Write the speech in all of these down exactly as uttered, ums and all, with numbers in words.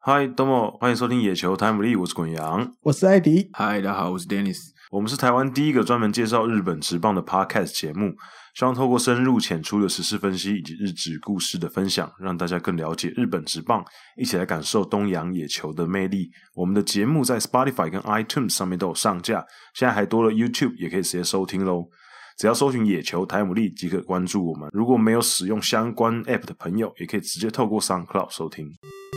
嗨，どうも，欢迎收听野球台姆利，我是滚羊， 我是艾迪。 嗨，大家好，我是 Dennis。 我们是台湾第一个专门介绍日本职棒的 Podcast 节目，希望透过深入浅出的时事分析以及日职故事的分享，让大家更了解日本职棒，一起来感受东洋野球的魅力。我们的节目在 Spotify 跟 iTunes 上面都有上架，现在还多了 YouTube 也可以直接收听咯。只要搜寻野球台姆利即可关注我们，如果没有使用相关 App 的朋友，也可以直接透过 SoundCloud 收听。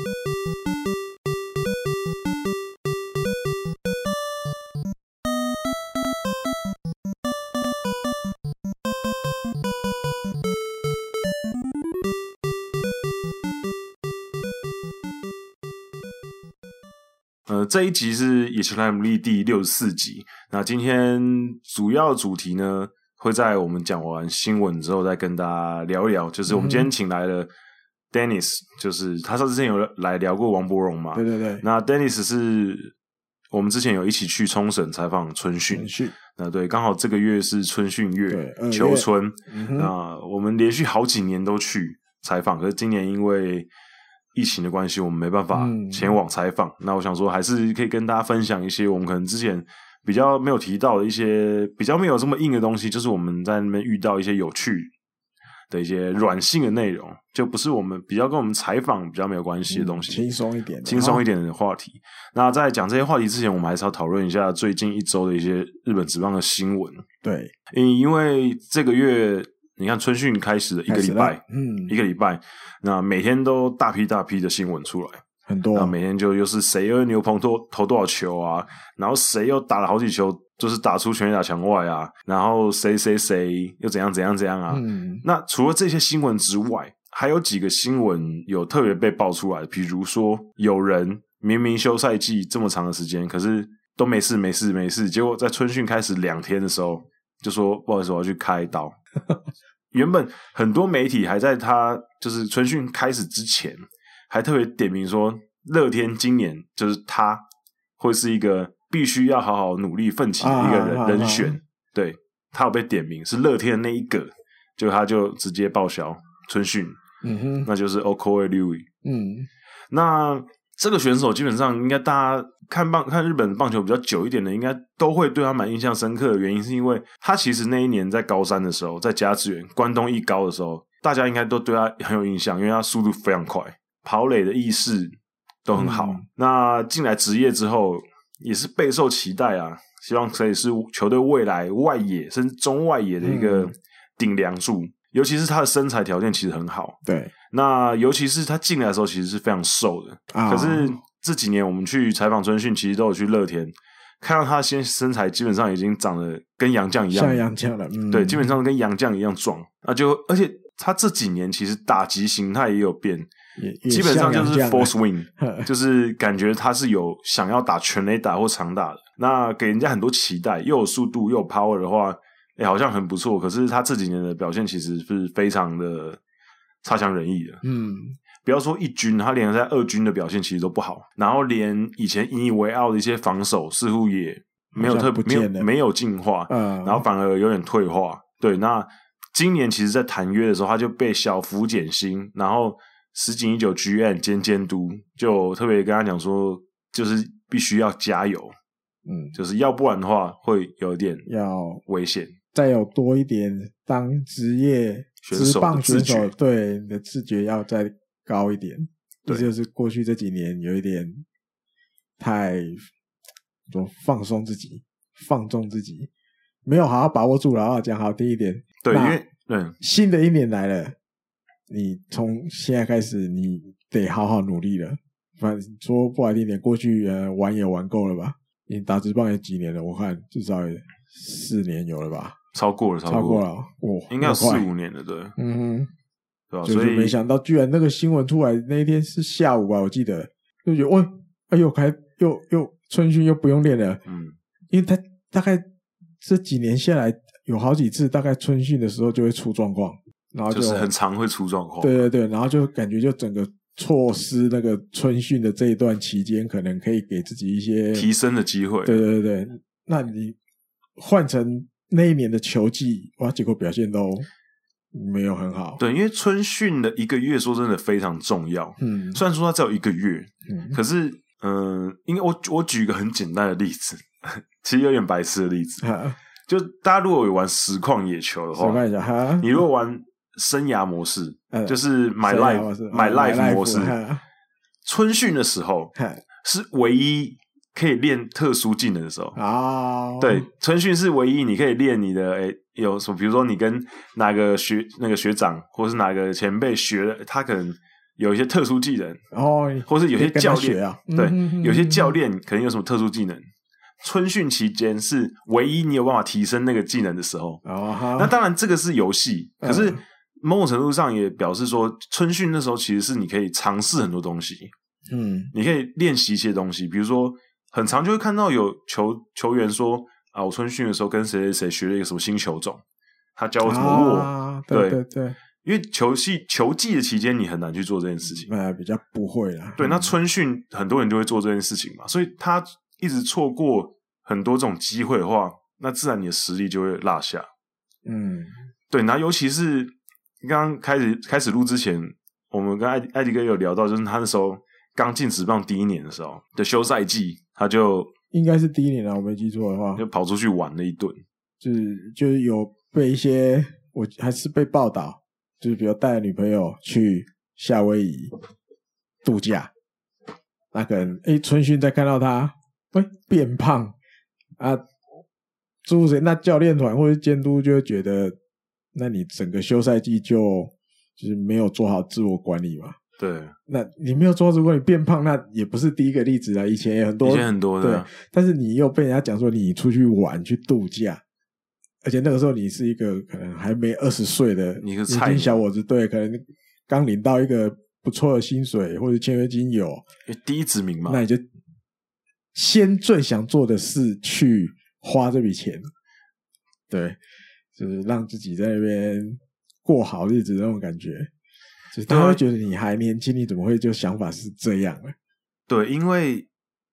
呃，这一集是野球台姆利第六十四集。那今天主要主题呢，会在我们讲完新闻之后再跟大家聊一聊。就是我们今天请来了 Dennis，、嗯、就是他上次之前有来聊过王柏融嘛。 对对对。 那 Dennis 是我们之前有一起去冲绳采访春训。 春训。 那对，刚好这个月是春训月， 对， 秋春。 嗯、 那我们连续好几年都去采访，可是今年因为疫情的关系，我们没办法前往采访、嗯、那我想说还是可以跟大家分享一些我们可能之前比较没有提到的一些比较没有这么硬的东西，就是我们在那边遇到一些有趣的一些软性的内容，就不是我们比较跟我们采访比较没有关系的东西， 轻松一点轻松一点的话题。那在讲这些话题之前，我们还是要讨论一下最近一周的一些日本职棒的新闻。 对， 因为这个月你看春训开始的一个礼拜， 嗯， 一个礼拜，那每天都大批大批的新闻出来， 很多、啊， 那每天就又是谁又牛棚投投多少球啊，然后谁又打了好几球，就是打出全垒打墙外啊，然后谁谁谁又怎样怎样怎样啊。 嗯， 那除了这些新闻之外，还有几个新闻有特别被爆出来，比如说有人明明休赛季这么长的时间，可是都没事没事没事，结果在春训开始两天的时候就说不好意思我要去开刀。原本很多媒体还在他就是春训开始之前还特别点名说乐天今年就是他会是一个必须要好好努力奋起的一个人、啊、人选、啊、对，他有被点名是乐天的那一个，就他就直接报销春训， 嗯哼， 那就是 Okoye Louis。 嗯， 那这个选手基本上应该大家看棒看日本棒球比较久一点的，应该都会对他蛮印象深刻的原因，是因为他其实那一年在高三的时候，在甲子园关东一高的时候，大家应该都对他很有印象，因为他速度非常快，跑垒的意识都很好、嗯、那进来职业之后也是备受期待啊，希望可以是球队未来外野甚至中外野的一个顶梁柱、嗯，尤其是他的身材条件其实很好， 对， 那尤其是他进来的时候其实是非常瘦的、啊、可是这几年我们去采访春训，其实都有去乐天，看到他现在身材基本上已经长得跟洋将一样， 像洋将了、嗯、 对，基本上跟洋将一样壮，那就而且他这几年其实打击形态也有变， 也基本上就是 full swing， 就是感觉他是有想要打全垒打或长打的，那给人家很多期待，又有速度又有 power 的话欸，好像很不错，可是他这几年的表现其实是非常的差强人意的。 嗯， 不要说一军，他连在二军的表现其实都不好，然后连以前引以为傲的一些防守似乎也没有特没有没有进化、嗯，然后反而有点退化。对，那今年其实在谈约的时候，他就被小幅减薪，然后石井一九 G M 兼监督就特别跟他讲说，就是必须要加油，嗯，就是要不然的话会有点要危险。 再有多一点当职业职棒选手，对你的自觉要再高一点。这就是过去这几年有一点太说放松自己放纵自己，没有好好把握住了，好好讲好听一点。 对，因为嗯， 新的一年来了，你从现在开始你得好好努力了。反正说不好听点，过去呃玩也玩够了吧，你打职棒也几年了，我看至少也四年有了吧， 超过了，超过了，超过了， 哦，应该有四五年了，对， 嗯哼， 对吧？ 就是没想到，居然那个新闻出来那一天是下午吧，我记得，就觉得，哦，哎呦，开又又春训又不用练了， 嗯， 因为他大概这几年下来有好几次，大概春训的时候就会出状况，然后 就, 就是很常会出状况， 对对对，然后就感觉就整个错失那个春训的这一段期间，可能可以给自己一些提升的机会， 对对对，那你换成那一年的球季，哇，结果表现都没有很好。 对，因为春训的一个月说真的非常重要。嗯，虽然说它只有一个月，嗯，可是嗯、呃，应该我我举一个很简单的例子，其实有点白痴的例子，就大家如果有玩实况野球的话，你如果玩生涯模式，嗯、就是 My Life My Life 模式，春训的时候是唯一可以练特殊技能的时候。哦，对，春训是唯一你可以练你的诶。有什么？比如说你跟哪个学那个学长，或是哪个前辈学了，他可能有一些特殊技能哦，或是有些教练啊，对，嗯、哼哼有些教练可能有什么特殊技能。春训期间是唯一你有办法提升那个技能的时候。哦，那当然这个是游戏，可是某种程度上也表示说，春训那时候其实是你可以尝试很多东西。嗯，你可以练习一些东西，比如说很常就会看到有球球员说。啊，我春训的时候跟谁谁谁学了一个什么新球种，他教我怎么握， 啊、对对对， 因为球季球季的期间你很难去做这件事情， 呃，比较不会啦。 对，那春训很多人就会做这件事情嘛，所以他一直错过很多这种机会的话，那自然你的实力就会落下。嗯，对，然后尤其是刚刚开始开始录之前，我们跟艾艾迪哥有聊到，就是他那时候刚进职棒第一年的时候的休赛季，他就。 应该是第一年啊，我没记错的话， 就跑出去玩了一顿， 就是就是有被一些，我还是被报道，就是比如带女朋友去夏威夷度假，那可能诶春训再看到他，喂变胖啊，诸如此类，那教练团或者监督就会觉得，那你整个休赛季就就是没有做好自我管理嘛。 对， 那你没有做，如果你变胖，那也不是第一个例子啊，以前也很多， 以前很多的、啊， 对。但是你又被人家讲说你出去玩去度假，而且那个时候你是一个可能还没二十岁的你是菜小伙子，对，可能刚领到一个不错的薪水或者签约金有， 第一指名嘛， 那你就先最想做的是去花这笔钱，对，就是让自己在那边过好日子那种感觉。就是他会觉得你还年轻，你怎么会就想法是这样呢？ 对，因为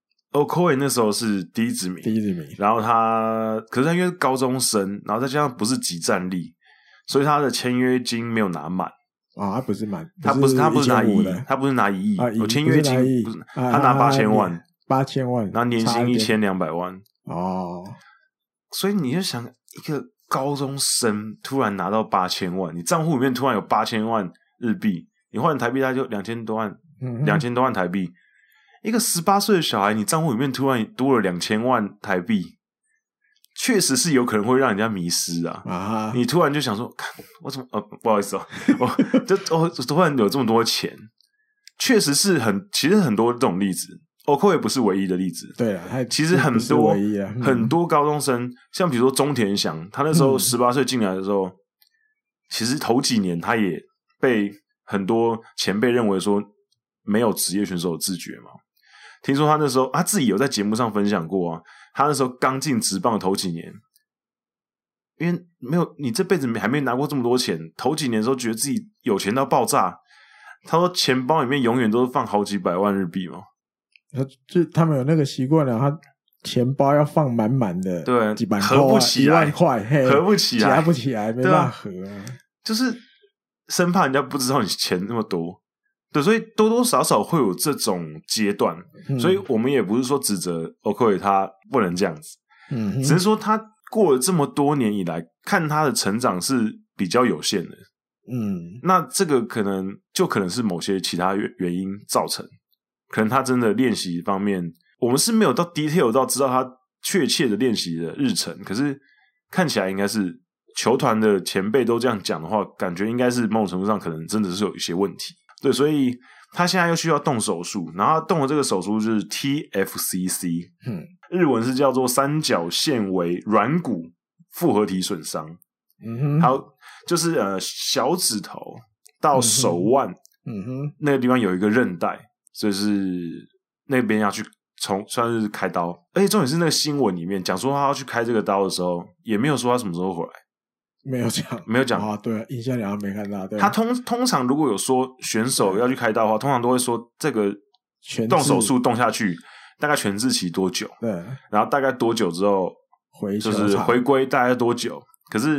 Okoye 那时候是第一指名， 第一指名， 然后他可是他因为是高中生，然后再加上不是即战力，所以他的签约金没有拿满啊、哦，他不是满， 他不是他不是拿一亿，他不是拿一亿，有、啊、签约金不是，他拿八千万， 八千万， 然后年薪一千两百万哦， 所以你就想一个高中生突然拿到八千万，你账户里面突然有八千万。日币，你换台币大概就两千多万，两千多万台币。一个十八岁的小孩，你账户里面突然多了两千万台币，确实是有可能会让人家迷失啊！啊你突然就想说，我怎么呃不好意思哦，我就我突然有这么多钱，确实是很，其实很多这种例子 ，Okoye 也不是唯一的例子。 对啊，他其实很多、 啊嗯、 很多高中生，像比如说中田翔，他那时候十八岁进来的时候、嗯，其实头几年他也。被很多前辈认为说没有职业选手的自觉嘛？听说他那时候他自己有在节目上分享过啊，他那时候刚进职棒的头几年，因为没有你这辈子还没拿过这么多钱，头几年的时候觉得自己有钱到爆炸。他说钱包里面永远都是放好几百万日币嘛， 他就他们有那个习惯了，他钱包要放满满的， 对， 几百块、 合不起来， 一万块， 合不起来， 夹不起来，没办法合啊， 就是。生怕人家不知道你钱那么多，对，所以多多少少会有这种阶段，嗯、所以我们也不是说指责 Okoye 他不能这样子，嗯，只是说他过了这么多年以来，看他的成长是比较有限的，嗯，那这个可能就可能是某些其他原因造成，可能他真的练习方面，我们是没有到 detail 到知道他确切的练习的日程，可是看起来应该是。球团的前辈都这样讲的话，感觉应该是某种程度上可能真的是有一些问题。对，所以他现在又需要动手术，然后他动的这个手术就是 T F C C， 嗯，日文是叫做三角纤维软骨复合体损伤。嗯哼，还有就是呃小指头到手腕，嗯哼，那个地方有一个韧带，所以是那边要去从算是开刀，而且重点是那个新闻里面讲说他要去开这个刀的时候，也没有说他什么时候回来。 没有讲， 没有讲啊，对，印象里好像没看到。对， 他通通常如果有说选手要去开刀的话，通常都会说这个动手术动下去大概全治期多久？对，然后大概多久之后回就是回归大概多久？可是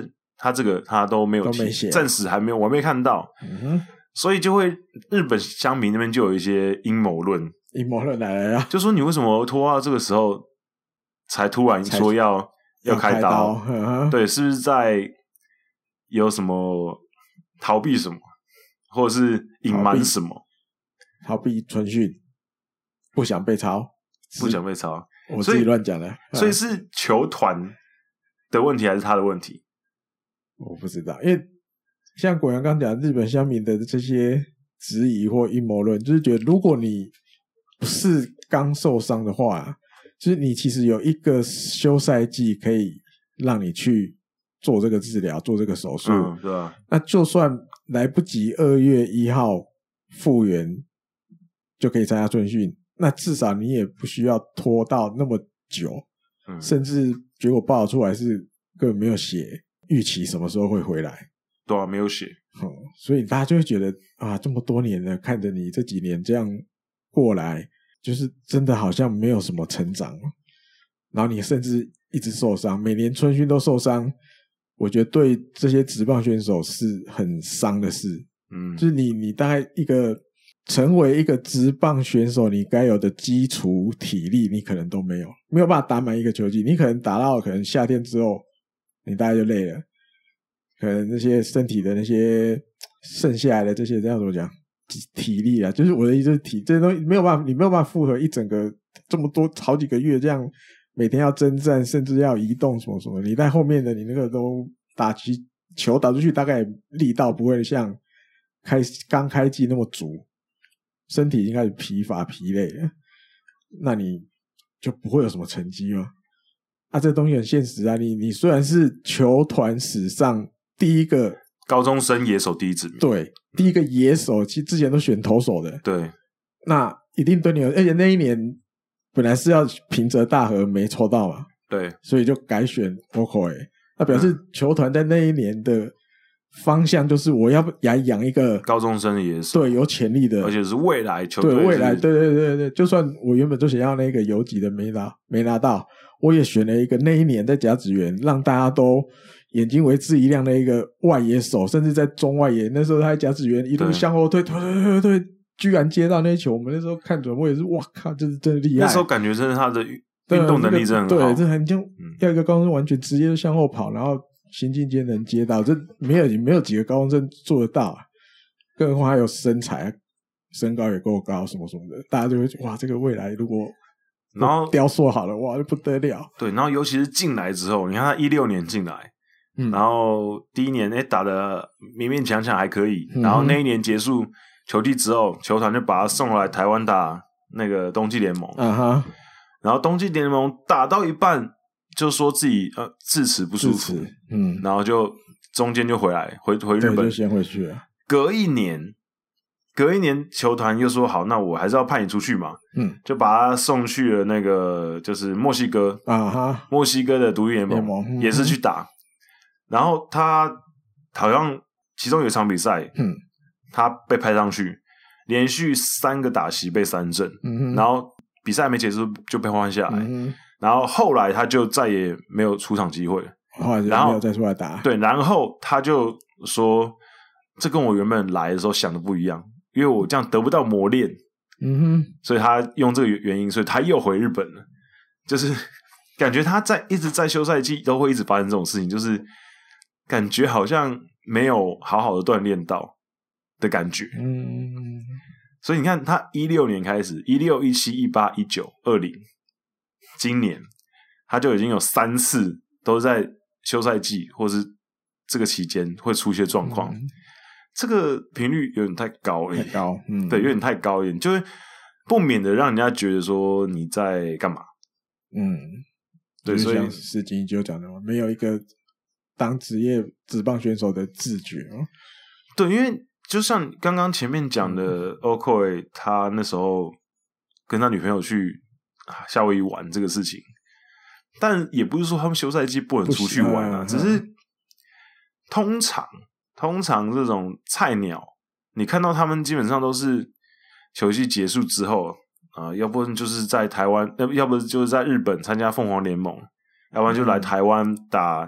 他这个他都没有提，暂时还没有，我没看到。 嗯哼， 所以就会日本乡民那边就有一些阴谋论， 阴谋论来了， 就说你为什么拖到这个时候才突然说要要开刀？ 开刀对，是不是在有什么逃避什么，或者是隐瞒什么？ 逃避春训，不想被抄， 不想被抄， 我自己乱讲的。 所以是球团的问题还是他的问题？ 我不知道，因为像果阳刚讲，日本乡民的这些质疑或阴谋论，就是觉得如果你不是刚受伤的话，就是你其实有一个休赛季可以让你去做这个治疗，做这个手术， 嗯，对啊。 那就算来不及二月一号复原，就可以参加春训，那至少你也不需要拖到那么久，嗯、甚至结果报道出来是根本没有写预期什么时候会回来。 对啊，没有写、 嗯，所以大家就会觉得啊，这么多年了，看着你这几年这样过来，就是真的好像没有什么成长，然后你甚至一直受伤，每年春训都受伤，我觉得对这些职棒选手是很伤的事。嗯，就是你你大概一个成为一个职棒选手，你该有的基础体力，你可能都没有，没有办法打满一个球季，你可能打到可能夏天之后，你大概就累了。可能那些身体的那些剩下来的这些这样怎么讲体力啊，就是我的意思是体这些东西没有办法，你没有办法复合一整个这么多好几个月这样每天要征战，甚至要移动什么什么，你在后面的你那个都打击球打出去大概力道不会像开刚开季那么足，身体已经开始疲乏疲累了，那你就不会有什么成绩嘛。啊，这东西很现实啊，你你虽然是球团史上第一个高中生野手第一指名， 对，第一个野手，其实之前都选投手的， 对， 那一定对你有，而且那一年本来是要平泽大和没抽到嘛， 对， 所以就改选 Okoye， 那表示球团在那一年的方向就是我要来养一个高中生的野手， 对，有潜力的， 而且是未来球队， 对未来，对对对对，就算我原本就想要那个游击的没拿没拿到，我也选了一个那一年在甲子园让大家都眼睛为之一亮的一个外野手，甚至在中外野，那时候他在甲子园一路向后推推推推推，居然接到那球，我们那时候看准，我也是哇靠，这是真的厉害。 那时候感觉真的他的运动能力真的很好， 对，这很就要一个高中生完全直接就向后跑，然后行进间能接到，这没有没有几个高中生做得到、啊，更何况还有身材，身高也够高，什么什么的，大家就会哇，这个未来如果然后雕塑好了，哇，就不得了。 对，然后尤其是进来之后，你看他一六年进来。嗯、然后第一年诶打得勉勉强强还可以、嗯、然后那一年结束球季之后，球团就把他送来台湾打那个冬季联盟、 啊、哈然后冬季联盟打到一半就说自己呃智齿不舒服， 嗯， 然后就中间就回来回回日本， 就先回去了。 隔一年隔一年球团又说好，那我还是要派你出去嘛， 嗯， 就把他送去了那个就是墨西哥啊哈， 墨西哥的独立联盟、嗯、也是去打。然后他好像其中有一场比赛， 嗯， 他被派上去，连续三个打席被三振， 嗯， 然后比赛没结束就被换下来、 嗯， 然后后来他就再也没有出场机会， 后来就没有再出来打。 对，然后他就说，这跟我原本来的时候想的不一样，因为我这样得不到磨练， 嗯哼， 所以他用这个原因，所以他又回日本了，就是感觉他在一直在休赛季都会一直发生这种事情，就是。感觉好像没有好好的锻炼到的感觉， 嗯， 所以你看，他一六年开始，一六、一七、一八、一九、二零，今年他就已经有三次都在休赛季或是这个期间会出现状况、嗯，这个频率有点太高了， 太高，嗯， 对，有点太高一点，就是不免的让人家觉得说你在干嘛， 嗯，对，所以像史金就讲的嘛，没有一个。当职业职棒选手的自觉哦， 对，因为就像刚刚前面讲的 Okoye 他那时候跟他女朋友去夏威夷玩这个事情，但也不是说他们休赛季不能出去玩啊，只是通常通常这种菜鸟，你看到他们基本上都是球季结束之后啊、呃，要不就是在台湾，要不就是在日本参加凤凰联盟，要不然就来台湾打。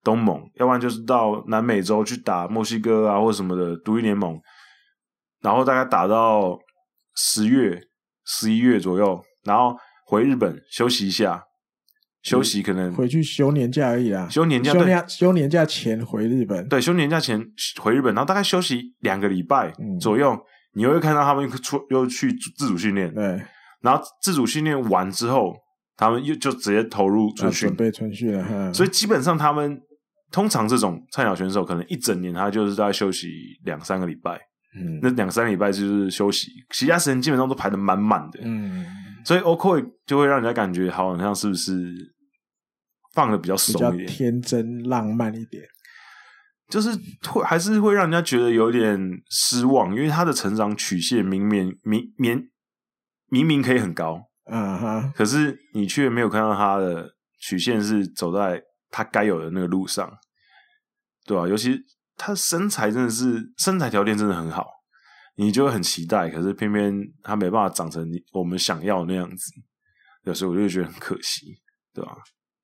东盟，要不然就是到南美洲去打墨西哥啊或什么的独立联盟，然后大概打到十月、十一月左右，然后回日本休息一下，休息可能回去休年假而已啦， 休年假， 休年休年假前回日本， 对，休年假前回日本，然后大概休息两个礼拜左右，嗯、你又会看到他们出又去自主训练， 对， 然后自主训练完之后，他们又就直接投入春训， 啊、准备春训了， 所以基本上他们通常这种菜鸟选手可能一整年他就是在休息两三个礼拜，嗯，那两三个礼拜就是休息，其他时间基本上都排得满满的，嗯，所以 Okoye 就会让人家感觉好像是不是放的比较松一点， 比较天真浪漫一点， 就是会还是会让人家觉得有点失望，因为他的成长曲线明明明明明明可以很高， 啊哈， 可是你却没有看到他的曲线是走在他该有的那个路上，对吧、啊？尤其他的身材真的是身材条件真的很好，你就会很期待，可是偏偏他没办法长成我们想要的那样子，有时候我就觉得很可惜，对吧、啊？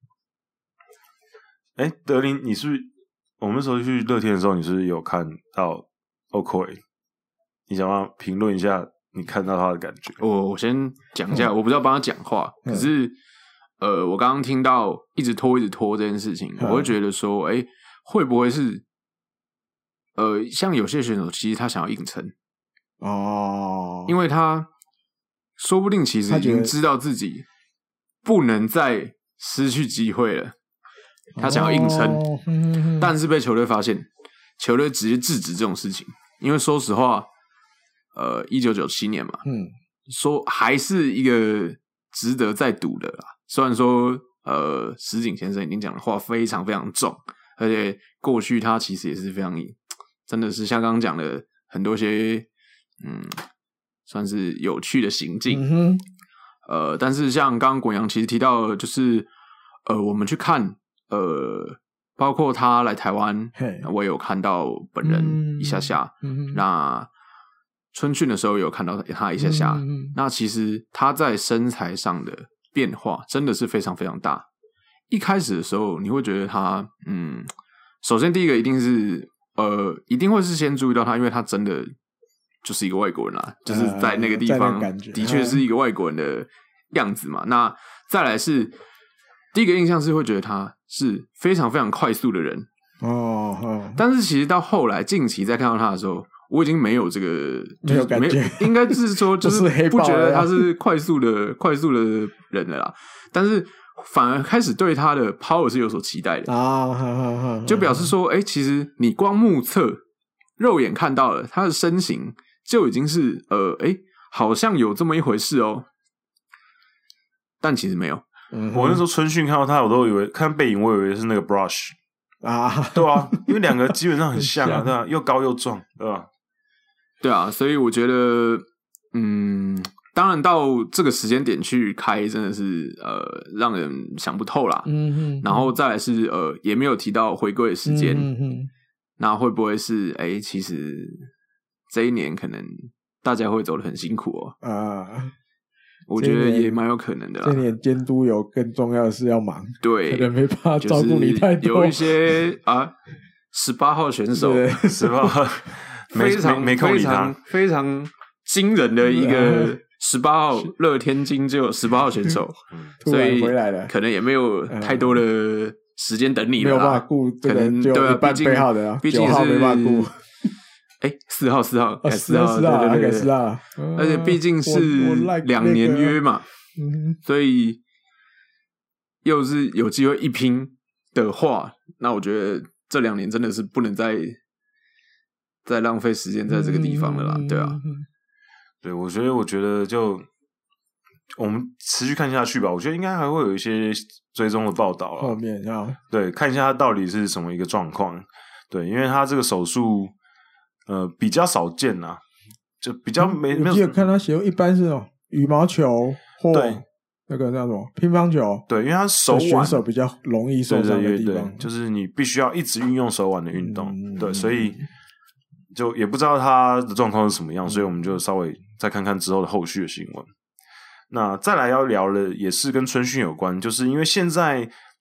哎，德林，你是不是我们那时候去乐天的时候，你是不是有看到 Okoye？ 你想要评论一下你看到他的感觉？ 我我先讲一下，嗯、我不是要帮他讲话，可是、嗯、呃，我刚刚听到一直拖一直拖这件事情，嗯、我会觉得说，哎，会不会是呃，像有些选手其实他想要硬撑哦， 因为他说不定其实已经知道自己不能再失去机会了。他想要硬撑、哦嗯、但是被球队发现，球队直接制止这种事情。因为说实话呃一九九七年嘛，嗯，说还是一个值得再赌的啦。虽然说呃石井先生已经讲的话非常非常重，而且过去他其实也是非常真的是像刚刚讲的很多些嗯算是有趣的行径、嗯、哼呃但是像刚刚滚阳其实提到就是呃我们去看呃，包括他来台湾，我也有看到本人一下下。嗯嗯、那春训的时候有看到他一下下。嗯、那其实他在身材上的变化真的是非常非常大。一开始的时候，你会觉得他，嗯，首先第一个一定是，呃，一定会是先注意到他，因为他真的就是一个外国人啦，就是在那个地方，呃、的确是一个外国人的样子嘛。嗯、那再来是。第一个印象是会觉得他是非常非常快速的人哦，哦但是其实到后来近期再看到他的时候，我已经没有这个、就是、 没有感觉， 应该是说就是不觉得他是快速的快速的人了啦，但是反而开始对他的 power 是有所期待的啊、哦， 就表示说，哎、欸，其实你光目测肉眼看到了他的身形就已经是呃，哎、欸，好像有这么一回事哦，但其实没有。 嗯、我那时候春训看到他，我都以为看背影，我以为是那个 Brush 啊， 对啊，因为两个基本上很像啊，对吧、啊？又高又壮，对吧？ 对啊，所以我觉得，嗯，当然到这个时间点去开，真的是呃，让人想不透啦。嗯哼，然后再来是呃，也没有提到回归的时间，嗯哼，那会不会是哎，其实这一年可能大家会走得很辛苦哦啊。我觉得也蛮有可能的啦。 这年监督有更重要的事要忙， 对， 可能没办法照顾你太多。 就是、有一些啊，十八号选手， 十八号非常没空理他， 非常惊人的一个十八号乐天金就有十八号选手，所以回来了， 可能也没有太多的时间等你了啦， 没有办法顾， 可能对啊，毕竟毕竟是没办法顾。 哎，四号，四号， 哦， 四号， 四号， 对对对， 四号， 而且毕竟是两年约嘛，所以又是有机会一拼的话，那我觉得这两年真的是不能再再浪费时间在这个地方了啦，对啊， 对，我觉得，我觉得就我们持续看下去吧，我觉得应该还会有一些追踪的报道啊， 后面要对看一下他到底是什么一个状况，对，因为他这个手术。呃，比较少见呐、啊，就比较没、嗯、没有。 我记得看他写一般是哦，羽毛球或对那个叫什么乒乓球， 对，因为他手腕选手比较容易受伤的地方， 对对对对，就是你必须要一直运用手腕的运动，嗯、对，所以就也不知道他的状况是什么样，嗯、所以我们就稍微再看看之后的后续的新闻。那再来要聊的也是跟春训有关，就是因为现在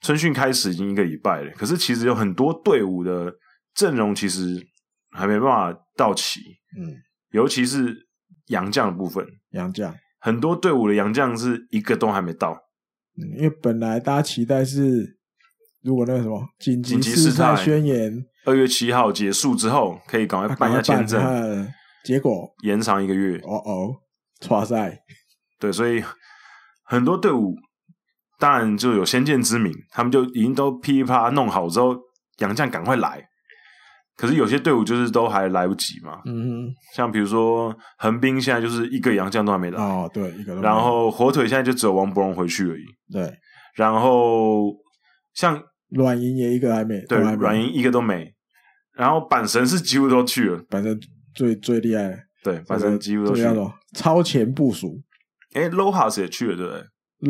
春训开始已经一个礼拜了，可是其实有很多队伍的阵容其实还没办法到齐， 嗯， 尤其是洋将的部分， 洋将很多队伍的洋将是一个都还没到， 嗯，因为本来大家期待是，如果那个什么紧急事态宣言二月七号结束之后，可以赶快办一下签证， 啊、结果延长一个月， 哦哦，挫赛， 对，所以很多队伍。当然就有先见之明，他们就已经都噼里啪啦弄好之后，洋将赶快来。可是有些队伍就是都还来不及嘛， 嗯哼， 像比如说横滨现在就是一个洋将都还没来， 哦，对，一个都没来。 然后火腿现在就只有王柏融回去而已， 对。 然后像软银也一个还没， 对，软银一个都没。然后阪神是几乎都去了， 阪神最最厉害的， 对，阪神几乎都去了， 超前部署。 诶 Lojas 也去了，对不对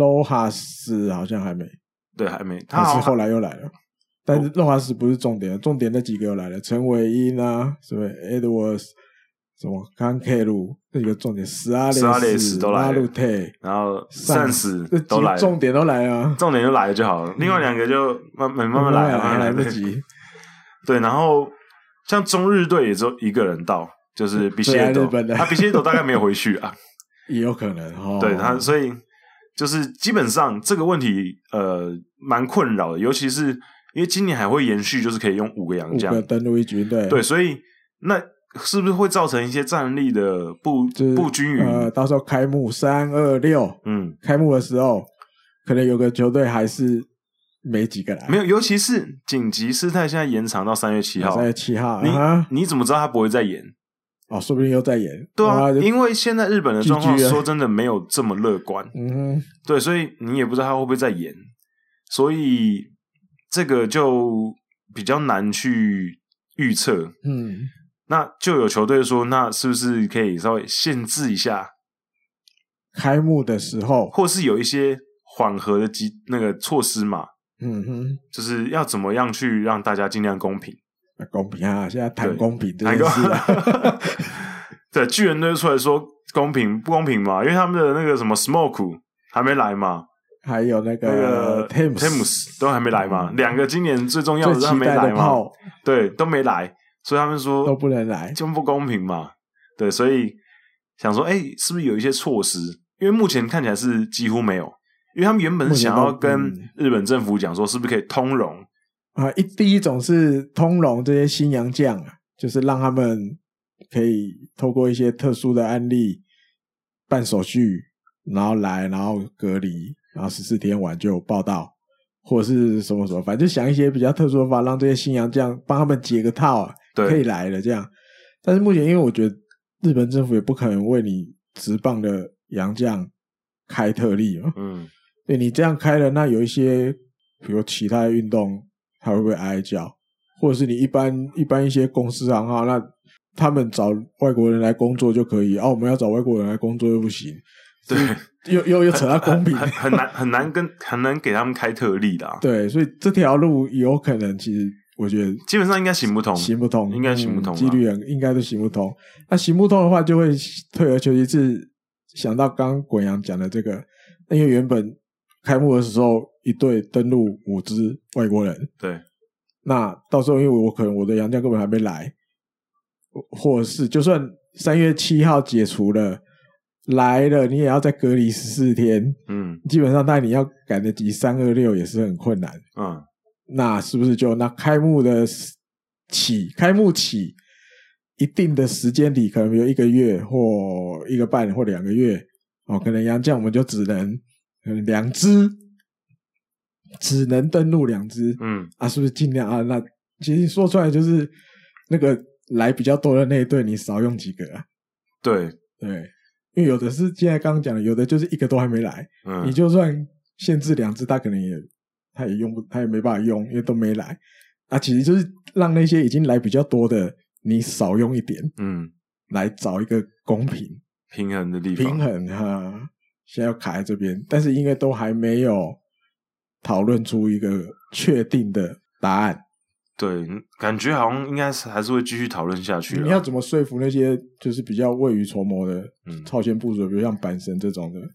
？Lojas 好像还没， 对，还没， 他是后来又来了。但是 Lojas 不是重点，重点那几个又来了，陈伟英啊，什么 Edwards， 什么康凯鲁，那几个重点，斯阿雷斯都来了，然后善死都来了， 重点都来了， 重点就来了就好了。另外两个就慢慢慢慢来，慢慢来不及。 对，然后像中日队也只有一个人到，就是比西耶斗，他比西耶斗大概没有回去啊， 也有可能哦。 对他，所以就是基本上这个问题呃蛮困扰的，尤其是因为今年还会延续，就是可以用五个洋将， 五个登陆一军，对对，所以那是不是会造成一些战力的不、就是、不均匀？ 呃，到时候开幕三二六，嗯，开幕的时候可能有个球队还是没几个来， 没有，尤其是紧急事态现在延长到三月七号， 三月七号， 你、 啊、 你怎么知道他不会再延？ 哦，说不定又再演。 对啊，因为现在日本的状况说真的没有这么乐观。 嗯哼， 对，所以你也不知道他会不会再演，所以这个就比较难去预测。 嗯， 那就有球队说，那是不是可以稍微限制一下开幕的时候， 或是有一些缓和的机那个措施嘛？ 嗯哼， 就是要怎么样去让大家尽量公平。 公平啊！现在谈公平这件事、啊， 对，巨人队出来说公平不公平嘛？因为他们的那个什么 Smoke 还没来嘛， 还有那个那个 Thames 都还没来嘛，两、嗯、个今年最重要的他没来嘛，对，都没来，所以他们说都不能来， 就不公平嘛。对，所以想说，哎、欸，是不是有一些措施？因为目前看起来是几乎没有，因为他们原本是想要跟日本政府讲说，是不是可以通融。 啊，一第一种是通融这些新洋将啊，就是让他们可以透过一些特殊的案例办手续，然后来，然后隔离，然后十四天完就有报到，或者是什么什么，反正就想一些比较特殊的法，让这些新洋将帮他们解个套啊，可以来了这样。但是目前因为我觉得日本政府也不可能为你职棒的洋将开特例嘛， 嗯， 对你这样开了，那有一些比如其他的运动。他会不会哀叫，或者是你一般一般一些公司行号，那他们找外国人来工作就可以，啊，我们要找外国人来工作又不行， 对， 又又又扯到公平， 很, 很, 很难很难跟很难给他们开特例的、啊。 对，所以这条路有可能，其实我觉得基本上应该行不通， 行不通， 应该行不通、啊， 几、嗯、率应该都行不通。那行不通的话，就会退而求其次，想到刚刚滚阳讲的这个，因为原本开幕的时候。一队登陆五支外国人， 对， 那到时候因为我可能我的洋将根本还没来，或者是就算三月七号解除了来了，你也要再隔离十四天， 嗯， 基本上，但你要赶得及三二六也是很困难， 嗯， 那是不是就那开幕的起开幕起一定的时间里，可能有一个月或一个半或两个月，哦，可能洋将我们就只能可能两支。只能登录两支， 嗯啊，是不是尽量啊？那其实说出来就是那个来比较多的那一队，你少用几个啊？ 对对，因为有的是现在刚刚讲的，有的就是一个都还没来， 嗯， 你就算限制两支，他可能也他也用不，他也没办法用，因为都没来。啊，其实就是让那些已经来比较多的，你少用一点， 嗯， 来找一个公平平衡的地方， 平衡哈。现在要卡在这边，但是因为都还没有。讨论出一个确定的答案， 对，感觉好像应该是还是会继续讨论下去。 你要怎么说服那些就是比较未雨绸缪的嗯超前部署，比如像阪神这种的？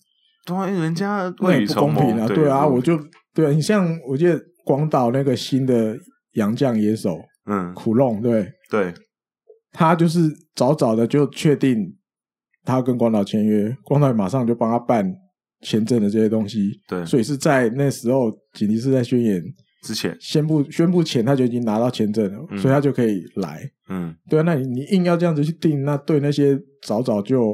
对，人家未雨不公平啊！ 对, 对啊，我就对啊，你像我记得广岛那个新的洋将野手， 嗯， 苦弄，对对， 他就是早早的就确定他要跟广岛签约，广岛马上就帮他办签证的这些东西， 对， 所以是在那时候紧急事态宣言之前宣布宣布前他就已经拿到签证了，嗯、所以他就可以来。 嗯， 对啊，那你你硬要这样子去定，那对那些早早就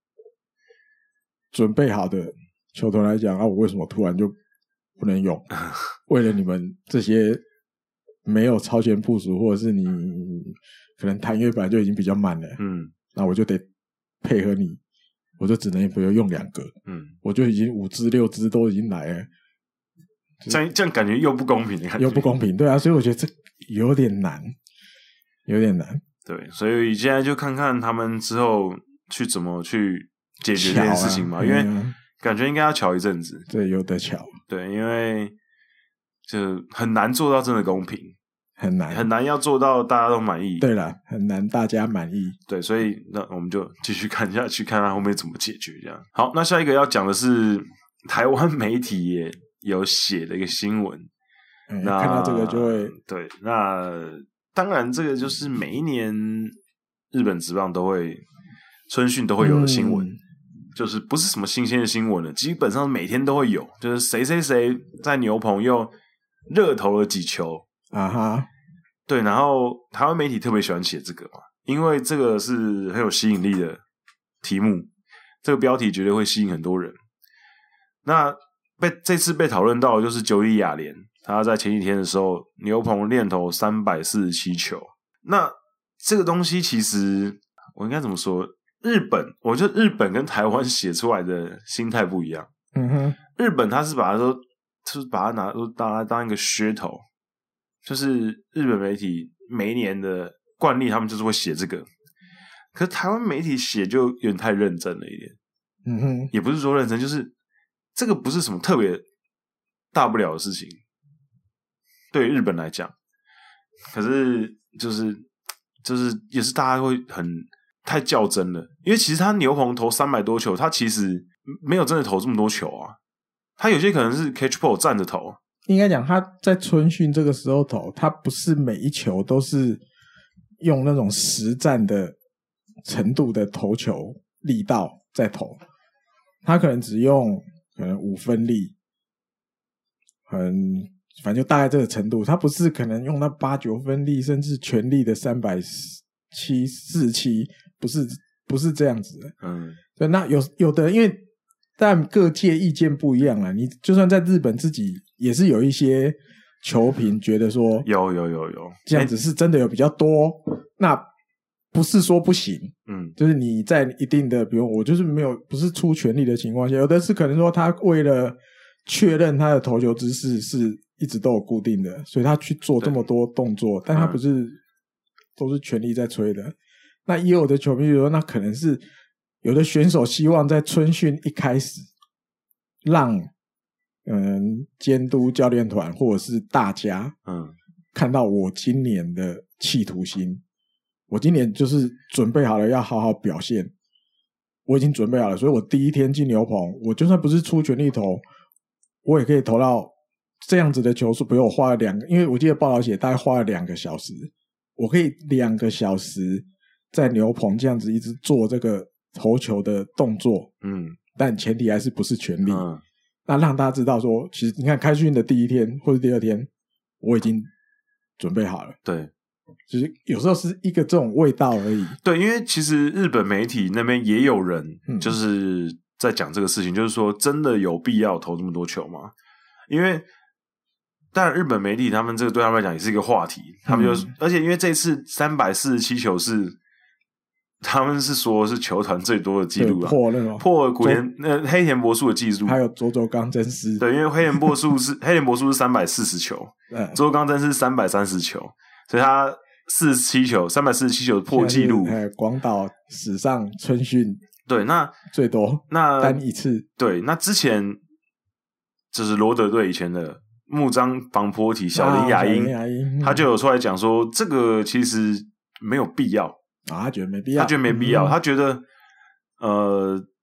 准备好的球团来讲啊，我为什么突然就不能用？为了你们这些没有超前部署，或者是你可能谈约本来就已经比较慢了， 嗯， 那我就得配合你，我就只能比如用两个， 嗯， 我就已经五支六支都已经来了， 这样这样感觉又不公平的感觉， 又不公平，对啊，所以我觉得这有点难，有点难， 对，所以现在就看看他们之后去怎么去解决这件事情嘛，啊、因为感觉应该要瞧一阵子， 对，有得瞧， 对，因为就很难做到真的公平， 很难， 很难要做到大家都满意， 对啦，很难大家满意， 对，所以那我们就继续看下去，看他后面怎么解决这样。好，那下一个要讲的是台湾媒体也有写的一个新闻， 嗯、 那看到这个就会对，那当然这个就是每一年日本职棒都会春训都会有的新闻。嗯，就是不是什么新鲜的新闻了，基本上每天都会有，就是谁谁谁在牛棚又热投了几球啊哈， 对，然后台湾媒体特别喜欢写这个嘛，因为这个是很有吸引力的题目，这个标题绝对会吸引很多人。那被这次被讨论到的就是九里亚莲，他在前几天的时候牛棚练投三百四十七球，那这个东西其实我应该怎么说？日本，我觉得日本跟台湾写出来的心态不一样。 嗯哼， 日本他是把它说，就是把它拿当它当一个噱头，就是日本媒体每一年的惯例，他们就是会写这个。可是台湾媒体写就有点太认真了一点。 嗯哼， 也不是说认真，就是这个不是什么特别大不了的事情，对于日本来讲。可是就是就是也是大家会很。太较真了，因为其实他牛棚投三百多球，他其实没有真的投这么多球啊。他有些可能是 catch ball 站着投。 应该讲他在春训这个时候投，他不是每一球都是用那种实战的程度的投球力道在投，他可能只用可能五分力，很反正就大概这个程度，他不是可能用那八九分力，甚至全力的三百七四七。不是不是这样子的， 嗯， 对，那有有的因为但各界意见不一样啊，你就算在日本自己也是有一些球评觉得说有有有有这样子是真的有比较多，欸、那不是说不行， 嗯， 就是你在一定的，比如我就是没有不是出全力的情况下，有的是可能说他为了确认他的投球姿势是一直都有固定的，所以他去做这么多动作，但他不是、嗯、都是全力在吹的。那也有的球迷说，那可能是有的选手希望在春训一开始让嗯监督教练团或者是大家嗯看到我今年的企图心，我今年就是准备好了要好好表现，我已经准备好了，所以我第一天进牛棚，我就算不是出全力投，我也可以投到这样子的球数。比如我花了两个，因为我记得报道写大概花了两个小时，我可以两个小时。在牛棚这样子一直做这个投球的动作， 嗯， 但前提还是不是全力。 嗯， 那让大家知道说，其实你看开训的第一天或者第二天，我已经准备好了。 对， 就是有时候是一个这种味道而已。 对，因为其实日本媒体那边也有人就是在讲这个事情，嗯、就是说真的有必要投这么多球吗？因为当然日本媒体他们这个对他们来讲也是一个话题，他们就、嗯、而且因为这次三百四十七球是。他们是说是球团最多的记录啊， 破那种破古田那黑田博树的记录， 还有佐佐冈真司。 对，因为黑田博树是黑田博树是三百四十球，佐佐冈真司三百三十球，所以他四十七球，三百四十七球破纪录。 哎，广岛史上春训对，那最多那单一次。 对，那之前就是罗德队以前的木章防波体小林雅英、 啊嗯， 他就有出来讲说，这个其实没有必要。 啊，他觉得没必要， 他觉得没必要，嗯、他觉得呃，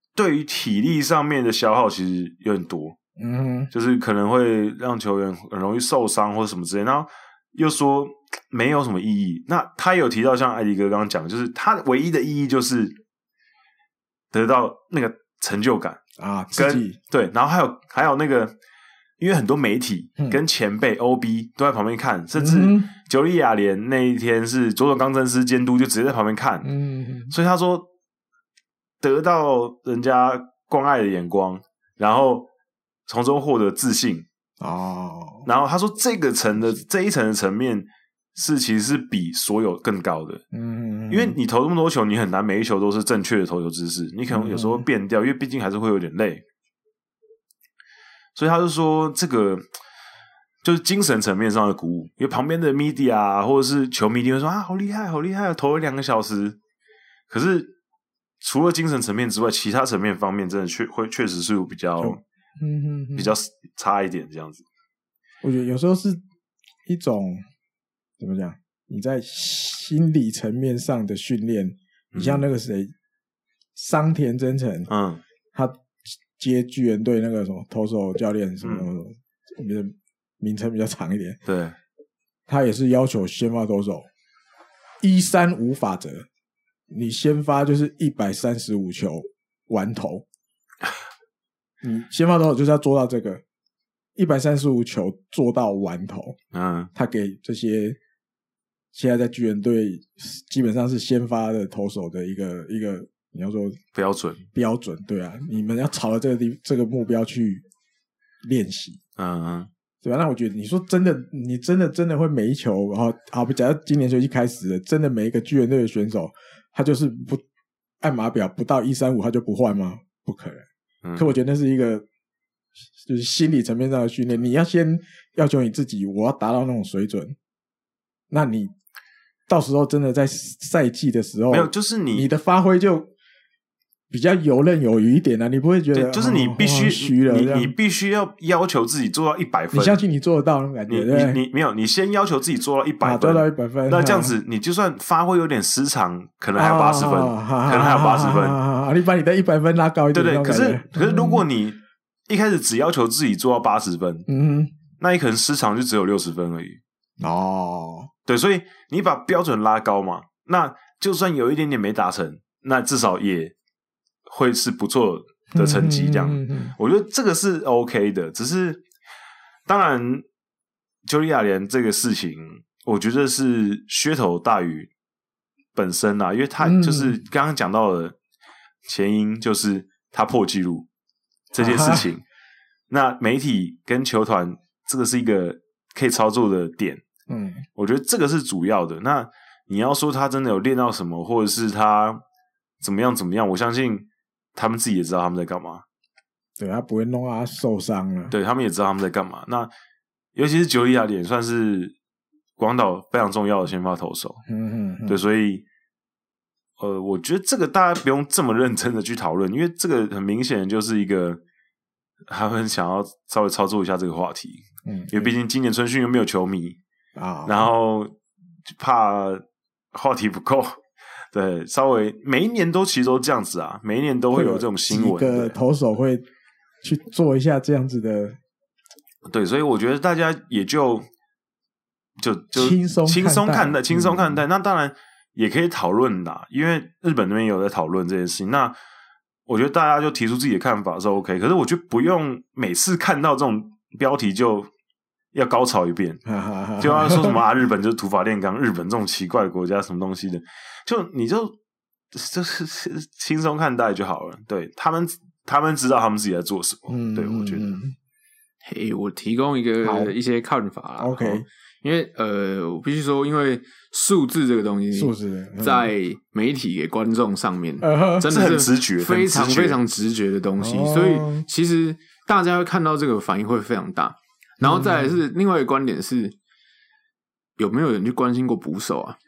对于体力上面的消耗其实有点多， 嗯， 就是可能会让球员很容易受伤或者什么之类，然后又说没有什么意义。那他有提到像艾迪哥刚刚讲，就是他唯一的意义就是得到那个成就感啊， 跟自己对，然后还有还有那个。因为很多媒体跟前辈 O B 都在旁边看，嗯、甚至九里亚联那一天是佐佐冈真司监督，就直接在旁边看。 嗯， 所以他说得到人家关爱的眼光，然后从中获得自信哦。 然后他说这个层的这一层的层面是其实是比所有更高的。 嗯， 因为你投这么多球，你很难每一球都是正确的投球姿势，你可能有时候会变掉，因为毕竟还是会有点累。所以他就说这个就是精神层面上的鼓舞，因为旁边的 media 啊或者是球迷一定会说啊好厉害好厉害，投了两个小时。可是除了精神层面之外，其他层面方面真的确会确实是比较嗯比较差一点这样子。 我觉得有时候是一种怎么讲，你在心理层面上的训练，你像那个谁桑田真澄， 嗯， 他接巨人队那个什么投手教练什么什么，我觉得名称比较长一点。 对，他也是要求先发投手一三五法则，你先发就是一百三十五球完投，你先发投手就是要做到这个一百三十五球做到完投。 嗯， 他给这些现在在巨人队基本上是先发的投手的一个一个。你要说标准标准，对啊，你们要朝着这个地这个目标去练习， 嗯嗯， 对吧、啊？那我觉得你说真的，你真的真的会每一球，然后好，假如今年球季开始了，真的每一个巨人队的选手，他就是不按码表不到一三五他就不换吗？不可能。嗯、可我觉得那是一个就是心理层面上的训练，你要先要求你自己，我要达到那种水准，那你到时候真的在赛季的时候， 没有，就是你你的发挥就。比较游刃有余一点啊，你不会觉得就是你必须、 哦、虚了， 你你必须要要求自己做到一百分， 你相信你做得到那种感觉， 你对你你没有，你先要求自己做到一百分、 啊，做到一百分， 那这样子你就算发挥有点失常，可能还有八十分， 啊、 可能还有八十分， 啊，你把你的一百分拉高一点， 对对，可是可是如果你一开始只要求自己做到八十分， 嗯， 那你可能失常就只有六十分而已。 哦， 对，所以你把标准拉高嘛，那就算有一点点没达成，那至少也会是不错的成绩，这样、 嗯嗯嗯嗯， 我觉得这个是 OK 的。只是当然，九里亚联这个事情，我觉得是噱头大于本身啦，因为他就是刚刚讲到的前因，就是他破纪录这件事情。啊、那媒体跟球团这个是一个可以操作的点， 嗯， 我觉得这个是主要的。那你要说他真的有练到什么，或者是他怎么样怎么样，我相信。他们自己也知道他们在干嘛， 对，他不会弄到他受伤了。 对，他们也知道他们在干嘛。那尤其是九里亚联算是广岛非常重要的先发投手， 嗯嗯嗯， 对，所以呃，我觉得这个大家不用这么认真的去讨论，因为这个很明显就是一个他们想要稍微操作一下这个话题， 嗯， 因为毕竟今年春训又没有球迷啊， 然后怕话题不够。对，稍微每一年都其实都这样子啊，每一年都会有这种新闻， 几个投手会去做一下这样子的， 对，所以我觉得大家也就就就轻松轻松看待，轻松看嗯、 待。那当然也可以讨论啦，因为日本那边有在讨论这件事情。那我觉得大家就提出自己的看法是 OK， 可是我觉得不用每次看到这种标题就要高潮一遍，就要说什么啊，日本就是土法炼钢，日本这种奇怪的国家什么东西的。就你就就是轻松看待就好了，对他们，他们知道他们自己在做什么。嗯、对，我觉得， 嘿，我提供一个一些看法啦 ，OK， 因为呃，我必须说，因为数字这个东西， 数字在媒体给观众上面， 嗯、 真的是非常非常直觉的东西， 哦、 所以其实大家会看到这个反应会非常大。然后再来是、嗯、另外一个观点是，有没有人去关心过捕手啊？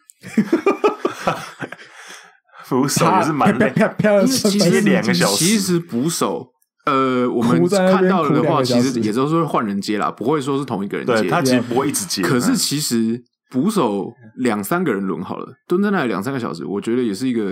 捕手也是蛮累， 其实两个小时。其实捕手，呃，我们看到的话，其实也都是会换人接啦，不会说是同一个人接。 对，他其实不会一直接。 可是其实捕手两三个人轮好了，蹲在那里两三个小时，我觉得也是一个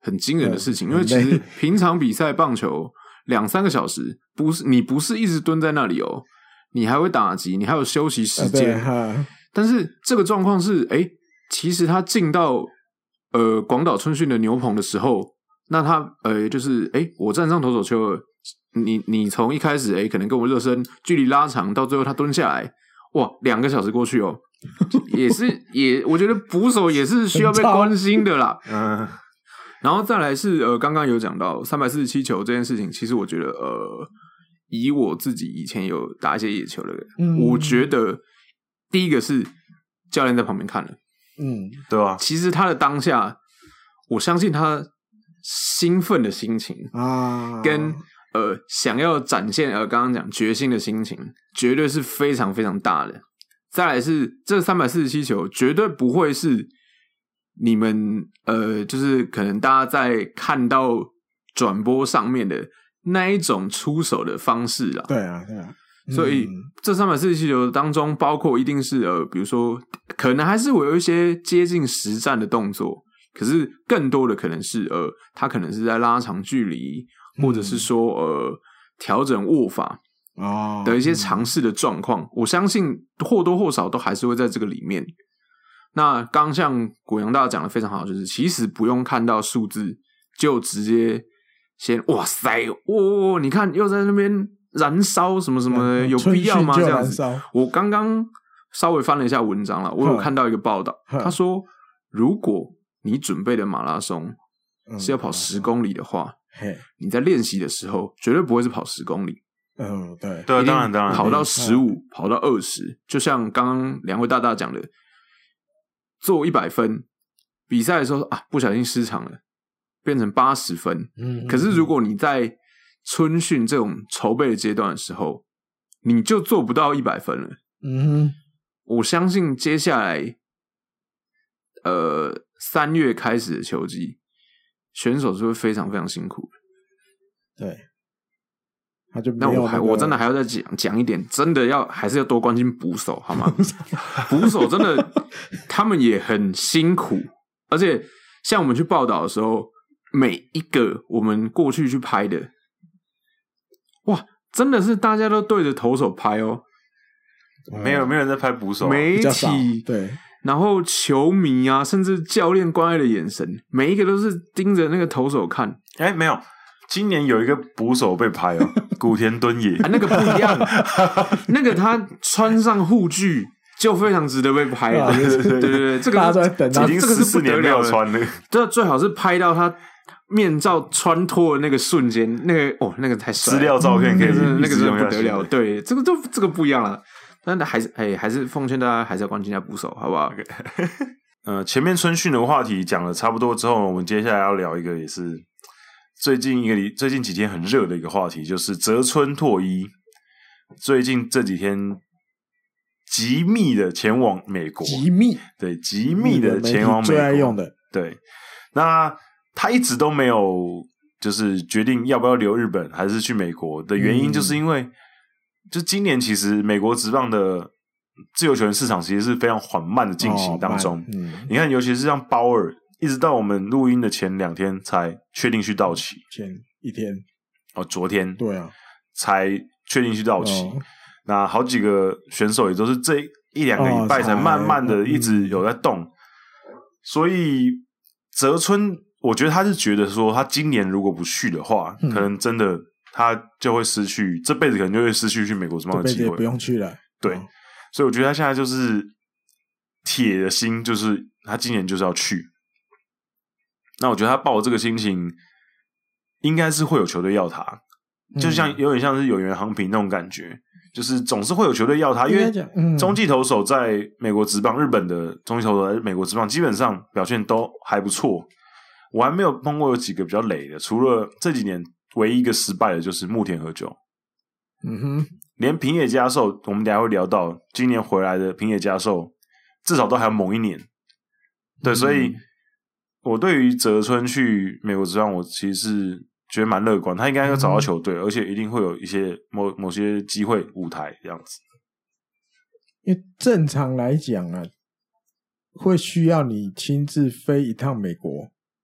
很惊人的事情，因为其实平常比赛棒球两三个小时，不是你不是一直蹲在那里哦，你还会打击，你还有休息时间。 啊、 但是这个状况是，哎，其实他进到呃广岛春训的牛棚的时候，那他呃就是哎，我站上投手丘了，你你从一开始哎可能跟我热身，距离拉长，到最后他蹲下来，哇，两个小时过去哦。也是也我觉得捕手也是需要被关心的啦。嗯，然后再来是呃刚刚有讲到三百四十七球这件事情，其实我觉得呃以我自己以前有打一些野球的人、嗯、我觉得第一个是教练在旁边看了， 嗯，对吧？ 其实他的当下我相信他兴奋的心情啊，跟呃想要展现呃刚刚讲决心的心情绝对是非常非常大的。再来是这三百四十七球绝对不会是你们呃就是可能大家在看到转播上面的那一种出手的方式啦。 对啊对啊， 嗯、所以这三百四十七球当中包括一定是呃比如说可能还是会有一些接近实战的动作，可是更多的可能是呃他可能是在拉长距离，或者是说呃调整握法哦的一些尝试的状况、嗯、我相信或多或少都还是会在这个里面。那刚像国阳大讲的非常好，就是其实不用看到数字就直接先哇塞哇，你看又在那边燃烧什么什么的，有必要吗？这样子。我刚刚稍微翻了一下文章了，我有看到一个报道，他说如果你准备的马拉松是要跑十公里的话、嗯、你在练习的时候绝对不会是跑十公里。 嗯，对对，当然当然， 跑到十五、嗯，跑到二十，就像刚刚两位大大讲的，做一百分，比赛的时候啊，不小心失常了，变成八十分。嗯，可是如果你在春训这种筹备的阶段的时候，你就做不到一百分了。嗯，我相信接下来，呃，三月开始的球季，选手是会非常非常辛苦的。对。他就那我还我真的还要再讲讲一点，真的要还是要多关心捕手好吗？捕手真的他们也很辛苦，而且像我们去报道的时候，每一个我们过去去拍的，哇，真的是大家都对着投手拍哦， 没有没有人在拍捕手、啊， 媒体对， 然后球迷啊，甚至教练关爱的眼神，每一个都是盯着那个投手看。 哎，没有。今年有一个捕手被拍哦，古田敦也、 啊，那个不一样，那个他穿上护具就非常值得被拍了。对对对对对，这个大家都在等他， 已经十四年没有穿了。 这最好是拍到他面罩穿脱的那个瞬间，那个哦，那个太帅了。 资料照片可以、 嗯，那个真的不得了。对，这个都这个不一样了。但还是哎，还是奉劝大家还是要关心一下捕手，好不好？ Okay. 呃，前面春训的话题讲了差不多之后，我们接下来要聊一个也是。最近一个最近几天很热的一个话题，就是泽村拓一最近这几天极密的前往美国， 极密对极密的前往美国， 最爱用的对。那他一直都没有就是决定要不要留日本还是去美国的原因，就是因为、嗯、就今年其实美国职棒的自由球员市场其实是非常缓慢的进行当中、哦嗯、你看尤其是像鲍尔一直到我们录音的前两天才确定去道奇， 前一天哦，昨天对啊， 才确定去道奇、哦。那好几个选手也都是这一两个礼拜才慢慢的一直有在动，哦、所以泽村，我觉得他是觉得说，他今年如果不去的话，嗯、可能真的他就会失去这辈子可能就会失去去美国职棒的机会， 这辈子也不用去了。 对，哦、所以我觉得他现在就是铁的心，就是他今年就是要去。那我觉得他抱着这个心情，应该是会有球队要他，嗯、就像有点像是有缘航平那种感觉，就是总是会有球队要他，因为中继投手在美国职棒，日本的中继投手在美国职棒基本上表现都还不错。我还没有碰过有几个比较雷的，除了这几年唯一一个失败的就是木田和久。嗯哼，连平野佳寿，我们等一下会聊到，今年回来的平野佳寿，至少都还要猛一年。对，嗯、所以。我对于泽村去美国职棒，我其实是觉得蛮乐观，他应该要找到球队、嗯，而且一定会有一些某某些机会舞台这样子。 因为正常来讲啊，会需要你亲自飞一趟美国，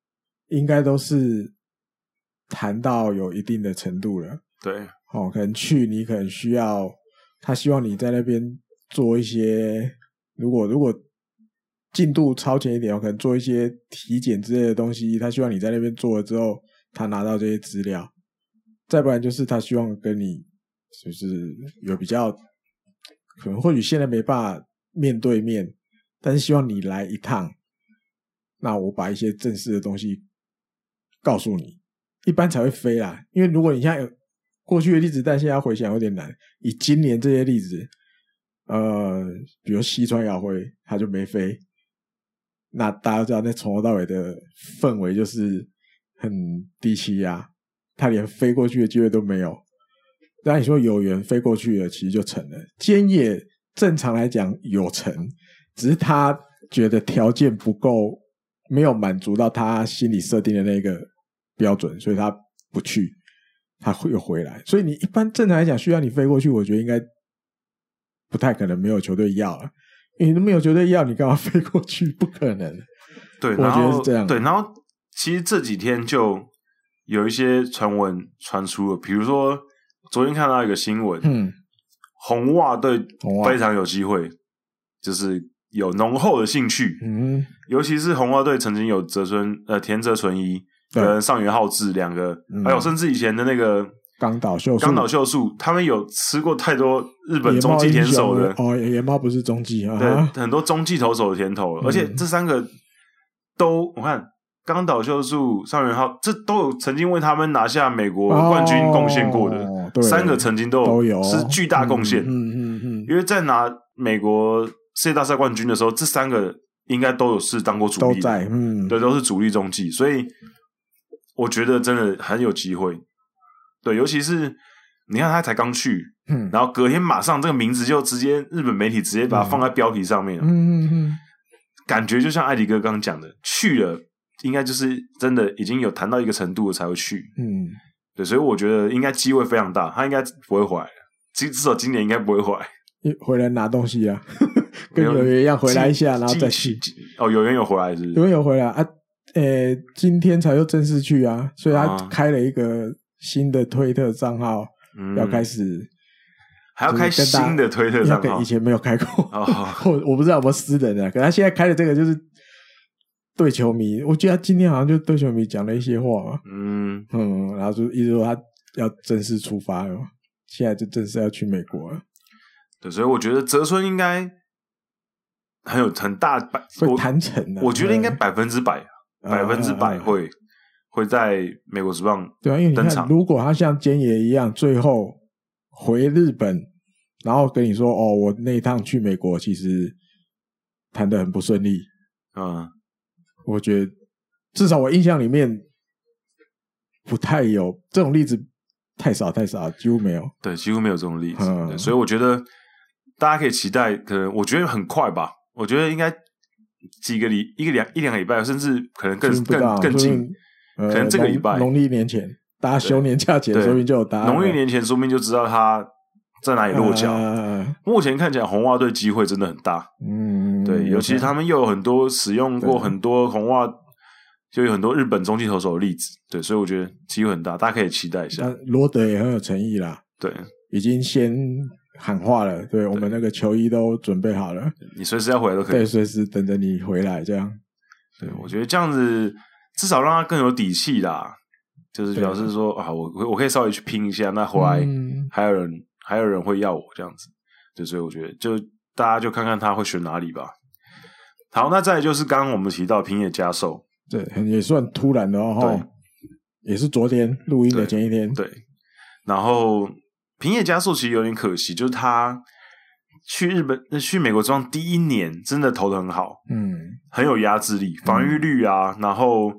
应该都是谈到有一定的程度了。 对， 哦，可能去你可能需要，他希望你在那边做一些，如果如果进度超前一点，可能做一些体检之类的东西，他希望你在那边做了之后，他拿到这些资料。再不然就是他希望跟你就是有比较，可能或许现在没办法面对面，但是希望你来一趟，那我把一些正式的东西告诉你，一般才会飞啦。因为如果你现在有过去的例子，但现在要回想有点难。以今年这些例子，呃，比如西川遥辉他就没飞，那大家知道那从头到尾的氛围就是很低气压，他连飞过去的机会都没有。那你说有缘飞过去了，其实就成了。菅野正常来讲有成，只是他觉得条件不够，没有满足到他心里设定的那个标准，所以他不去，他会又回来。所以你一般正常来讲需要你飞过去，我觉得应该不太可能没有球队要了。因为都没有球队要，你干嘛飞过去？不可能。 对， 我觉得是这样。 对，然后其实这几天就有一些传闻传出了，比如说昨天看到一个新闻， 嗯， 红袜队非常有机会，就是有浓厚的兴趣， 嗯， 尤其是红袜队曾经有泽村呃田泽纯一跟上原浩志两个， 嗯、 还有甚至以前的那个冈岛秀树， 冈岛秀树，他们有吃过太多日本中继田手的哦，野猫不是中继啊， 对，很多中继投手的甜头了，嗯、而且这三个都我看冈岛秀树、上原浩，这都有曾经为他们拿下美国冠军贡献过的， 哦、对三个曾经都有都有是巨大贡献， 嗯嗯嗯嗯， 因为在拿美国世界大赛冠军的时候，这三个应该都有是当过主力的， 都在，嗯， 对，都是主力中继，所以我觉得真的很有机会。对，尤其是你看他才刚去， 嗯， 然后隔天马上这个名字就直接日本媒体直接把它放在标题上面了， 嗯嗯嗯， 感觉就像艾迪哥刚刚讲的，去了应该就是真的已经有谈到一个程度了才会去， 嗯， 对，所以我觉得应该机会非常大，他应该不会回来，至少今年应该不会回来， 回来拿东西啊，跟有缘一样回来一下，然后再去。 哦，有缘有回来是不是？ 有缘有回来啊，呃，今天才又正式去啊，所以他开了一个新的推特账号， 嗯、 要开始， 还要开新的推特账号， 以前没有开过。 哦， 我我不知道有没有私人的，可他现在开的这个就是对球迷，我觉得他今天好像就对球迷讲了一些话嘛， 嗯嗯，然后就一直说他要正式出发了，现在就正式要去美国了。 对，所以我觉得泽村应该很有很大百会谈成的、啊， 我觉得应该百分之百，百分之百会、嗯、会在美国职棒对啊，因为你看，如果他像菅野一样，最后回日本，然后跟你说哦，我那一趟去美国其实谈得很不顺利， 嗯， 我觉得至少我印象里面不太有这种例子，太少太少，几乎没有， 对，几乎没有这种例子， 嗯、 所以我觉得。大家可以期待，可能我觉得很快吧。我觉得应该几个礼一个两一两个礼拜，甚至可能更更更近， 呃、 可能这个礼拜农历年前，大家休年假前，说不定就有答案。 农历年前，说不定就知道他在哪里落脚。 呃、 目前看起来，红袜队机会真的很大。 嗯， 对，尤其是他们又有很多使用过很多红袜，就有很多日本中继投手的例子。对，所以我觉得机会很大，大家可以期待一下。 罗德也很有诚意啦。 对， 已经先喊话了，对，我们那个球衣都准备好了， 你随时要回来都可以， 对，随时等着你回来，这样。 对，我觉得这样子至少让他更有底气啦，就是表示说啊，我我可以稍微去拼一下，那回来还有人、嗯、还有人会要我这样子，对，所以我觉得就大家就看看他会选哪里吧。好，那再来就是刚刚我们提到平野佳寿， 对，也算突然的哦，也是昨天录音的前一天， 对，对然后。平野佳寿其实有点可惜，就是他去日本、去美国职棒第一年真的投得很好， 嗯， 很有压制力，防御率啊，嗯、然后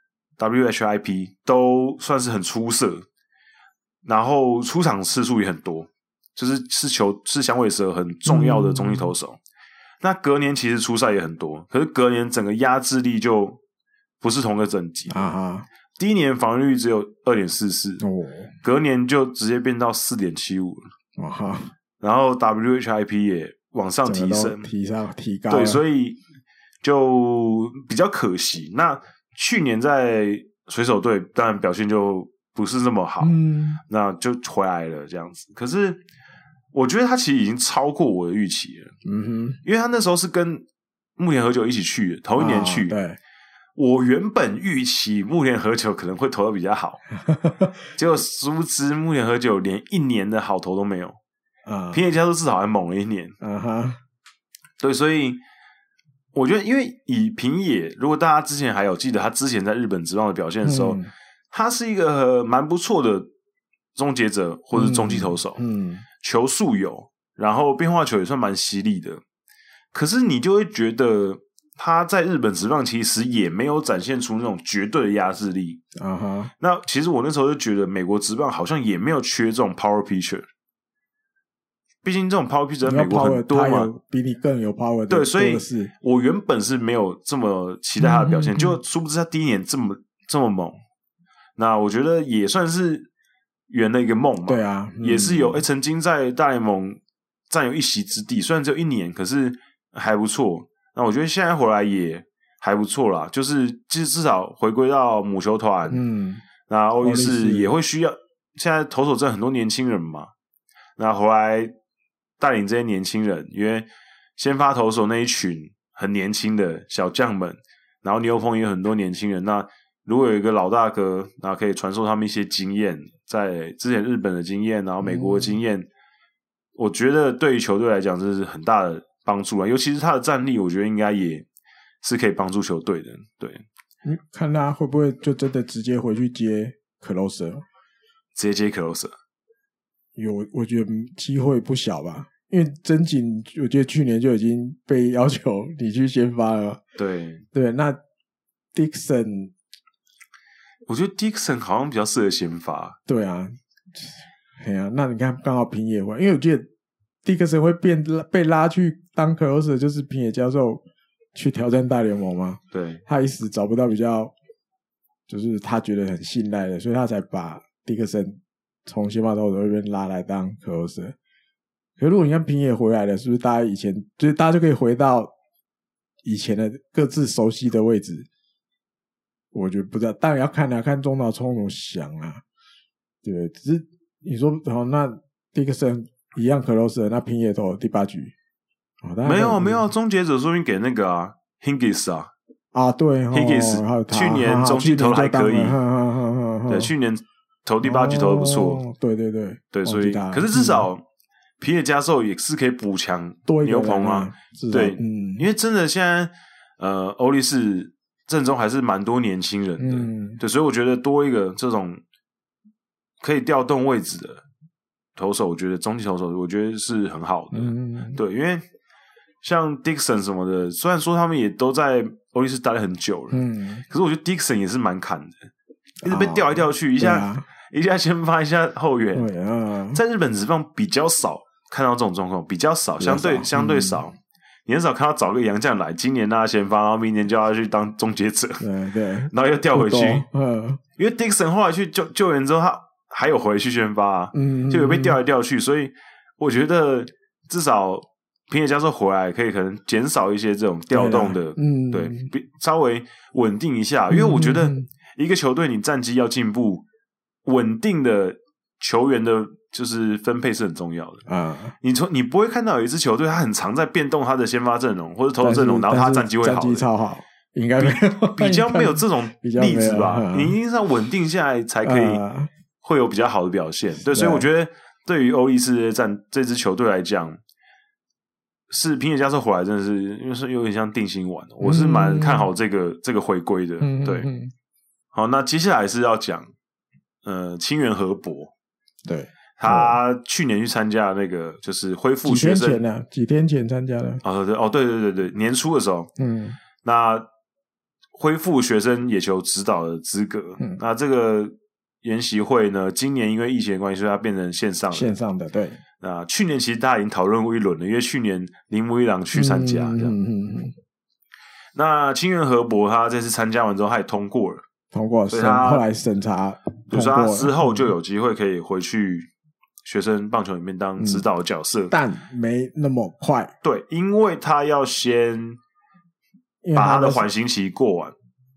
W H I P 都算是很出色，然后出场次数也很多，就是是球是响尾蛇很重要的中继投手。嗯、那隔年其实出赛也很多，可是隔年整个压制力就不是同个等级啊哈。 第一年防御率只有 二点四四， 隔年就直接变到 四点七五 了， 哦、 然后 W H I P 也往上提升， 提上提高， 对，所以就比较可惜。那去年在水手队当然表现就不是那么好， 嗯， 那就回来了这样子。可是我觉得他其实已经超过我的预期了， 嗯哼， 因为他那时候是跟木田和久一起去的，同一年去， 啊、对。 我原本预期木田和久可能会投的比较好，结果殊不知木田和久连一年的好投都没有， 啊， 平野加寿至少还猛了一年， 啊哈， 对，所以我觉得，因为以平野，如果大家之前还有记得他之前在日本职棒的表现的时候，嗯、他是一个蛮不错的终结者或者是中继投手， 嗯，嗯球速有，然后变化球也算蛮犀利的，可是你就会觉得。他在日本职棒其实也没有展现出那种绝对的压制力啊哈。Uh-huh. 那其实我那时候就觉得美国职棒好像也没有缺这种 power pitcher， 毕竟这种 power pitcher 在美国很多嘛， 比你更有 power 的。 对，所以我原本是没有这么期待他的表现，嗯、就殊不知他第一年这么这么猛。那我觉得也算是圆了一个梦嘛。 对啊， 嗯、也是有诶，曾经在大联盟占有一席之地，虽然只有一年，可是还不错。那我觉得现在回来也还不错啦，就是至至少回归到母球团， 嗯， 那欧力士也会需要，现在投手真的很多年轻人嘛，那回来带领这些年轻人，因为先发投手那一群很年轻的小将们，然后牛棚也有很多年轻人，那如果有一个老大哥，那可以传授他们一些经验，在之前日本的经验，然后美国的经验，嗯、我觉得对于球队来讲这是很大的帮助啊，尤其是他的战力，我觉得应该也是可以帮助球队的。对， 你看他会不会就真的直接回去接 closer， 直接接 closer？ 有，我觉得机会不小吧。因为真井，我觉得去年就已经被要求你去先发了。 对对，那 Dixon， 我觉得 Dixon 好像比较适合先发。 对啊，哎呀、啊，那你看刚好平野会，因为我记得。迪克森会变被拉去当 closer， 就是平野教授去挑战大联盟嘛。 对， 他一时找不到比较，就是他觉得很信赖的，所以他才把迪克森从先发投手那边拉来当 closer。可是如果你看平野回来了，是不是大家以前就是大家就可以回到以前的各自熟悉的位置？我觉得不知道，当然要看啊，看中岛聪怎么想啊。对，只是你说好，那迪克森。一样 close， 那平野投第八局， 哦、没有没有，终结者说明给那个啊 Hingis 啊啊对 Hingis、哦、去年中继投的还可以，对，去年投第八局投的不错、 哦，对对对对，所以可是至少、嗯、平野加寿也是可以补强牛棚啊，对、嗯，因为真的现在呃欧力士阵中还是蛮多年轻人的、嗯，对，所以我觉得多一个这种可以调动位置的。投手，我觉得中继投手，我觉得是很好的， 嗯， 对，因为像 Dixon 什么的，虽然说他们也都在欧力士待了很久了， 嗯， 可是我觉得 Dixon 也是蛮砍的，一直被调来调去，哦、一下、啊、一下先发，一下后援， 对啊， 在日本职棒比较少看到这种状况，比较少，相对相对少、嗯，你很少看到找个洋将来，今年让他先发，然后明年就要去当终结者， 对对， 然后又调回去， 嗯， 因为 Dixon 后来去救救援之后，他。还有回去先发、啊， 嗯， 就有被调来调去，所以我觉得至少平野加寿回来可以可能减少一些这种调动的， 嗯， 对，稍微稳定一下，因为我觉得一个球队你战绩要进步，稳定的球员的就是分配是很重要的啊。 你从你不会看到有一支球队他很常在变动他的先发阵容或者投手阵容，然后他战绩会好， 战绩超好。应该比较没有这种例子吧？你一定是要稳定下来才可以。 啊会有比较好的表现，对，所以我觉得对于欧力士战这支球队来讲，是平野加寿回来真的是因为是有点像定心丸，我是蛮看好这个、嗯、这个回归的， 嗯、 对、 嗯。 好，那接下来是要讲呃清原和博， 对， 他去年去参加那个就是恢复学生， 几天前呢、啊？几天前参加的？ 哦对哦对对对对，年初的时候， 嗯， 那恢复学生野球指导的资格， 嗯， 那这个。研习会呢，今年因为疫情的关系，所以它变成线上的。 线上的，对。 那去年其实大家已经讨论过一轮了，因为去年铃木一朗去参加，这样。 嗯嗯嗯。 那清原和博他这次参加完之后，他也通过了， 通过，所以他后来审查， 就是他之后就有机会可以回去学生棒球里面当指导的角色， 嗯、但没那么快。 对，因为他要先把他的缓刑期过完。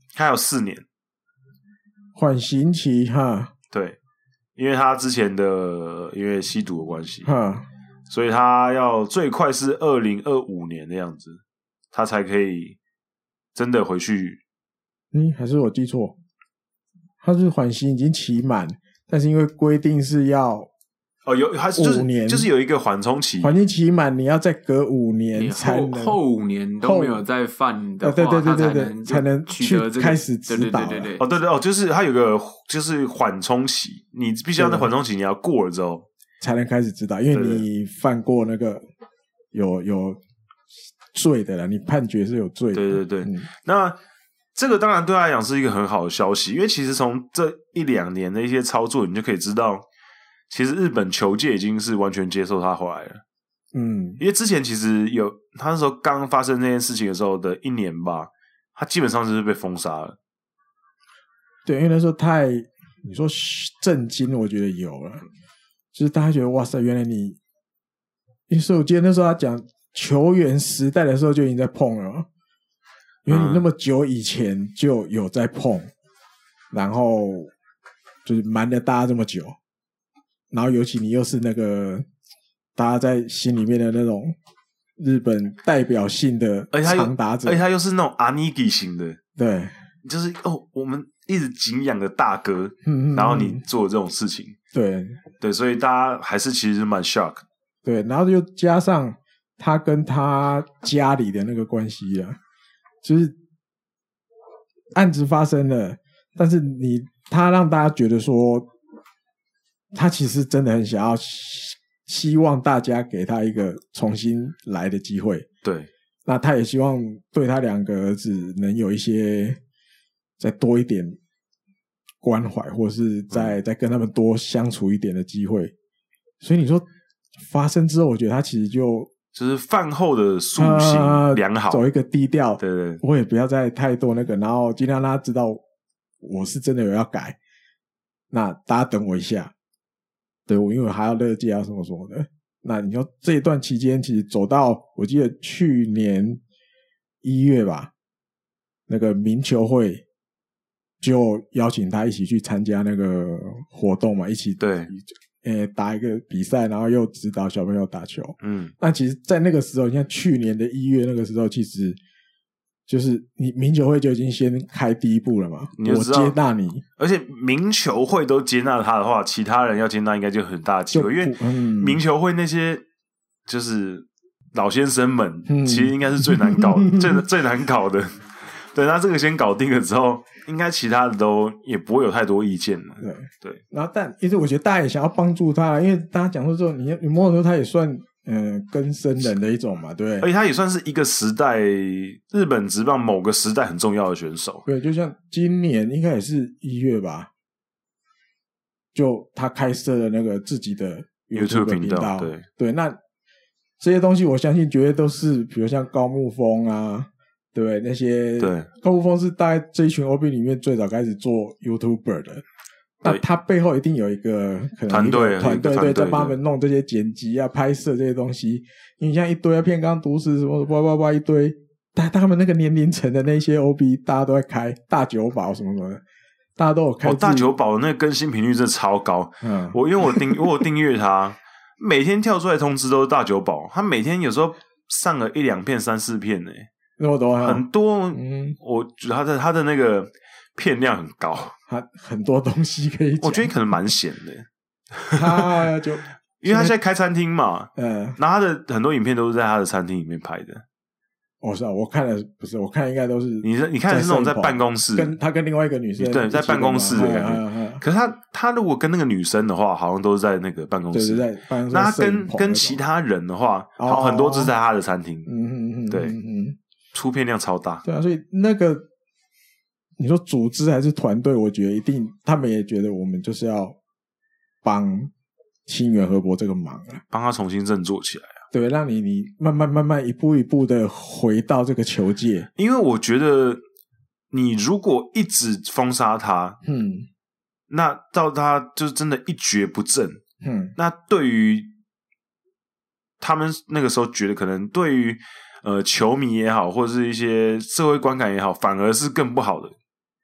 他有四年缓刑期哈。 对，因为他之前的因为吸毒的关系， 哈， 所以他要最快是二零二五年的样子，他才可以真的回去。 嗯，还是我记错？他是缓刑已经期满，但是因为规定是要。 哦，有还是就是五年就是有一个缓冲期， 缓刑期满，你要再隔五年才能后后五年都没有再犯的话， 对对对对对， 才才能取得这个开始指导。 对对对对哦，对对哦，就是它有个就是缓冲期，你必须要在缓冲期你要过了之后才能开始指导，因为你犯过那个有有罪的了，你判决是有罪的。 对对对， 嗯、 那这个当然对他来讲是一个很好的消息，因为其实从这一两年的一些操作，你就可以知道。其实日本球界已经是完全接受他回来了， 嗯， 因为之前其实有他那时候刚发生这件事情的时候的一年吧，他基本上就是被封杀了。 对，因为那时候太你说震惊，我觉得有了，就是大家觉得哇塞，原来你，因为我记得那时候他讲球员时代的时候就已经在碰了，因为你那么久以前就有在碰，嗯、然后就是瞒了大家这么久。然后尤其你又是那个大家在心里面的那种日本代表性的长打者， 而且他又是那种阿尼基型的， 对， 就是哦，我们一直敬仰的大哥， 嗯、 然后你做这种事情， 对对，所以大家还是其实蛮 shock， 对，然后又加上他跟他家里的那个关系啊，就是案子发生了，但是你他让大家觉得说。他其实真的很想要希望大家给他一个重新来的机会， 对， 那他也希望对他两个儿子能有一些再多一点关怀，或是再、嗯、再跟他们多相处一点的机会。所以你说发生之后，我觉得他其实就就是饭后的塑形良好、呃， 走一个低调， 对对， 我也不要再太多那个，然后尽量让他知道我是真的有要改，那大家等我一下。对，我因为我还要乐界啊什么什么的。那你说这一段期间，其实走到我记得去年一月吧，那个民球会就邀请他一起去参加那个活动嘛，一起对， 呃打一个比赛，然后又指导小朋友打球。 嗯， 那其实，在那个时候，你看去年的一月那个时候，其实。就是你民球会就已经先开第一步了嘛，我接纳你， 而且民球会都接纳他的话，其他人要接纳应该就很大机会，因为民球会那些就是老先生们，嗯、其实应该是最难搞的、嗯、最最难搞的。对，那这个先搞定了之后，应该其他的都也不会有太多意见了。 对对， 然后但其实我觉得大家也想要帮助他，因为大家讲说之后，你你摸的时候，他也算。嗯，更生人的一种嘛，对不对？ 而且他也算是一个时代日本职棒某个时代很重要的选手。 对，就像今年应该也是一月吧，就他开设了那个自己的 YouTube 频道。 对对，那这些东西我相信绝对都是，比如像高木丰啊，对不对？那些对高木丰是大概这一群 O B 里面最早开始做 YouTuber 的。那他背后一定有一个可能团队， 团队对，在帮他们弄这些剪辑啊、拍摄这些东西。你像一堆啊，片冈毒死什么叭叭叭一堆，但他们那个年龄层的那些 O B， 大家都在开大久保什么什么的，大家都有开。 哦，大久保的那个更新频率真的超高。嗯，我因为我订我有订阅他，每天跳出来通知都是大久保，他每天有时候上了一两片、三四片呢、欸， 那么多很多。嗯，我觉得他的他的那个片量很高。 他很多东西可以讲， 我觉得可能蛮闲的。 他就因为他现在开餐厅嘛， 嗯， 然后他的很多影片都是在他的餐厅里面拍的。 哦，是啊，我看的不是，我看应该都是你你看的是那种在办公室， 跟他跟另外一个女生对，在办公室的感觉。嗯嗯嗯、可是他他如果跟那个女生的话，好像都是在那个办公室。 对，在办公室。 那他跟跟其他人的话， 哦、 好很多是在他的餐厅。 嗯嗯嗯， 对， 嗯嗯， 出片量超大。 对啊，所以那个。你说组织还是团队？我觉得一定，他们也觉得我们就是要帮清原和博这个忙啊， 帮他重新振作起来啊。 对，让你你慢慢慢慢一步一步的回到这个球界。 因为我觉得你如果一直封杀他， 嗯， 那到他就是真的一蹶不振， 嗯， 那对于他们那个时候觉得可能对于呃球迷也好，或者是一些社会观感也好，反而是更不好的。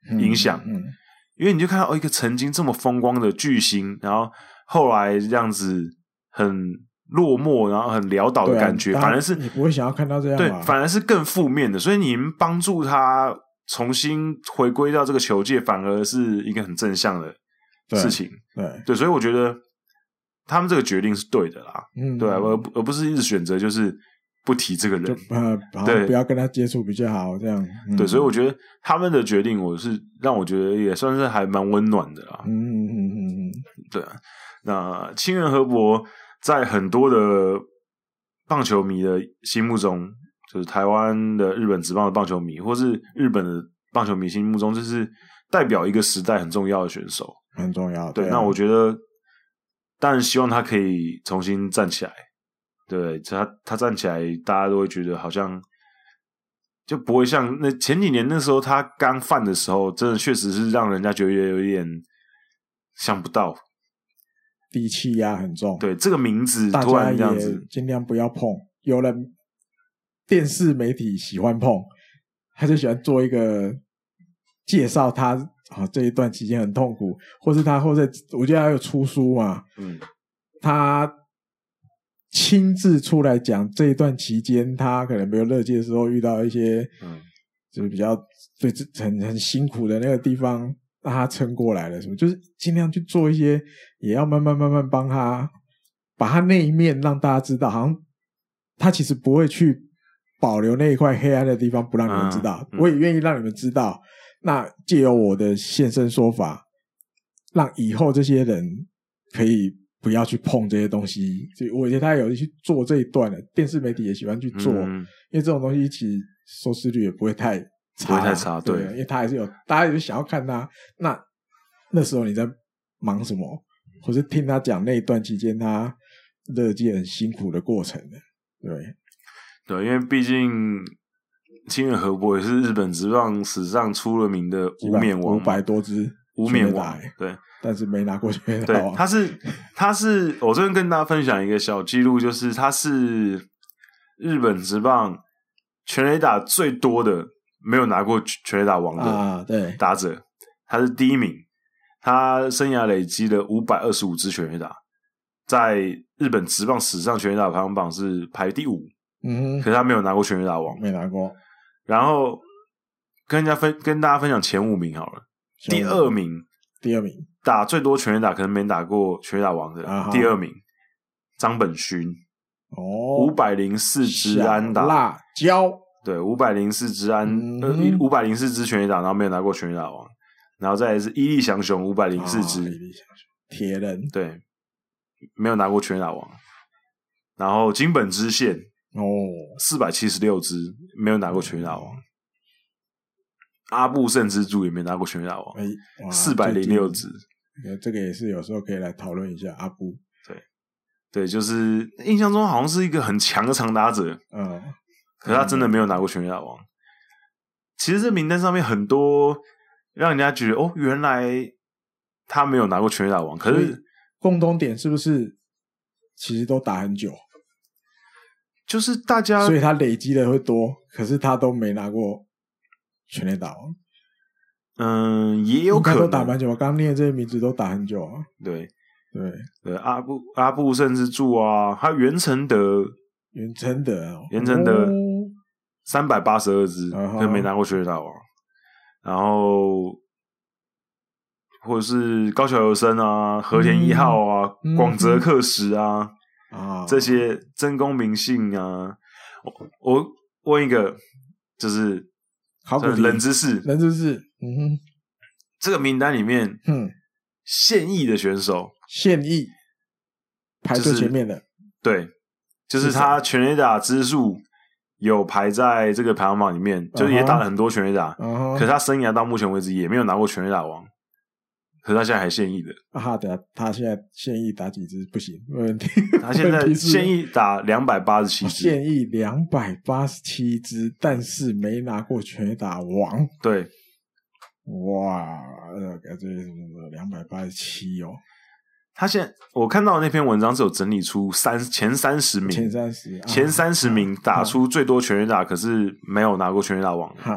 影响。 嗯嗯嗯、 因为你就看到、哦、一个曾经这么风光的巨星，然后后来这样子很落寞，然后很潦倒的感觉， 啊、 反而是你不会想要看到这样， 对，反而是更负面的。所以你们帮助他重新回归到这个球界，反而是一个很正向的事情。 对 对, 对，所以我觉得他们这个决定是对的啦。 嗯， 对、啊，而而不是一直选择就是不提这个人， 就呃，对，不要跟他接触比较好，这样。嗯、 对，所以我觉得他们的决定，我是让我觉得也算是还蛮温暖的啦。 嗯嗯嗯嗯嗯， 对啊。那清原和博在很多的棒球迷的心目中，就是台湾的日本职棒的棒球迷，或是日本的棒球迷心目中，就是代表一个时代很重要的选手， 很重要。 对， 对啊、 那我觉得，当然希望他可以重新站起来。对，他他站起来，大家都会觉得好像就不会像那前几年那时候他刚犯的时候，真的确实是让人家觉得有一点想不到。 低气压很重， 对，这个名字突然这样子， 尽量不要碰。有人电视媒体喜欢碰，他就喜欢做一个介绍他啊、哦、这一段期间很痛苦，或是他或者我觉得他有出书嘛，嗯，他亲自出来讲这一段期间他可能比如乐界的时候遇到一些，嗯，就是比较对很很辛苦的那个地方。让他撑过来了，什么就是尽量去做一些，也要慢慢慢慢帮他把他那一面让大家知道，好像他其实不会去保留那一块黑暗的地方不让你们知道，嗯嗯、我也愿意让你们知道。那借由我的现身说法，让以后这些人可以不要去碰这些东西。所以我觉得他有去做这一段的，电视媒体也喜欢去做，嗯、因为这种东西其实收视率也不会太。 不会太差，对， 对，因为他还是有，大家也是想要看他。那那时候你在忙什么，或是听他讲那一段期间他乐界很辛苦的过程的，对， 对，因为毕竟清原和博也是日本职棒史上出了名的无冕王， 五百多支无冕王，对， 但是没拿过全垒打王。 对，他是他是我这边跟大家分享一个小记录，就是他是日本职棒全垒打最多的。没有拿过全垒打王的打者，啊、他是第一名。他生涯累积了五百二十五支全垒打，在日本职棒史上全垒打排行榜是排第五。嗯，可是他没有拿过全垒打王， 没拿过。 然后跟人家分跟大家分享前五名好了，第二名， 第二名打最多全垒打，可能没打过全垒打王的，啊、第二名张本勋，哦，五百零四支安打， 辣椒。 对，五百零四支安，呃，五百零四支全垒打，然后没有拿过全垒打王，然后再来是伊利祥雄五百零四支， 伊利祥雄铁人， 对，没有拿过全垒打王，然后金本知宪哦，四百七十六支，没有拿过全垒打王，嗯、阿布胜之助也没拿过全垒打王，四百零六支， 这个也是有时候可以来讨论一下阿布， 对，对，就是印象中好像是一个很强的长打者，嗯。可是他真的没有拿过全垒打王。其实这名单上面很多让人家觉得哦，原来他没有拿过全垒打王。可是共同点是不是其实都打很久？ 就是大家， 所以他累积的会多，可是他都没拿过全垒打王。 嗯，也有可能都打蛮久。我刚刚念的这些名字都打很久啊。 对对对，阿布阿布甚至助啊，还有袁成德。 袁成德哦， 袁成德三百八十二支，可没拿过全垒打王。然后或者是高桥由伸啊、和田一号啊、嗯、广泽克实啊，啊这些真宫明信啊，我我问一个，就是好冷知识， 冷知识，嗯哼， 这个名单里面，嗯，现役的选手， 现役排最前面的， 就是、对。就是他全垒打支数有排在这个排行榜里面， uh-huh. 就是也打了很多全垒打， uh-huh. 可是他生涯到目前为止也没有拿过全垒打王，可是他现在还现役的。 啊哈的，他现在现役打几支不行，没问题。 他现在现役打两百八十七支， 现役两百八十七支，但是没拿过全垒打王。 对， 哇，呃，这两百八十七哦。 他现在我看到的那篇文章是有整理出三前三十名， 前三十、啊、 前三十名打出最多全垒打、啊，可是没有拿过全垒打王的。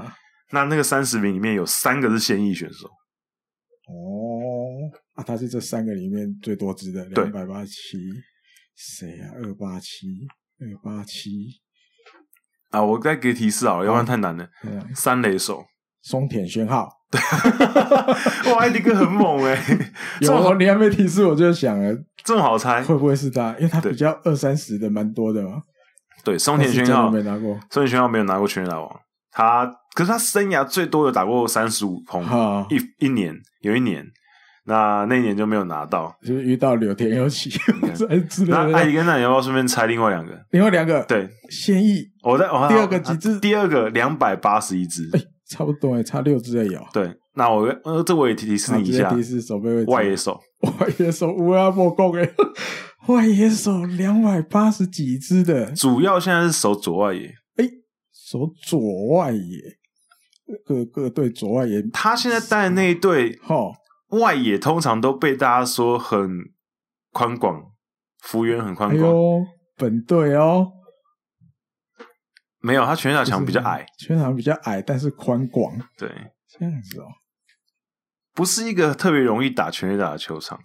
那那个三十名里面有三个是现役选手。 哦，啊，他是这三个里面最多支的，两百八十七，谁啊？二八七，二八七。 啊，我再给提示好了，要不然太难了。嗯、三垒手松田宣浩。 对，哇，艾迪哥很猛哎、欸！ 有，你还没提示我就想了， 这么好猜， 会不会是他？因为他比较二三十的蛮多的嘛。 对，松田宣浩没拿过， 松田宣浩没有拿过全垒打王。他可是他生涯最多有打过三十五轰，一一年有一年，那那一年就没有拿到， 就是遇到柳田优起。 那艾迪哥，那你要不要顺便猜另外两个？ 另外两个对， 现役， 我在我第二个几支？ 第二个两百八十一支， 哎，差不多哎，差六支而已哦。 对，那我呃，这我也提示你一下， 提示手背位置， 外野手， 外野手乌鸦莫讲诶，外野手两百八十几支的， 主要现在是守左外野， 哎，守左外野。各各队左外野， 他现在带的那一队， 哦， 外野通常都被大家说很宽广，幅员很宽广。 哎呦，本队哦， 没有，他全垒打墙比较矮， 全垒打比较矮，但是宽广。 对， 这样子哦， 不是一个特别容易打全垒打的球场。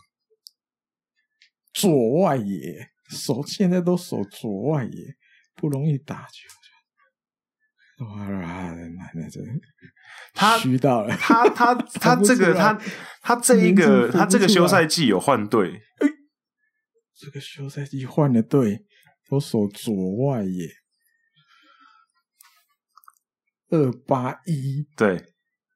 左外野守，现在都守左外野，不容易打球。哇，难的真， 他虚到了。 他他他这个他他这一个他这个休赛季有换队， 欸，这个休赛季换了队，都守左外野，二八一。 对，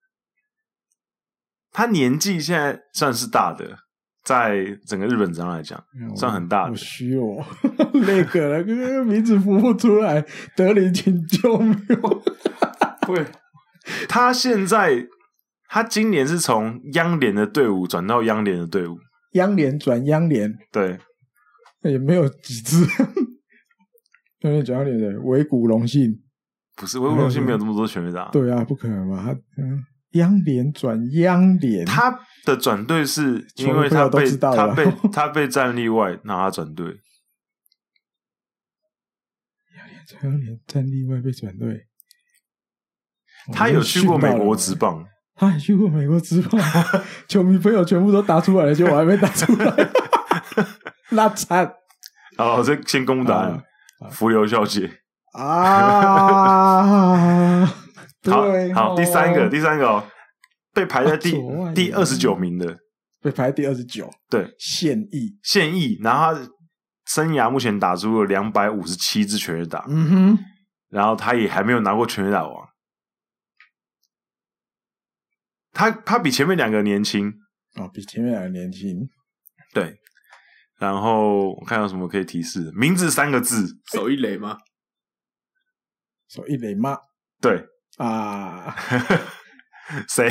他年纪现在算是大的，在整个日本上来讲，算很大的。 我虚哦，那个了，刚刚名字浮不出来，德林请救命！ 对，他现在他今年是从央联的队伍转到央联的队伍， 央联转央联， 对， 也没有几支。央联转央联的维谷荣幸， 不是维谷荣幸没有这么多全垒打， 对啊，不可能嘛，他嗯。央联转央联， 他的转队是因为他被他被他被战力外，让他转队。 央联转央联，战力外被转队。 他有去过美国职棒， 他还去过美国职棒，球迷朋友全部都打出来了，结果我还没打出来，拉惨。 好，这先公布答案，福流小姐啊。 好好，第三个，第三个哦，被排在第、啊、第二十九名的， 被排在第二十九， 对， 现役， 现役，然后他生涯目前打出了两百五十七支全垒打， 嗯哼， 然后他也还没有拿过全垒打王，他他比前面两个年轻， 哦，比前面两个年轻， 对，然后我看有什么可以提示，名字三个字， 守一垒吗？ 守一垒吗？ 对。 啊， 谁？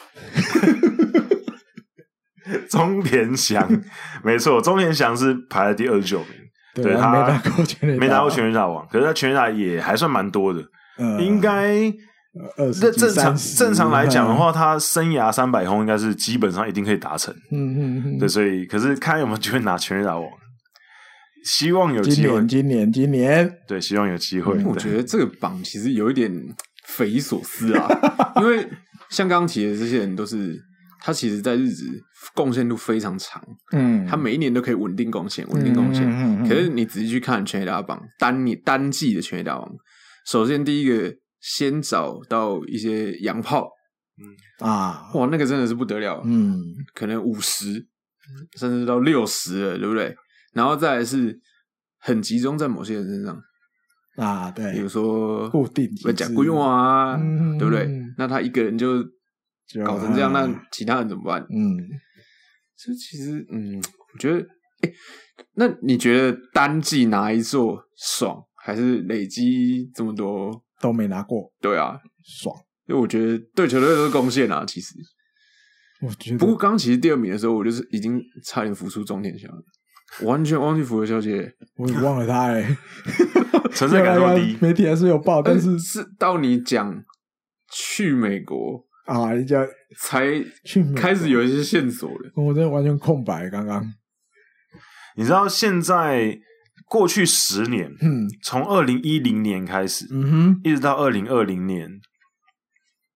中田翔，没错，中田翔是排在第二十九名， 对, 对他没拿过全垒打， 没拿过全垒打王，可是他全垒打也还算蛮多的， 呃、 应该二十正常正常来讲的话，他生涯三百轰应该是基本上一定可以达成， 嗯嗯嗯， 对，所以可是看有没有机会拿全垒打王。希望有机会， 今年今年今年， 对，希望有机会。 嗯、我觉得这个榜其实有一点匪夷所思啊，因为像刚刚提的这些人都是，他其实在日职贡献度非常长， 嗯， 他每一年都可以稳定贡献，稳定贡献。 嗯嗯嗯嗯、 可是你仔细去看全垒打榜单年单季的全垒打王，首先第一个先找到一些洋炮， 嗯啊， 哇，那个真的是不得了， 嗯， 可能五十甚至到六十了，对不对？然后再来是很集中在某些人身上啊，对， 比如说固定讲规划啊， 嗯、 对不对？那他一个人就搞成这样，啊、那其他人怎么办？ 嗯， 这其实，嗯，我觉得，哎，那你觉得单季拿一座爽，还是累积这么多都没拿过？ 对啊， 爽， 因为我觉得对球队都是贡献啊，其实。 我觉得， 不过刚其实第二名的时候，我就是已经差点浮出中田翔了。完全忘记福和小姐， 我也忘了她哎、欸， 存在感多低， 媒体还是有报，但是是到你讲去美国啊，人家才去开始有一些线索了。 我真的完全空白，刚刚。 你知道现在过去十年， 嗯， 从二零一零年开始， 嗯哼， 一直到二零二零年，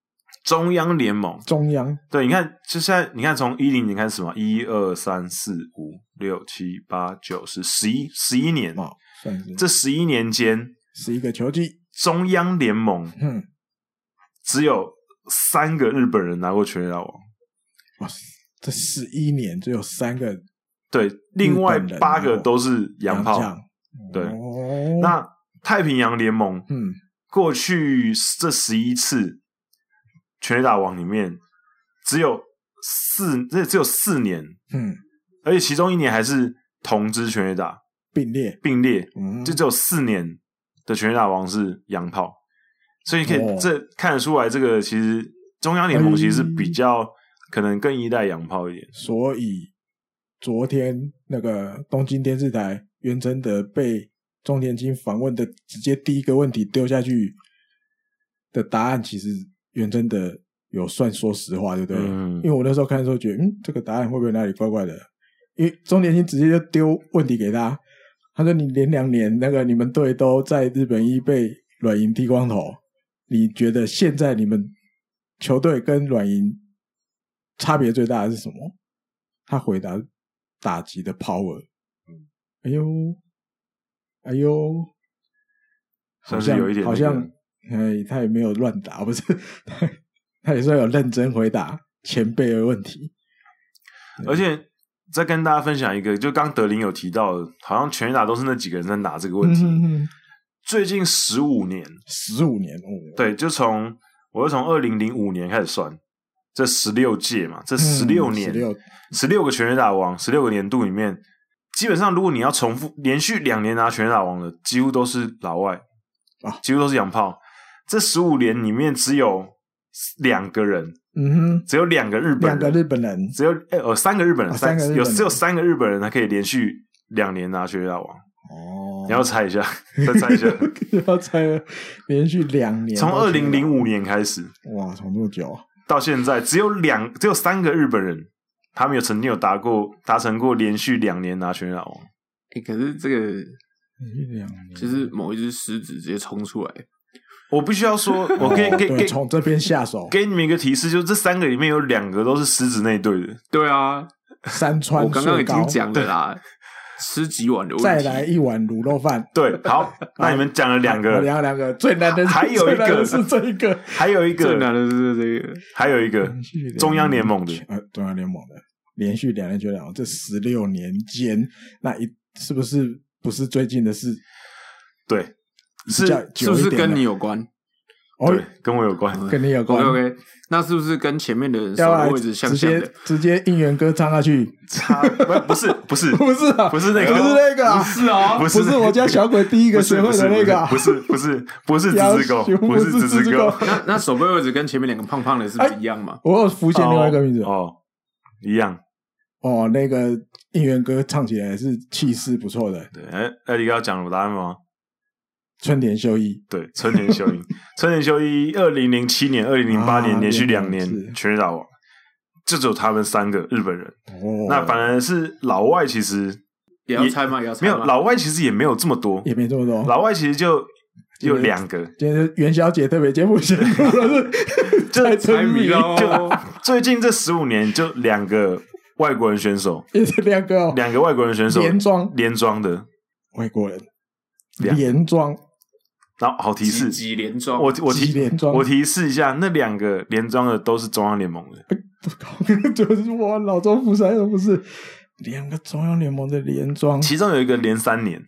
中央联盟， 中央对，你看，就现在，你看从一零年开始嘛，一二三四五六七八九十十一十一年， 哦，算是这十一年间， 十一个球季， 中央联盟， 嗯， 只有三个日本人拿过全垒打王。 哇，这十一年只有三个， 对，另外八个都是洋炮。 洋对， 哦、 那太平洋联盟， 嗯， 过去这十一次全垒打王里面，只有四，这只有四年， 嗯， 而且其中一年还是同支全垒打并列并列， 嗯， 就只有四年的全垒打王是洋炮，所以可以、 哦、 这看得出来，这个其实中央联盟其实是比较可能更依赖洋炮一点。 所以昨天那个东京电视台袁成德被中田青访问的直接第一个问题丢下去的答案，其实袁成德有算说实话，对不对？嗯，因为我那时候看的时候觉得，嗯，这个答案会不会哪里怪怪的？因为中田青直接就丢问题给他，他说：“你连两年那个你们队都在日本一被软银剃光头，你觉得现在你们球队跟软银差别最大的是什么？”他回答：“打击的 power。”哎呦，哎呦，好像有一点、那個、好像，哎，他也没有乱打，不是，他他也算有认真回答前辈的问题。 而且再跟大家分享一个，就刚德林有提到的，好像全垒打都是那几个人在打这个问题。嗯嗯，最近十五年， 十五年哦， 对，就从我就从二零零五年开始算，这十六届嘛，这十六年，十六十六个全垒打王，十六个年度里面。基本上，如果你要重复连续两年拿全垒打王的，几乎都是老外啊，几乎都是洋炮。这十五年里面只有两个人， 嗯哼， 只有两个日本人， 两个日本人， 只有呃、欸、三个日本人， 哦、三个日本人有只有三个日本人，他可以连续两年拿全垒打王。哦，你要猜一下，再猜一下， 要猜了，连续两年， 从二零零五年开始， 哇，从这么久到现在，只有两，只有三个日本人。他们有曾经有达过达成过连续两年拿全垒打王， 欸，可是这个两就是某一只狮子直接冲出来。 我必须要说，我可以可以可以从这边下手， 给你们一个提示，就是这三个里面有两个都是狮子那一队的。 对啊， 山川我刚刚已经讲了啦，吃几碗的问题， 再来一碗卤肉饭。 对，好，那你们讲了两个， 两个两个最难的， 还有一个是这一个， 还有一个最难的是这个， 还有一个中央联盟的， 呃，中央联盟的连续两年全垒打，这十六年间，那一是不是不是最近的事？ 对，是是不是跟你有关？ 哦， 对，跟我有关， 跟你有关。 OK， 那是不是跟前面的人守的位置相像的？ 直接直接应援歌唱下去， 唱不是不是不是啊， 不是那个， 不是那个， 不是啊， 不是不是我家小鬼第一个学会的那个， 不是不是不是直直狗，不是直直狗。 那那守备位置跟前面两个胖胖的是不是一样嘛？ 我有浮现另外一个名字哦，一样哦，那个应援歌唱起来是气势不错的。 对，哎，那你要讲答案吗？ 春田修一， 对，春田修一，春田修一，二零零七年、二零零八年连续两年全垒打王，就只有他们三个日本人。哦，那反而是老外其实也要猜吗？也要猜吗？没有，老外其实也没有这么多， 也没这么多。 老外其实就有两个。 今天是元宵节特别节目，先就猜谜喽。 就最近这十五年就两个外国人选手， 也是两个哦， 两个外国人选手连庄连庄的外国人连庄。 然后好提示， 几连庄， 我我提我提示一下，那两个连庄的都是中央联盟的， 就是我老中富山又不是两个中央联盟的连庄， 其中有一个连三年，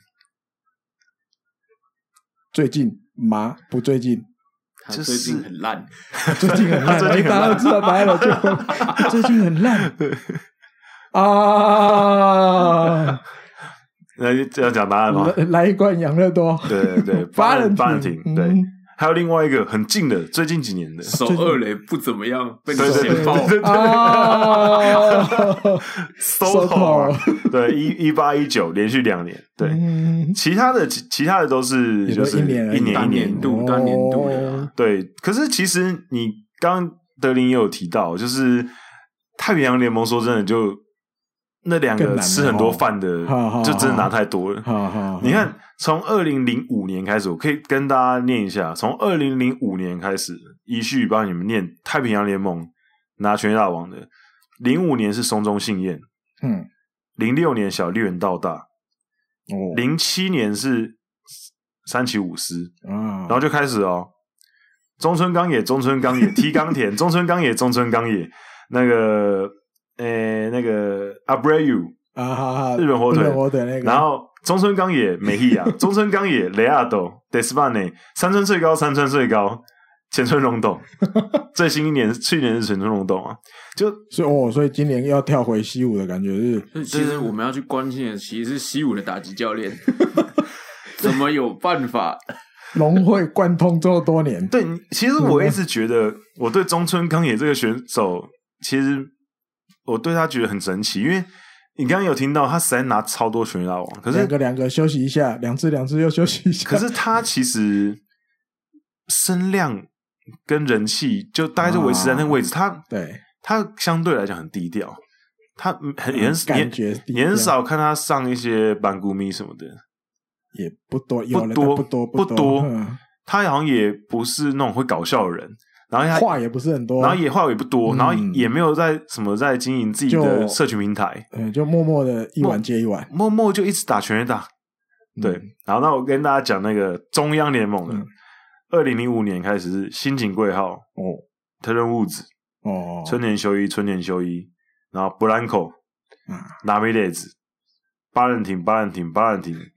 最近吗？不最近， 他最近很烂， 最近很烂，大家都知道答案了，就最近很烂啊。 那这样讲答案吗？ 来一罐养乐多， 对对对，八人八人亭，对。还有另外一个很近的，最近几年的守二垒不怎么样，被先爆啊 ，Soto， 对，一一八一九连续两年，对，其他的其他的都是就是一年一年一年度单年度的， 对。可是其实你刚德林也有提到，就是太平洋联盟说真的就。那两个吃很多饭的，就真的拿太多了。你看，从二零零五年开始，我可以跟大家念一下：从二零零五年开始， 依序帮你们念太平洋联盟拿全垒打王的，零五年是松中信彦， 嗯， 零六年小笠原道大， 哦， 零七年是山崎武司， 啊， 然后就开始哦，中村刚也，中村刚也，提冈田，中村刚也，中村刚也，那个，诶，那个 Abreu 啊，好好， 日本火腿， 日本火腿那个， 然后中村刚也，美希亚，中村刚也，雷亚斗 ，Despane， 山村最高，山村最高，前村荣斗，最新一年，去年是前村荣斗啊，就所以哦，所以今年要跳回西武的感觉是， 其实我们要去关心的其实是西武的打击教练，怎么有办法融会贯通这么多年？ 对，其实我一直觉得我对中村刚也这个选手，其实我对他觉得很神奇，因为你刚刚有听到他实在拿超多全垒打王，可是两个两个休息一下，两次两次又休息一下， 可是他其实声量跟人气就大概就维持在那个位置， 啊、 他对他相对来讲很低调，他很也很感觉也很少看他上一些板谷咪什么的， 也不多，有不多不多不多， 多嗯、 他好像也不是那种会搞笑的人。然后他话也不是很多， 然后也话也不多， 嗯、 然后也没有在什么在经营自己的社群平台， 嗯，就默默的一碗接一碗， 默默就一直打全垒打。对， 嗯、 然后那我跟大家讲那个中央联盟的，二零零五年开始是新井贵浩哦， 特伦物子哦， 春田修一春田修一，然后布兰口啊， 拉梅雷子巴伦廷巴伦廷巴伦廷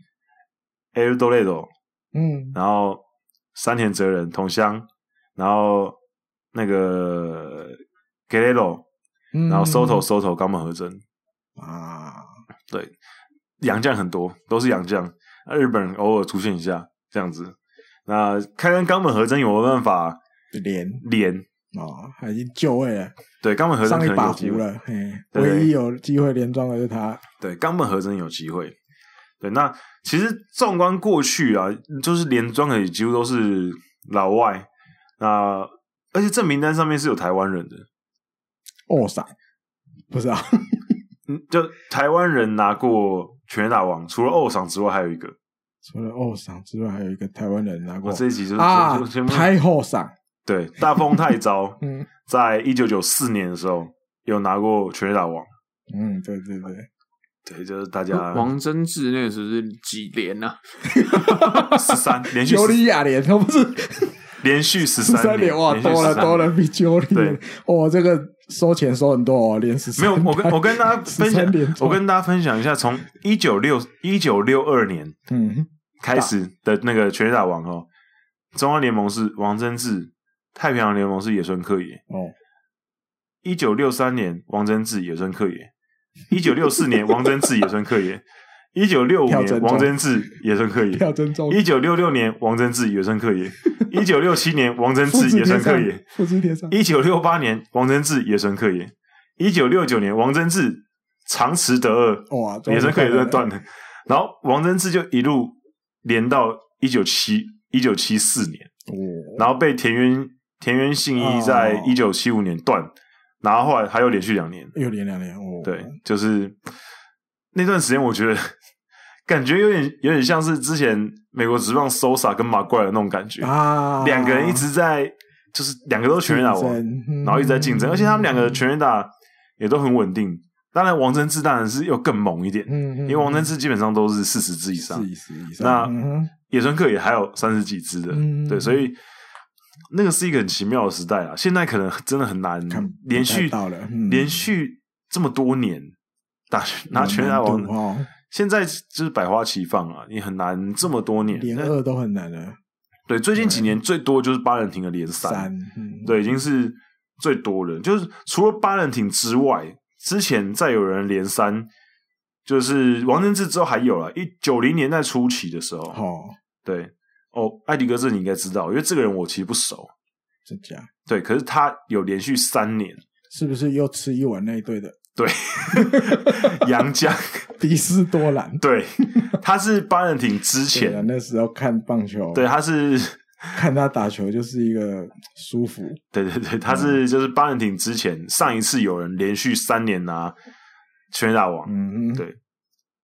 ，El Doledo， 嗯， 然后山田哲人同乡，然后那个 Guerrero， 然后 Soto Soto 冈本和真啊， 对，洋将很多，都是洋将。那日本人偶尔出现一下这样子。那看看冈本和真有没有办法连连哦，他已经就位了。 对，冈本和真可能有机会了，嘿， 对唯一有机会连庄的是他。 对，冈本和真有机会。对，那其实纵观过去啊，就是连庄的几乎都是老外。那而且这名单上面是有台湾人的。 哦，傻，不是啊。 嗯，就台湾人拿过全垒打王，除了欧赏之外，还有一个。 除了欧赏之外，还有一个台湾人拿过。 我这一集就是啊， 就太后赏。 对，大丰太昭， 嗯， 在一九九四年的时候有拿过全垒打王。 嗯，对对对， 对，就是大家王贞治那个时候是几连啊？ 十三连续九里亚连，他不是连续十三年哇，多了多了，比九里对哦，这个收钱收很多哦，连十三没有。我跟我跟大家分享，我跟大家分享一下，从一九六一九六二年嗯开始的那个全垒打王哦，中央联盟是王贞治，太平洋联盟是野村克也。 哦， 一九六三年王贞治野村克也，一九六四年王贞治野村克也，一九六五年王贞治野村克也，一九六六年王贞治野村克也，一九六七年王贞治野村克也， 复制贴上， 一九六八年王贞治野村克也，一九六九年王贞治长池得二， 哇， 野村克也断了，然后王贞治就一路连到一九七一九七四年， 哦， 然后被田园田园信一在一九七五年断。哦，然后后来还有连续两年， 又连两年哦。 对，就是那段时间，我觉得感觉有点有点像是之前美国职棒 Sosa 跟马怪的那种感觉啊， 两个人一直在，就是两个都全垒打王， 嗯、 然后一直在竞争，而且他们两个全垒打也都很稳定。当然，王贞治当然是又更猛一点， 嗯嗯、 因为王贞治基本上都是四十支以上， 四十以上。 那、 嗯、 野村克也还有三十几支的， 嗯、 对，所以。那个是一个很奇妙的时代啊！现在可能真的很难连续到了、嗯、 连续这么多年打拿全垒打王， 哦、 现在就是百花齐放啊，你很难这么多年连二都很难了。 对，最近几年最多就是巴伦廷的连三， 三嗯、 对，已经是最多了。就是除了巴伦廷之外，之前再有人连三，就是王贞治之后还有了，一九零年代初期的时候， 哦， 对。哦，艾迪哥这你应该知道，因为这个人我其实不熟， 真假？ 对，可是他有连续三年， 是不是又吃一碗那一队的？ 对，洋将迪斯多兰， 对，他是巴伦廷之前、 啊、那时候看棒球， 对，他是看他打球就是一个舒服， 对对对，他是就是巴伦廷之前上一次有人连续三年拿全垒打王， 嗯， 对。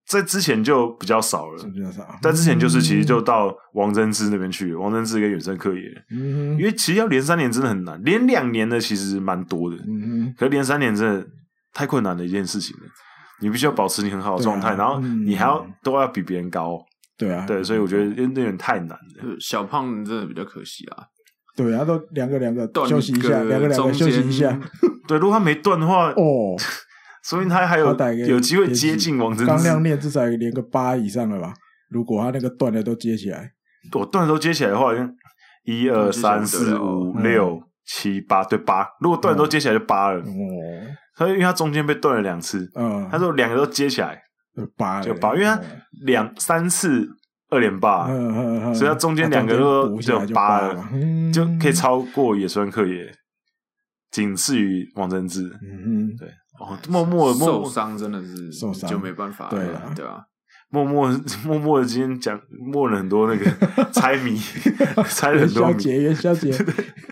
在之前就比较少了， 比较少。 在之前就是其实就到王贞治那边去了，王贞治跟远生克也，嗯，因为其实要连三年真的很难，连两年的其实蛮多的，嗯，可是连三年真的太困难的一件事情了。你必须要保持你很好的状态，啊，然后你还要，嗯，都要比别人高。对啊，对，所以我觉得有点太难了。 小胖真的比较可惜啊。 对啊，都两个两个休息一下，两个两个休息一下。 对，如果他没断的话，哦。所以他还有有机会接近王贞治。 刚亮练至少连个八以上了吧？如果他那个断的都接起来， 我断的都接起来的话，一二三四五六七八，对八。如果断的都接起来就八了。哦，他因为他中间被断了两次，嗯，他说两个都接起来八就八，因为他两三次二连八，所以他中间两个都就八了，就可以超过野村克也，仅次于王贞治。嗯哼，对。哦，默默的受伤真的是受伤就没办法了， 对啊， 对啊， 默默默默的今天讲默了很多那个猜谜，猜了很多谜， 元宵节，元宵节。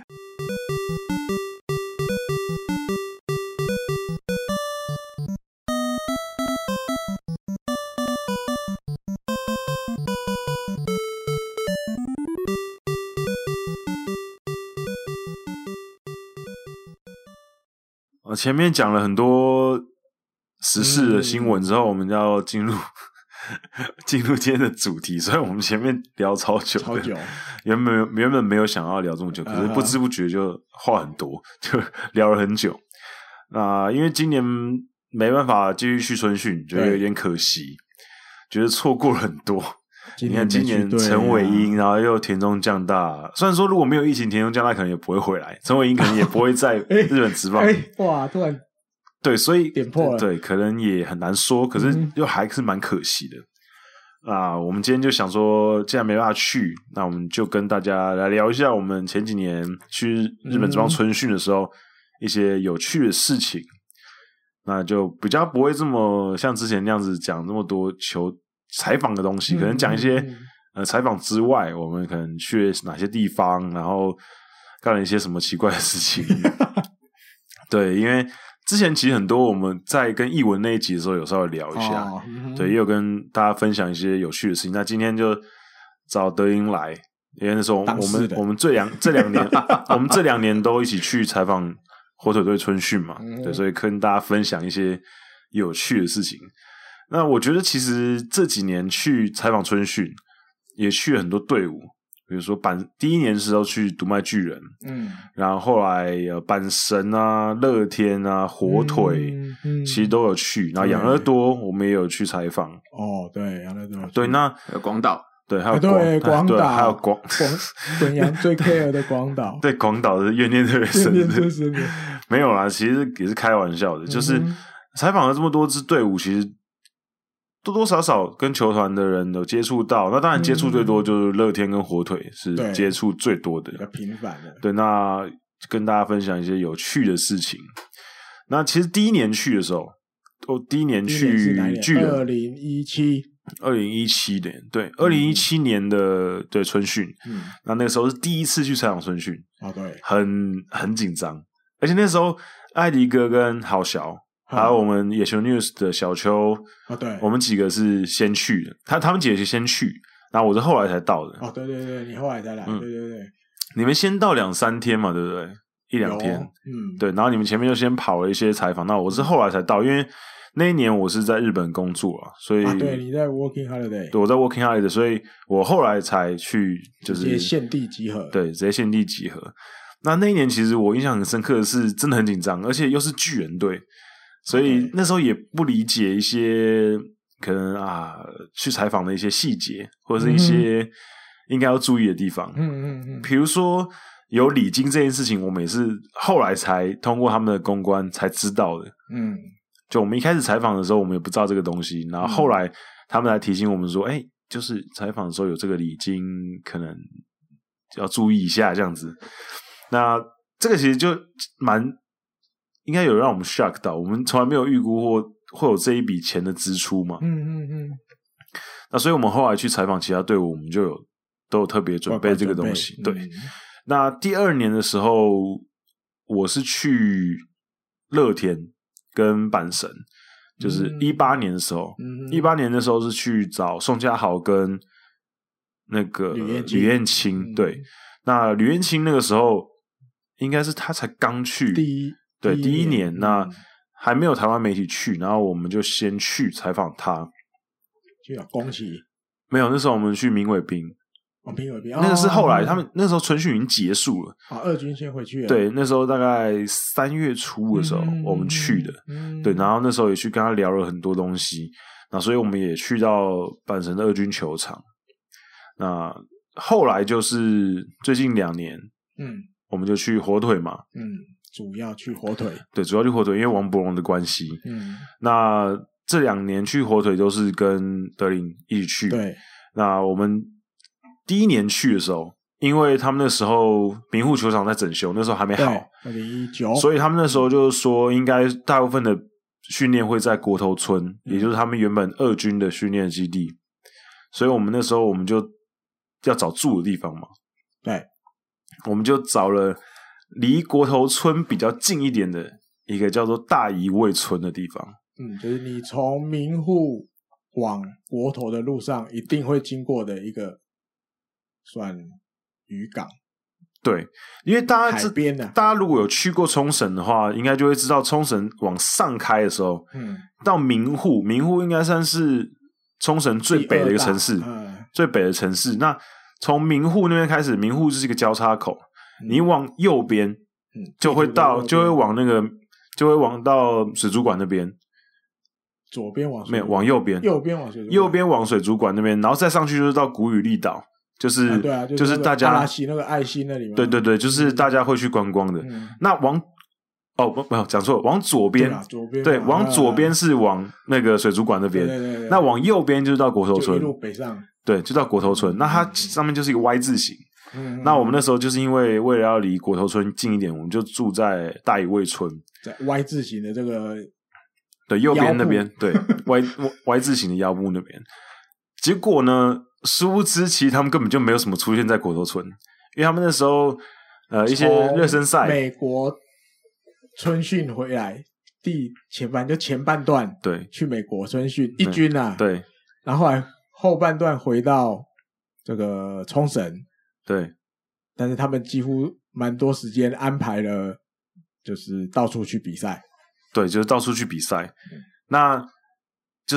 前面讲了很多时事的新闻之后，嗯，我们要进入进入今天的主题。虽然我们前面聊超久的， 超久， 原本原本没有想要聊这么久，可是不知不觉就话很多，就聊了很久。那因为今年没办法继续去春训，觉得有点可惜，觉得错过了很多。你看今年陈伟英，然后又田中将大，虽然说如果没有疫情，田中将大可能也不会回来，陈伟英可能也不会在日本职棒。 欸欸。哇，突然对，所以点破了， 对，可能也很难说，可是又还是蛮可惜的。嗯，啊，我们今天就想说，既然没办法去，那我们就跟大家来聊一下我们前几年去日本职棒春训的时候，嗯，一些有趣的事情。那就比较不会这么像之前那样子讲那么多球采访的东西，可能讲一些，嗯，呃采访之外，我们可能去哪些地方，然后干了一些什么奇怪的事情。对，因为之前其实很多我们在跟艺文那一集的时候有稍微聊一下，哦，对，也有跟大家分享一些有趣的事情。那今天就找德英来，因为那时候我们我们这两这两年我们这两年都一起去采访火腿队春训嘛，嗯，对，所以跟大家分享一些有趣的事情。那我觉得其实这几年去采访春训，也去了很多队伍，比如说阪第一年的时候去读卖巨人，嗯，然后后来呃阪神啊、乐天啊、火腿，嗯嗯，其实都有去。然后养乐多我们也有去采访。 哦，对，养乐多。 对，那还有广岛， 对，还有广，对广岛， 还有广本洋最 care 的广岛， 对，广岛的怨念特别深， 怨念最深的。 没有啦，其实也是开玩笑的，就是采访了这么多支队伍，其实多多少少跟球团的人有接触到，那当然接触最多就是乐天跟火腿是接触最多的， 比较频繁的。 对，那跟大家分享一些有趣的事情。那其实第一年去的时候，我第一年去巨人， 二零一七， 二零一七年，对，二零一七年的对春训，嗯，那那个时候是第一次去采访春训， 哦，对， 很很紧张，而且那时候艾迪哥跟郝小。还有我们野球 News 的小邱， 哦，对， 我们几个是先去的，他他们几个是先去，然后我是后来才到的。 哦，对对对，你后来才来，嗯、对对对， 你们先到两三天嘛，对不对？一两天，嗯，对，然后你们前面就先跑了一些采访，那我是后来才到，因为那一年我是在日本工作啊，所以、 啊、对，你在 Working Holiday， 对，我在 Working Holiday， 所以我后来才去，就是直接现地集合， 对，直接现地集合。那那一年其实我印象很深刻的是，真的很紧张，而且又是巨人队。所以那时候也不理解一些可能啊去采访的一些细节，或者是一些应该要注意的地方。嗯嗯嗯。比如说有礼金这件事情，我们也是后来才通过他们的公关才知道的。嗯。就我们一开始采访的时候，我们也不知道这个东西，然后后来他们来提醒我们说：“哎、欸，就是采访的时候有这个礼金，可能要注意一下这样子。”那这个其实就蛮。应该有让我们 shock 到，我们从来没有预估过会有这一笔钱的支出嘛。嗯嗯嗯。那所以我们后来去采访其他队伍，我们就有都有特别准备这个东西。对、嗯。那第二年的时候，我是去乐天跟阪神。 就是一八年的时候，一八、嗯、年的时候是去找宋家豪跟那个吕彦青、嗯，对，那吕彦青那个时候应该是他才刚去第一对第一年， 嗯、 那还没有台湾媒体去，然后我们就先去采访他， 去找宫崎， 没有，那时候我们去明伟兵。 哦，明伟兵那个是后来， 哦、 他们那时候春训已经结束了。 啊，二军先回去了。 对，那时候大概三月初的时候、嗯、我们去的、嗯。对，然后那时候也去跟他聊了很多东西，那所以我们也去到阪神的二军球场。那后来就是最近两年，嗯，我们就去火腿嘛， 嗯，主要去火腿。 对，主要去火腿，因为王柏融的关系。嗯，那这两年去火腿都是跟德林一起去。 对， 那我们。第一年去的时候，因为他们那时候明户球场在整修，那时候还没好， 二零一九， 所以他们那时候就是说，应该大部分的训练会在国头村、嗯，也就是他们原本二军的训练基地。所以我们那时候我们就要找住的地方嘛， 对， 我们就找了离国头村比较近一点的一个叫做大宜味村的地方。 嗯，就是你从明户往国头的路上一定会经过的一个。算渔港， 对，因为大家海边的、啊， 大家如果有去过冲绳的话，应该就会知道冲绳往上开的时候，嗯，到名护，名护应该算是冲绳最北的一个城市，嗯、最北的城市。那从名护那边开始，名护就是一个交叉口，嗯、你往右边，嗯，就会到，就会往那个，就会往到水族馆那边。 左边往没有往右边， 右边往水族馆， 右边往水族馆那边，然后再上去就是到古宇利岛。就是、 啊，对啊， 就是、大家阿拉西那个爱心那里嘛， 对对对，就是大家会去观光的。嗯、那往哦不不讲错，往左边， 对、啊、左边对，往左边是往那个水族馆那边， 对对对对， 那往右边就是到国头村， 一路北上， 对，就到国头村。嗯、那它上面就是一个 Y 字形。嗯、那我们那时候就是因为为了要离国头村近一点，我们就住在大宜味村， 在 Y 字形的这个对右边那边，对 Y Y 字形的腰部那边。结果呢？殊不知，其实他们根本就没有什么出现在国头村，因为他们那时候呃一些热身赛， 美国春训回来，第前半就前半段对去美国春训一军啊， 对， 然后后来后半段回到这个冲绳， 对， 但是他们几乎蛮多时间安排了，就是到处去比赛， 对，就是到处去比赛，嗯、那就是。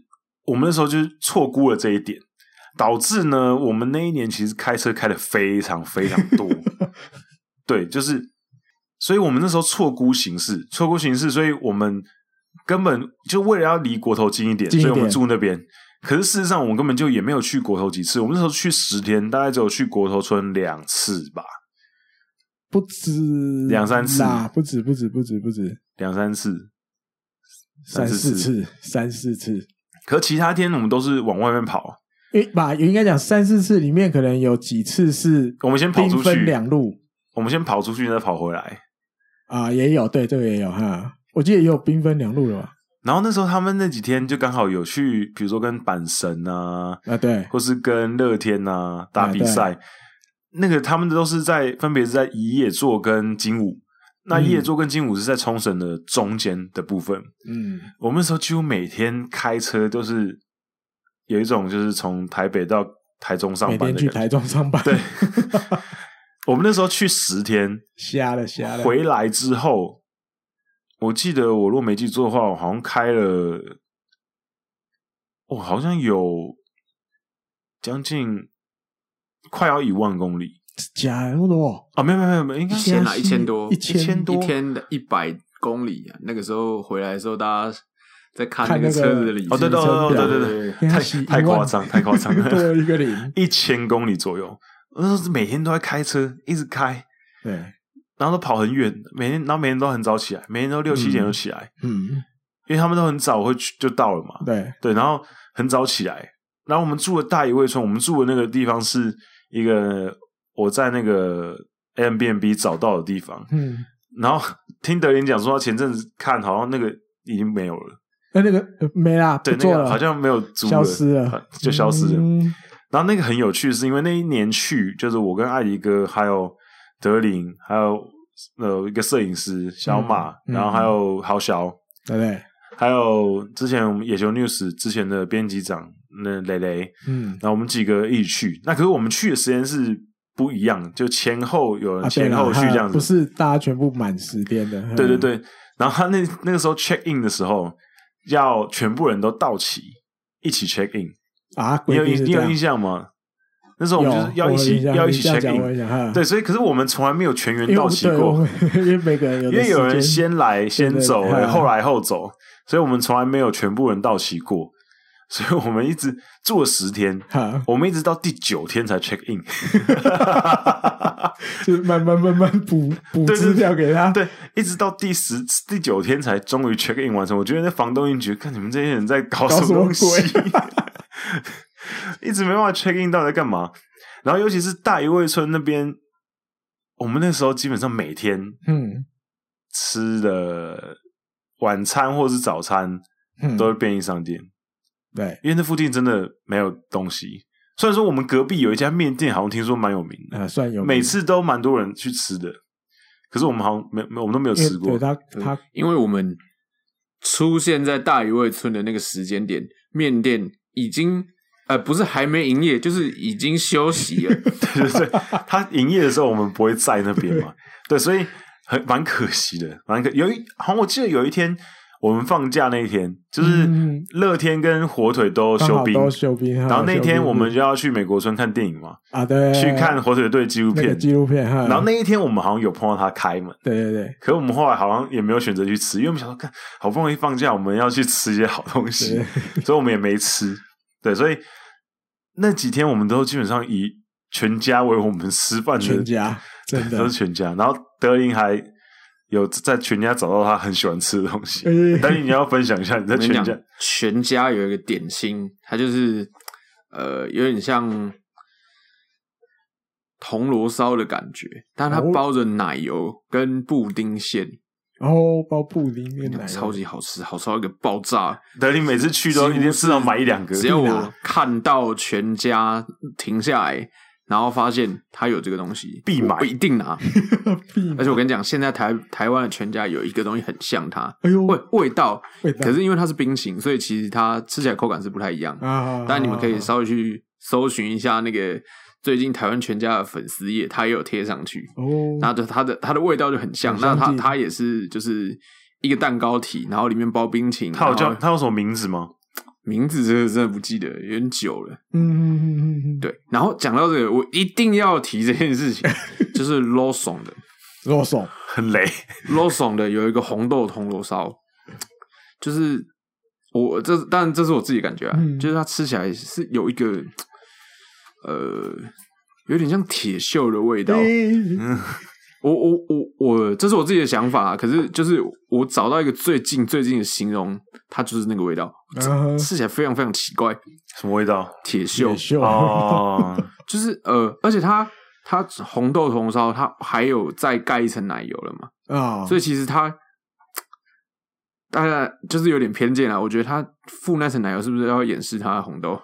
我们那时候就错估了这一点，导致呢，我们那一年其实开车开的非常非常多。对，就是，所以我们那时候错估形势，错估形势，所以我们根本就为了要離國頭近一點， 近一點， 所以我們住那邊。可是事實上，我們根本就也沒有去國頭幾次。我們那時候去十天，大概只有去國頭村兩次吧， 不止兩三次， 不止不止不止不止兩三次， 三四次，三四次。 可其他天我們都是往外面跑。 因為吧，應該講三四次裡面可能有幾次是我們先跑出去， 分兩路， 我們先跑出去再跑回來啊，也有，對，這個也有哈。我記得也有兵分兩路了吧。 然後那時候他們那幾天就剛好有去，比如說跟阪神啊， 啊對， 或是跟樂天啊打比賽，那個他們都是在分別是在宜野座跟金武。那宜野座跟金武是在沖繩的中間的部分。嗯，我們那時候幾乎每天開車都是有一種就是從台北到台中上班的感覺， 每天去台中上班。 對，我們那時候去十天， 瞎了瞎了。 回來之後，我記得我如果沒記錯的話，我好像開了，哦，好像有將近快要一萬公里。 假那麼多啊？沒有沒有沒有，應該一千啦，一千多， 一千多， 一天的一百公里啊！那個時候回來的時候，大家在看那個車子的里程表，哦，對對對對對，太太誇張，太誇張了， 多一個零， 一千公里左右。我那時候每天都在開車，一直開， 對， 然後都跑很遠，每天，然後每天都很早起來，每天都六七點就起來，嗯，因為他們都很早會去就到了嘛， 對對，然後很早起來，然後我們住的大宜味村，我們住的那個地方是一個。我在那個 Airbnb 找到的地方，嗯，然後聽德林講說，他前陣子看好像那個已經沒有了， 那那個沒啦， 對，那個好像沒有租了， 消失了， 就消失了。 嗯、 然後那個很有趣，是因為那一年去，就是我跟艾迪哥，還有德林，還有呃一個攝影師小馬，嗯嗯、然後還有豪小， 對對， 还有之前我们野球 news 之前的编辑长那雷雷，嗯，然后我们几个一起去，那可是我们去的时间是不一样，就前后有人前后续这样子， 啊、不是大家全部满十天的。 对对对，然后他那那个时候 check in 的时候，要全部人都到齐一起 check in 啊， 你有你有印象吗？那时候我们就是要一起要一起 check in， 对，所以可是我们从来没有全员到齐过， 因为每个人有因为有人先来先走，对对对后来后走，所以我们从来没有全部人到齐过，所以我们一直住了十天，我们一直到第九天才 check in， 就是慢慢慢慢补补资料给他， 对，一直到第十第九天才终于 check in 完成。我觉得那房东一觉得，看你们这些人在搞什么东西。一直没办法 check in 到底在干嘛，然后尤其是大一味村那边，我们那时候基本上每天嗯吃的晚餐或是早餐、嗯、都是便利商店， 对， 因为那附近真的没有东西。虽然说我们隔壁有一家面店，好像听说蛮有名的， 呃、算有名， 每次都蛮多人去吃的，可是我们好像没没我们都没有吃过。 对他他， 因为我们出现在大一味村的那个时间点，面店已经。呃，不是还没营业，就是已经休息了。 对对对，他营业的时候我们不会在那边嘛。对，所以很蛮可惜的，蛮可有一好像我记得有一天我们放假那一天，就是乐天跟火腿都休兵， 都休兵。 然后那天我们就要去美国村看电影嘛， 啊对， 去看火腿队纪录片， 纪录片。 然后那一天我们好像有碰到他开门， 对对对。 可是我们后来好像也没有选择去吃，因为我们想说，看好不容易放假，我们要去吃一些好东西，所以我们也没吃。对，所以那几天我们都基本上以全家为我们吃饭的， 全家真的都是全家。然后德林还有在全家找到他很喜欢吃的东西。德林，你要分享一下你在全家。 全家有一个点心，它就是呃有点像铜锣烧的感觉，但它包着奶油跟布丁馅。 哦，包布丁跟奶油， 超级好吃，好吃到一个爆炸。 德林每次去都一定至少买一两个。 只要我看到全家停下来，然后发现他有这个东西， 必买， 我一定拿。而且我跟你讲，现在台台湾的全家有一个东西很像它， 哎呦， 味味道，味道，可是因为它是冰淇淋，所以其实它吃起来口感是不太一样的。啊，但你们可以稍微去搜寻一下那个。最近台湾全家的粉丝页，他也有贴上去，哦，然后就它的它的味道就很像，那它它也是就是一个蛋糕体，然后里面包冰淇淋。 它有叫它有什么名字吗？ 名字这个真的不记得，有点久了。 嗯嗯嗯嗯嗯， 对。然后讲到这个，我一定要提这件事情，就是 Lawson 的 Lawson 很雷 ，Lawson 的有一个红豆铜锣烧，就是我这当然这是我自己的感觉啊，嗯，就是它吃起来是有一个。呃，有点像铁锈的味道。嗯，我我我我，这是我自己的想法，可是就是我找到一个最近最近的形容，它就是那个味道，uh-huh. 吃起来非常非常奇怪。 什么味道？ 铁锈。 铁锈哦， 就是呃，而且它它红豆铜烧，它还有再盖一层奶油了嘛？啊，oh. 所以其实它大概就是有点偏见啦。我觉得它附那层奶油是不是要掩饰它的红豆？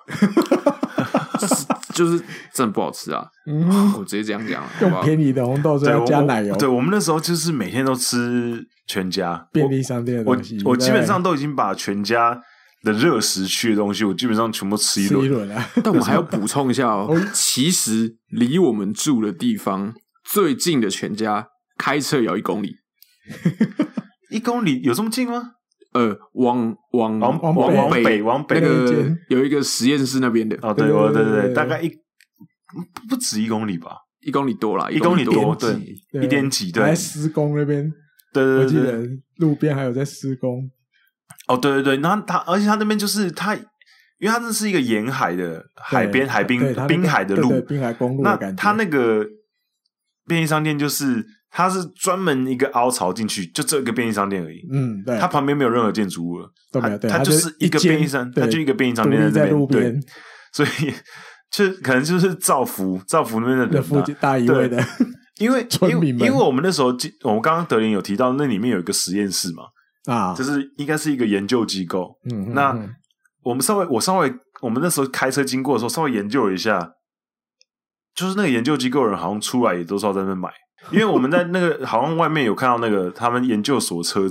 就是真的不好吃啊！嗯，我直接这样讲， 用便宜的红豆要加奶油。 对，我们那时候就是每天都吃全家便利商店的东西。 我我基本上都已经把全家的热食区的东西，我基本上全部吃一轮。 吃一轮啊！ 但我们还要补充一下哦，其实离我们住的地方最近的全家，开车也要一公里。 一公里有这么近吗？ 呃，往往往往往北往北那个有一个实验室那边的哦，对对对对，大概一不止一公里吧， 一公里多啦， 一公里多，对，一点几，对， 还施工那边， 对对对， 我记得路边还有在施工。 哦，对对对，然后它而且它那边就是它，因为它这是一个沿海的海边海滨滨海的路， 滨海公路的感觉。 那它那个便利商店就是。它是专门一个凹槽进去，就这个便利商店而已。 嗯，对， 它旁边没有任何建筑物了， 都没有。对， 它就是一个便利商，它就一个便利商店在路边。 对，所以就可能就是造福造福那边的人、啊， 附近大一位的， 因为因为因为我们那时候，我们刚刚德林有提到，那里面有一个实验室嘛，啊，就是应该是一个研究机构。嗯，嗯那嗯我们稍微，我稍微，我们那时候开车经过的时候，稍微研究了一下，就是那个研究机构的人好像出来也都是要在那边买。因为我们在那个好像外面有看到那个他们研究所车子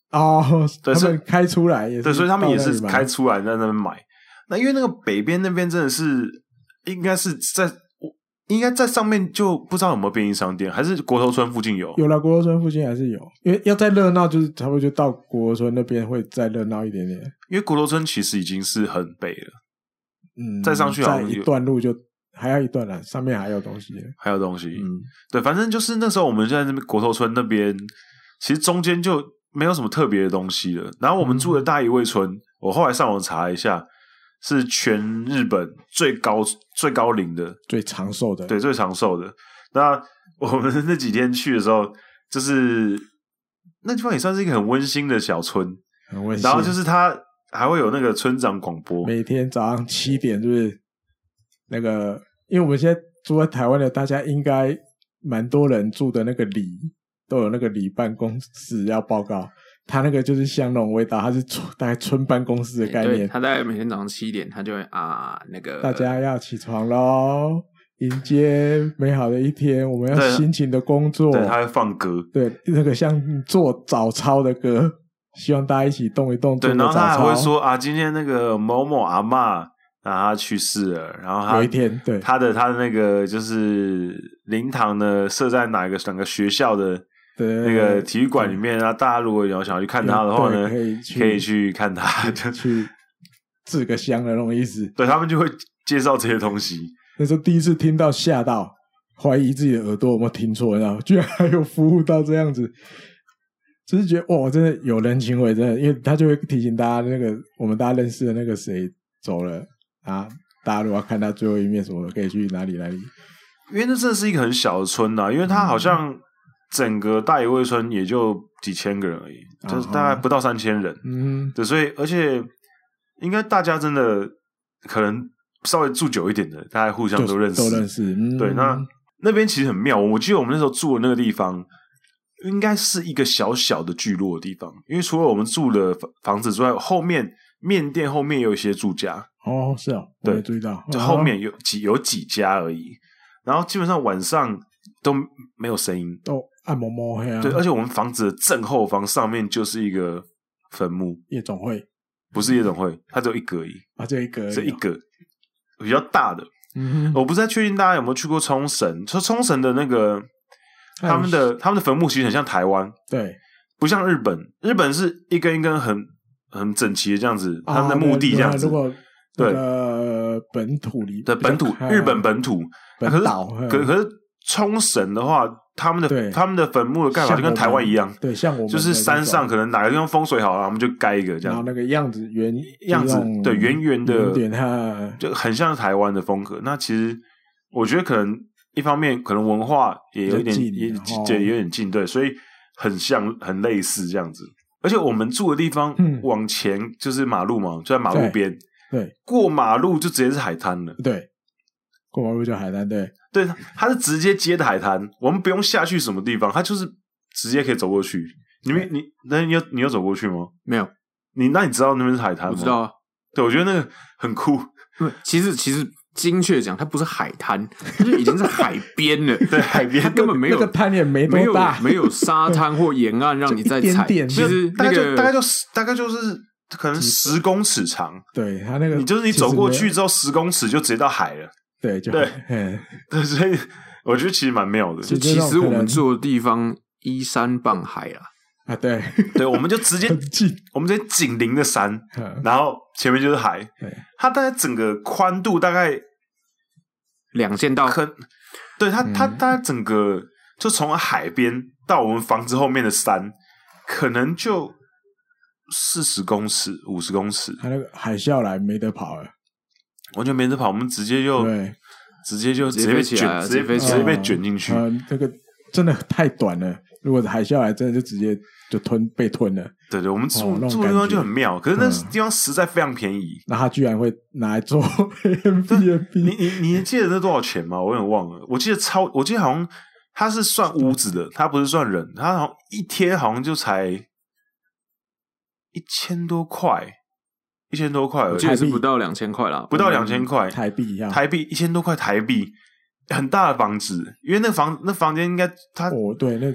哦， 对， 他们开出来也是， 对，所以他们也是开出来在那边买。那因为那个北边那边真的是应该是在应该在上面就不知道有没有便利商店，还是国头村附近有？ 有啦，国头村附近还是有，因为要再热闹，就是差不多就到国头村那边会再热闹一点点。 因为国头村其实已经是很北了， 嗯， 再上去好像再一段路就还要一段了，上面还有东西， 还有东西。 嗯， 对，反正就是那时候我们就在那边国头村那边，其实中间就没有什么特别的东西了。然后我们住的大一味村，嗯、我后来上网查一下。是全日本最高最高龄的、 最长寿的， 对，最长寿的。那我们那几天去的时候，就是那地方也算是一个很温馨的小村， 很温馨。 然后就是它还会有那个村长广播， 每天早上七点，就是那个，因为我们现在住在台湾的，大家应该蛮多人住的那个里都有那个里办公室要报告。他那个就是像那种味道，他是村大概村办公室的概念。 他大概每天早上七点，他就会啊那个大家要起床咯，迎接美好的一天，我们要辛勤的工作。 对，他会放歌， 对，那个像做早操的歌，希望大家一起动一动。 对，然后他还会说啊，今天那个某某阿嬷啊，他去世了，然后他有一天，对他的他的那个就是灵堂呢设在哪一个哪个学校的。那个体育馆里面啊，大家如果有想要去看他的话呢， 可以去可以去看他，就去制个香的那种意思。 对，他们就会介绍这些东西。 那时候第一次听到，吓到，怀疑自己的耳朵有没有听错，然后居然还有服务到这样子，只是觉得哇，真的有人情味，真的，因为他就会提醒大家，那个我们大家认识的那个谁走了啊，大家如果要看他最后一面什么的，可以去哪里哪里。 因为那真的是一个很小的村呐、啊，因为他好像。嗯整个大野味村也就几千个人而已，哦、就是大概不到三千人。嗯，对，所以而且应该大家真的可能稍微住久一点的，大家互相都认识， 都认识。嗯、 对，那那边其实很妙。我记得我们那时候住的那个地方，应该是一个小小的聚落的地方，因为除了我们住的房子之外，后面面店后面有一些住家。 哦，是哦，我没注意到， 就后面有几有几家而已，然后基本上晚上都没有声音。 哦。暗摸摸黑啊！ 对，而且我们房子的正后方上面就是一个坟墓， 夜总会不是夜总会，它只有一个而已啊，只有一个而已， 是一个比较大的。 嗯， 我不太确定大家有没有去过冲绳，说冲绳的那个他们的他们的坟墓其实很像台湾， 对， 不像日本，日本是一根一根很很整齐的这样子， 啊、 他们的墓地这样子。 如果对呃本土里的本土日本本土本岛， 可是可是冲绳的话。他们的他们的坟墓的盖法就跟台湾一样， 对，像我们就是山上可能哪个地方风水好了，我们就盖一个这样， 然后那个样子圆样子对圆圆的， 点它就很像台湾的风格。那其实我觉得可能一方面可能文化也有一点也对有点近，对，所以很像很类似这样子。而且我们住的地方、嗯、往前就是马路嘛，就在馬路邊， 对， 过马路就直接是海滩了， 对，过马路就海滩，对。 对，它是直接接的海滩，我们不用下去什么地方，它就是直接可以走过去。你们你那你有你有走过去吗？ 没有。 你那你知道那边是海滩吗？ 我知道啊。 对，我觉得那个很酷。 其实其实精确讲，它不是海滩，它就已经是海边了。 对，海边它根本没有那个滩也没多大， 没有没有沙滩或沿岸让你再踩。 点点其实大概就大概就是大概就是可能十公尺长。 对，它那个你就是你走过去之后十公尺就直接到海了。 对，就对对，所以我觉得其实蛮妙的。 就其实我们住的地方依山傍海啦， 啊，对对，我们就直接我们直接紧邻的山，然后前面就是海。 对， 它大概整个宽度大概两线道， 可对它它大概整个就从海边到我们房子后面的山，可能就四十公尺、五十公尺。 它那个海啸来没得跑了。 完全没得跑，我们直接就直接就直接被卷， 直接被直接被卷进去。 呃，这个真的太短了，如果海啸来，真的就直接就吞被吞了。 对对，我们住、哦、住的地方就很妙，可是那地方实在非常便宜。嗯、 那他居然会拿来做 Airbnb？ 你你你记得那多少钱吗？我有点忘了。我记得超，我记得好像他是算屋子的，他不是算人，他好像一天好像就才一千多块。一千多块而已， 我记得是不到两千块啦， 不到两千块台币一样， 台币一千多块台币，很大的房子，因为那房那房间应该它哦对，那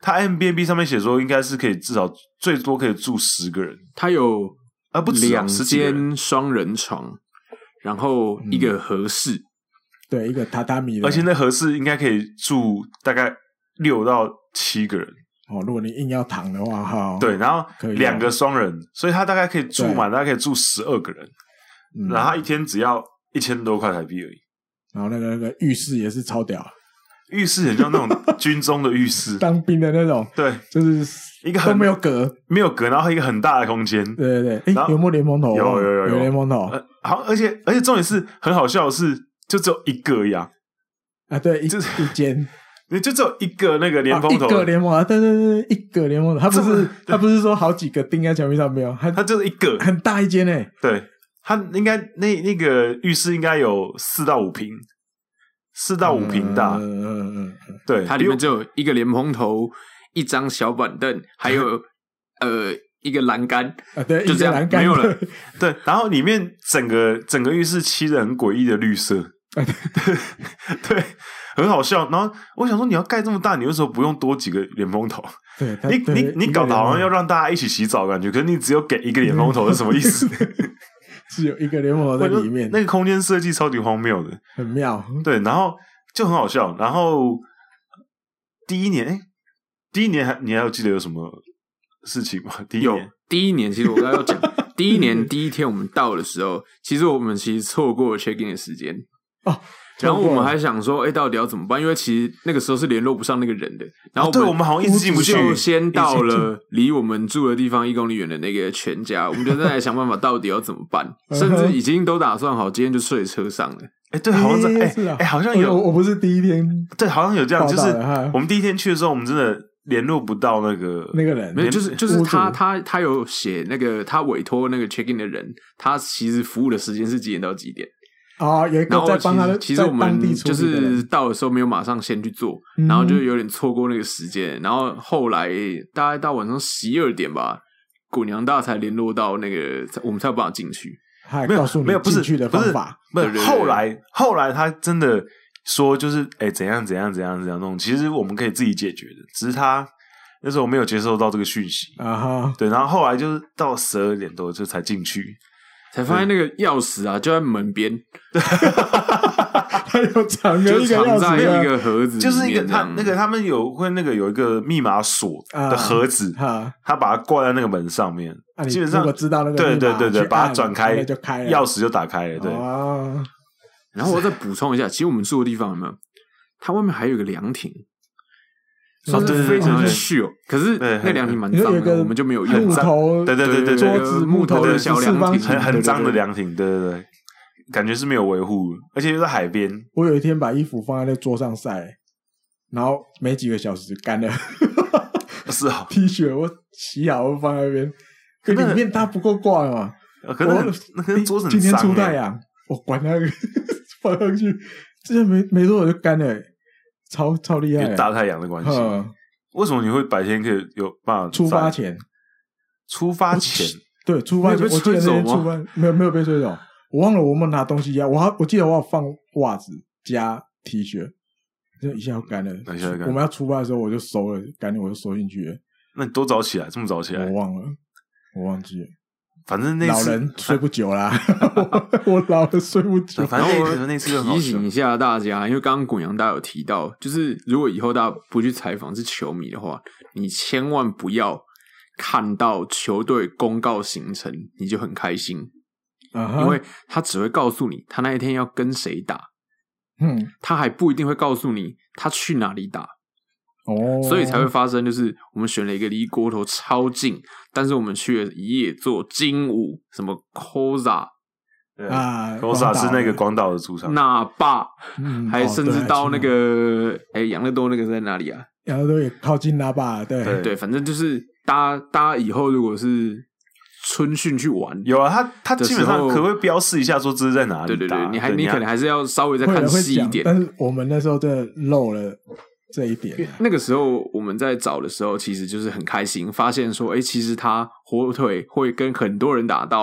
他 M B N B 上面写说应该是可以至少最多可以住十个人， 他有至少最多可以住十个人，最多可以住十个人。 他有啊不止两间双人床，然后一个和室、嗯， 对，一个榻榻米的， 而且那和室应该可以住大概六到七个人。 哦，如果你硬要躺的话，哈， 对，然后两个双人，所以他大概可以住满，大概可以住十二个人、嗯，然后他一天只要一千多块台币而已。 然后那个那个浴室也是超屌， 浴室很像那种军中的浴室， 当兵的那种， 对， 就是一个很都没有隔， 没有隔，然后一个很大的空间， 对对对，诶有没有莲蓬头？ 有有有 有, 有莲蓬头， 呃，好，而且而且重点是很好笑的是，就只有一个而已啊， 啊对，一就是一间。 你就只有一个那个莲蓬头、 啊，一个莲蓬头，对对对，一个莲蓬头，他不是他不是说好几个钉在墙壁上，没有，他他就是一个很大一间诶， 对，他应该那那个浴室应该有四到五平，四到五平大，嗯嗯嗯，对， 它里面只有一个莲蓬头，一张小板凳，还有呃一个栏杆啊，对， 就这样栏杆没有了， 对，然后里面整个整个浴室漆的很诡异的绿色。对对，很好笑。然后我想说，你要盖这么大，你为什么不用多几个莲蓬头？ 对， 你你你搞得好像要让大家一起洗澡感觉，可是你只有给一个莲蓬头是什么意思？ 只有一个莲蓬头在里面， 那个空间设计超级荒谬的， 很妙。 对，然后就很好笑。然后第一年，哎，第一年还你还有记得有什么事情吗？第一年， 有第一年，其实我刚刚要讲，第一年第一天我们到的时候，其实我们其实错过了 check in 的时间哦。 然后我们还想说，哎、欸，到底要怎么办？因为其实那个时候是联络不上那个人的。然后我们、 啊、对我们好像一直进不去， 就先到了离我们住的地方一公里远的那个全家，我们就在来想办法，到底要怎么办？甚至已经都打算好，今天就睡车上了。 哎、欸，对，好像在哎哎、 欸啊欸，好像有我，我不是第一天， 对，好像有这样，就是我们第一天去的时候，我们真的联络不到那个那个人， 没有，就是就是他他他有写那个他委托那个 check in 的人，他其实服务的时间是几点到几点？ 哦，有一个在帮他的， 其实我们就是到的时候没有马上先去做， 嗯、 然后就有点错过那个时间，然后后来大概到晚上十一二点吧，古娘大才联络到那个，我们才有办法进去。 他告诉你没有不是进去的方法， 不是，不是后来后来他真的说就是哎、欸、怎样怎样怎样怎样弄，其实我们可以自己解决的，只是他那时候没有接收到这个讯息啊哈， 对，然后后来就是到十二点多就才进去。 才发现那个钥匙啊，就在门边， 他有藏着一个钥匙， 就藏在一个盒子， 就是一个他那个他们有会那个有一个密码锁的盒子， 啊、 他把它挂在那个门上面， 啊、 基本上如果知道那个对对对对，把它转开就开了， 钥匙就打开了，对。 哦、 然后我再补充一下，其实我们住的地方有没有？它外面还有一个凉亭。 哦，对， 非常的秀，可是那凉亭蛮脏的，我们就没有用。 木头， 对对对对， 桌子木头的小凉亭， 很很脏的凉亭，对对对，感觉是没有维护，而且又在海边。 我有一天把衣服放在那桌上晒，然后没几个小时干了。 是啊 ，T 恤我洗好我放在那边，可里面它不够挂嘛。 可能那个桌子很脏， 今天出太阳，我关那个放上去，这没没多久就干了。超超厉害， 因为大太阳的关系。为什么你会白天可以有办法？ 出发前， 出发前， 对，出发前，我记得那天出发没有没有被吹走，我忘了我们拿东西呀，我还我记得我要放袜子加 T 恤，就一下要干了。我们要出发的时候我就收了，赶紧我就收进去了。 那你多早起来？这么早起来？ 我忘了，我忘记了。 反正那次老人睡不久啦，我老了睡不久。 反正我那次提醒一下大家，因为刚刚滚阳大有提到，就是如果以后大家不去采访是球迷的话，你千万不要看到球队公告行程你就很开心， uh-huh. 因为他只会告诉你他那一天要跟谁打， 嗯， 他还不一定会告诉你他去哪里打。 哦， 所以才会发生，就是我们选了一个离锅头超近，但是我们去了一夜做精武，什么 Koza 啊 ，Koza 是那个广岛的主场， 那霸， 嗯， 还甚至到那个哎养乐多那个在哪里啊？ 养乐多也靠近那霸，对对对，反正就是大家大家以后如果是春训去玩， 有啊，他他基本上可不可以标示一下说这是在哪里？ 对对对，你还你可能还是要稍微再看细一点， 但是我们那时候真的漏了。这一点， 那个时候我们在找的时候，其实就是很开心，发现说，哎、欸，其实他火腿会跟很多人打到，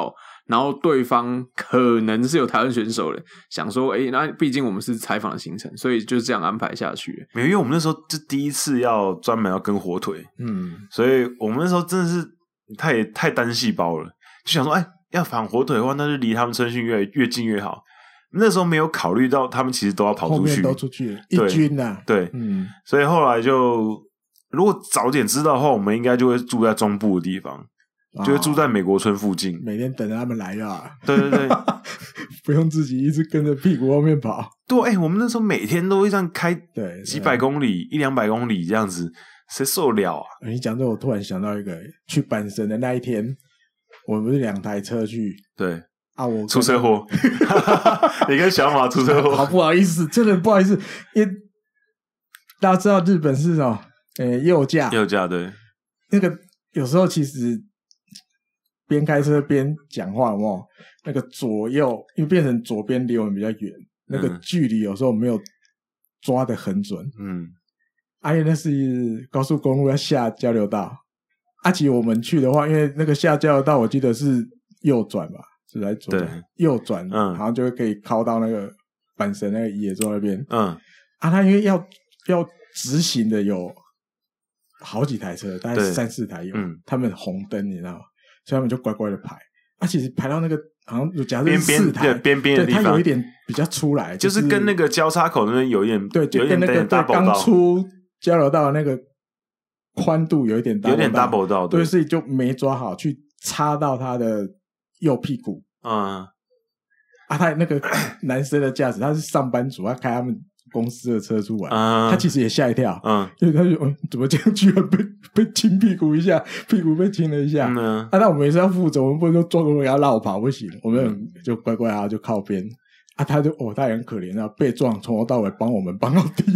然后对方可能是有台湾选手的，想说，哎，那毕竟我们是采访的行程，所以就这样安排下去。 没有，因为我们那时候就第一次要专门要跟火腿，嗯，所以我们那时候真的是太太单细胞了，就想说，哎，要访火腿的话，那就离他们春训越越近越好。那时候没有考虑到他们其实都要跑出去， 后面都出去一军呐、啊， 对，嗯，所以后来就如果早点知道的话，我们应该就会住在中部的地方。就会住在美国村附近， 每天等着他们来啊！ 对对对， 不用自己一直跟着屁股后面跑。 对，哎、欸，我们那时候每天都会这样开， 对， 几百公里、一两百公里这样子，谁受了啊？ 你讲这，我突然想到一个，去阪神的那一天，我们不是两台车去， 对啊，我出车祸，你跟小马出车祸， 好不好意思，真的不好意思，因为大家知道日本是什么？呃，右驾， 右驾，对， 那个有时候其实。边开车边讲话，有没有？那个左右，因为变成左边离我们比较远，那个距离有时候没有抓得很准。嗯，啊，因为那是高速公路要下交流道，啊，其实我们去的话，因为那个下交流道，我记得是右转吧，是来左转，右转，嗯，然后就会可以靠到那个阪神那个野洲那边。嗯，啊，他因为要要直行的有好几台车，大概三四台有，嗯，他们红灯，你知道吗？所以他们就乖乖的排，啊，其实排到那个好像假设四台边边的地方， 它有一点比较出来， 就是、就是跟那个交叉口那边有一点， 对，就跟那个刚出交流道的那个宽度有一点 double 有点 double 到， 对，所以就没抓好，去插到他的右屁股，嗯，啊，他那个男生的驾驶他是上班族，他开他们公司的车出来，嗯、他其实也吓一跳，嗯，因为他就、嗯、怎么这样，居然被被亲屁股一下，屁股被亲了一下，嗯、啊，那我们也是要负责，我们不能说抓过给他绕跑不行，我们就乖乖啊，就靠边，啊，他就哦，他也很可怜啊，被撞从头到尾帮我们帮到底，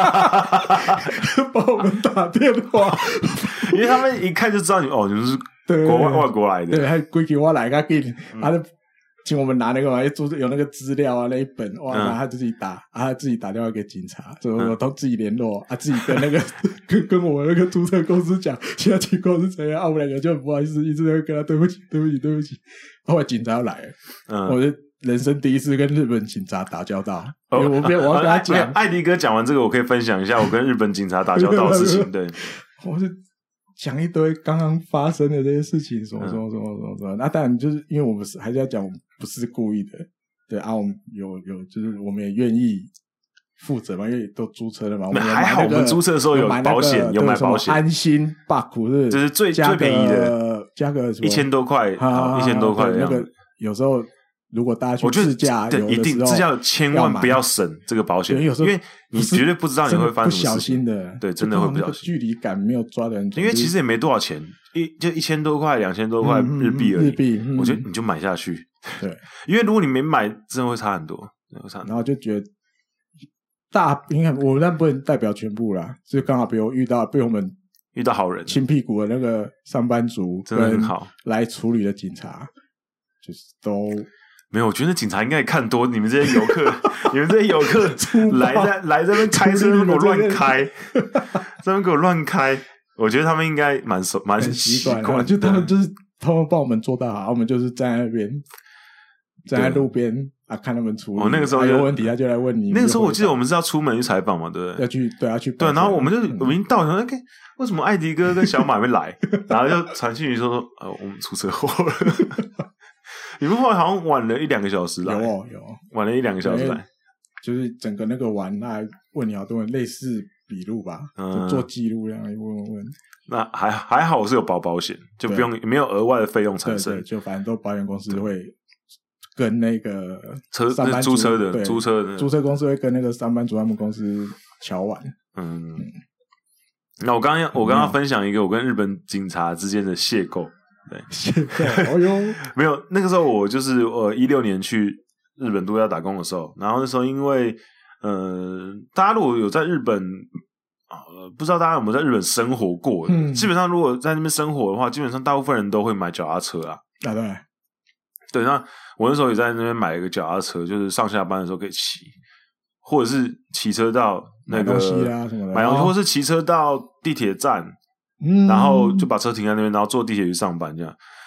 帮我们打电话， 因为他们一看就知道你哦，你们是国外外国来的， 对，还规矩我来个给你，他就。请我们拿那个嘛，有那个资料啊，那一本哇，然后他自己打，啊，他自己打电话给警察，所以我都自己联络，啊，自己跟那个跟跟我们那个租车公司讲现在情况是怎样，啊，我们两个就很不好意思，一直在跟他对不起，对不起，对不起。后来警察要来了，嗯，我就人生第一次跟日本警察打交道，哦、我我要跟他讲， 艾迪哥讲完这个，我可以分享一下我跟日本警察打交道的事情，对， 我是。讲一堆刚刚发生的这些事情，什么什么什么什么什么，那当然就是因为我们是还是要讲，我们不是故意的，对啊，我们有有就是我们也愿意负责嘛，因为都租车了嘛，我们、那個、 还好，我们租车的时候有保险，有买保险， 安心 bug 是， 这是最最便宜的， 加个什么一千多块，一千多块的样子， 那个有时候。如果大家去自驾， 对，一定自驾千万不要省这个保险， 因为有时候因为你绝对不知道你会发生什么事情， 不小心的， 对，真的会不小心， 距离感没有抓得很准， 因为其实也没多少钱，一就一千多块、两千多块日币而已， 日币， 我觉得你就买下去， 对， 因为如果你没买，真的会差很多，会差很多。 然后就觉得大，你看我那不能代表全部啦，就刚好比如遇到被我们遇到好人亲屁股的那个上班族， 真的很好， 来处理的警察，就是都。 没有，我觉得警察应该也看多你们这些游客，你们这些游客来在来这边开车给我乱开，这边给我乱开，我觉得他们应该蛮熟蛮习惯，就他们就是他们帮我们做到好，我们就是站在那边，站在路边啊看他们处理。 哦，那个时候有问题他就来问你。 那个时候我记得我们是要出门去采访嘛，对不对？ 要去对要去对，然后我们就我们已经到了，那为什么艾迪哥跟小马没来？然后就传讯息说说呃我们出车祸了。你们后来好像晚了一两个小时来， 有哦有晚了一两个小时来， 就是整个那个玩，他还问你好多人类似笔录吧，嗯、就做记录这样问问问。 那还还好是有保保险，就不用没有额外的费用产生， 对对，就反正都保险公司会跟那个车上班租车的租车的租车公司会跟那个上班族他们公司瞧完。嗯， 嗯那我刚刚我刚刚分享一个我跟日本警察之间的邂逅。对， 哦哟， 没有那个时候我就是呃一六年去日本度假打工的时候，然后那时候因为呃大家如果有在日本呃不知道大家有没有在日本生活过的、嗯、基本上如果在那边生活的话，基本上大部分人都会买脚踏车啊。 啊对， 对，那我那时候也在那边买了一个脚踏车，就是上下班的时候可以骑，或者是骑车到那个买东西啊什么的， 买东西，或是骑车到地铁站。嗯、然后就把车停在那边，然后坐地铁去上班这样。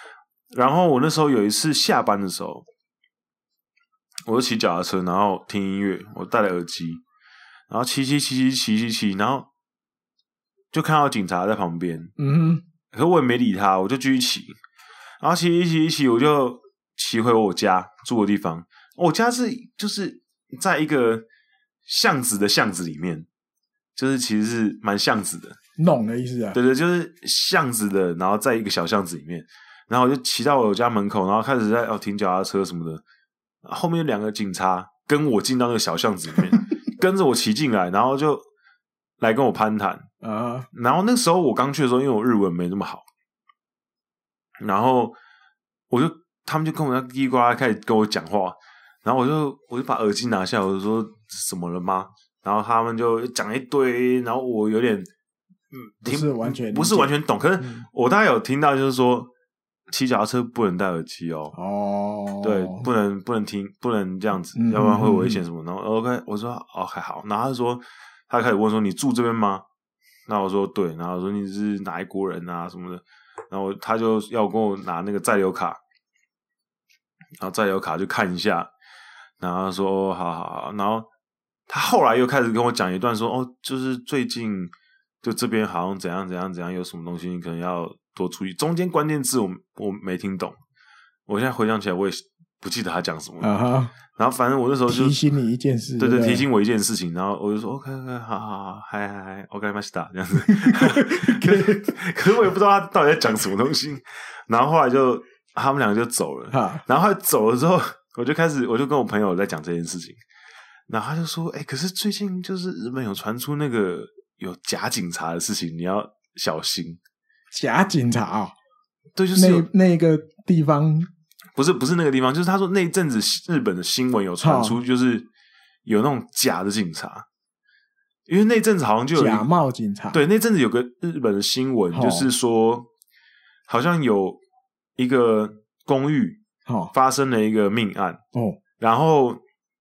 然后我那时候有一次下班的时候，我就骑脚踏车，然后听音乐，我戴了耳机，然后骑骑骑骑骑骑骑，然后就看到警察在旁边， 嗯哼， 可是我也没理他，我就继续骑，然后骑骑骑骑，我就骑回我家住的地方。我家是就是在一个巷子的巷子里面，就是其实是蛮巷子的， 弄的意思啊？ 对对，就是巷子的，然后在一个小巷子里面，然后我就骑到我家门口，然后开始在哦停脚踏车什么的，后面有两个警察跟我进到那个小巷子里面，跟着我骑进来，然后就来跟我攀谈啊。 然后那时候我刚去的时候，因为我日文没那么好，然后我就他们就跟我那叽呱啦开始跟我讲话。然后我就我就把耳机拿下，我就说怎么了吗？然后他们就讲一堆，然后我有点嗯， 不是完全不是完全懂，可是我大概有听到，就是说骑脚踏车不能戴耳机哦， 哦， 对，不能不能听，不能这样子，嗯、要不然会危险什么。然后 OK， 我说 OK 好，然后他说他开始问说你住这边吗？那我说对，然后我说你是哪一国人啊什么的，然后他就要跟我拿那个在留卡，然后在留卡就看一下。然后说哦，好好好，然后他后来又开始跟我讲一段说哦，就是最近就这边好像怎样怎样怎样，有什么东西你可能要多注意。中间关键字我我没听懂，我现在回想起来我也不记得他讲什么。 啊哈， 然后反正我那时候就提醒你一件事， 对对, 对，提醒我一件事情，然后我就说 OK OK， 好好好，嗨嗨嗨 ，OK 马西达这样子。可是可是我也不知道他到底在讲什么东西。然后后来就他们两个就走了，然后后来走了之后。我就开始，我就跟我朋友在讲这件事情，然后他就说：“哎、欸，可是最近就是日本有传出那个有假警察的事情，你要小心。” 假警察哦， 对，就是那那个地方， 不是不是那个地方，就是他说那一阵子日本的新闻有传出，就是有那种假的警察，因为那阵子好像就有假冒警察， 对，那阵子有个日本的新闻，就是说好像有一个公寓。 哦、 发生了一个命案哦， 然后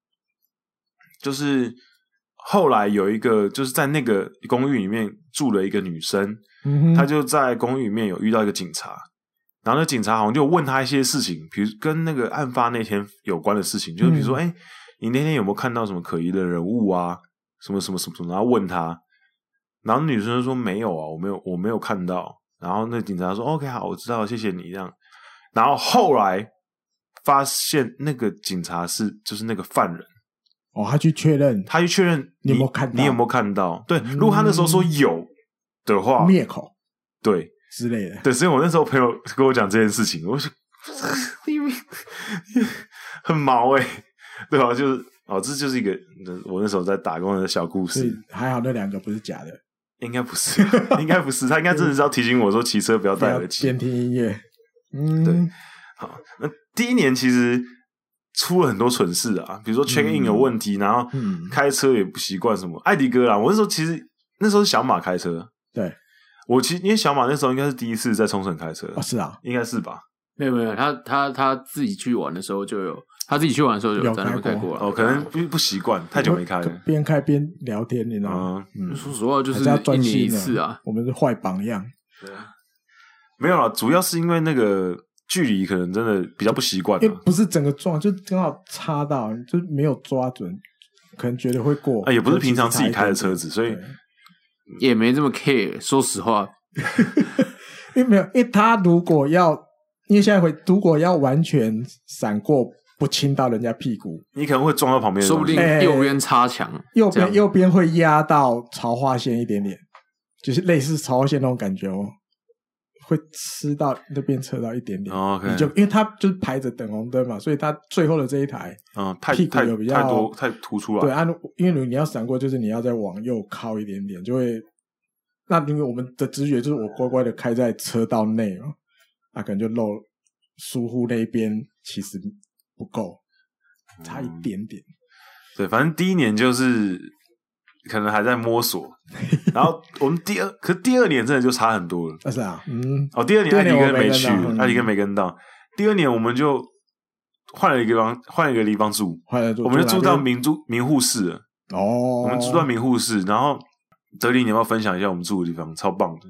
就是后来有一个就是在那个公寓里面住了一个女生， 嗯、 她就在公寓里面有遇到一个警察，然后那警察好像就问她一些事情，比如跟那个案发那天有关的事情，就是比如说，哎、嗯欸，你那天有没有看到什么可疑的人物啊？什么什么什么什么？然后问她，然后女生就说没有啊，我没有，我没有看到。然后那警察说 OK 好，我知道，谢谢你这样。然后后来。发现那个警察是就是那个犯人哦，他去确认， 他去确认你有没有看到， 你有没有看到？对，如果他那时候说有的话， 灭口， 对之类的。 对，所以我那时候朋友跟我讲这件事情，我就很毛哎、欸，对吧？就是哦，这就是一个我那时候在打工的小故事。 还好那两个不是假的， 应该不是，应该不是，他应该真的是要提醒我说骑车不要戴耳机， 边听音乐。嗯， 对。好，那第一年其实出了很多蠢事啊，比如说 check in 有问题，嗯、然后开车也不习惯什么。艾迪哥啦，我那时候其实那时候是小马开车， 对我其实因为小马那时候应该是第一次在冲绳开车， 哦，是啊， 应该是吧？ 没有没有，他他他自己去玩的时候就有，他自己去玩的时候就有在那边开过了。 哦，可能不不习惯，太久没开了， 边开边聊天，你知道吗？ 嗯，说实话就是一年一次啊， 我们是坏榜样。 对啊，没有啦，主要是因为那个。距离可能真的比较不习惯， 因为不是整个撞，就刚好插到，就没有抓准，可能觉得会过。 啊，也不是平常自己开的车子，所以也没这么 care。说实话， 因为没有，因为他如果要，因为现在会，如果要完全闪过，不亲到人家屁股， 你可能会撞到旁边， 说不定右边插墙， 右边右边会压到槽化线一点点，就是类似槽化线那种感觉哦。会吃到那边车道一点点， oh, okay. 你就因为他就是排着等红灯嘛，所以他最后的这一台， 嗯，太屁股有比较太多太突出来。 对啊，因为你要闪过，就是你要再往右靠一点点，就会。那因为我们的直觉就是我乖乖的开在车道内嘛，那可能就漏疏忽那边其实不够，差一点点。 嗯、对，反正第一年就是可能还在摸索，然后我们第二，可是第二年真的就差很多了。 啊是啊，嗯， 哦，第二年艾迪哥没去， 嗯、 艾迪哥没跟到。第二年我们就换了一个地方，换了一个地方住， 换了住， 我们就住到名住名护市了。 哦， 我们住到名护市，然后德林，你要不要分享一下我们住的地方？超棒的。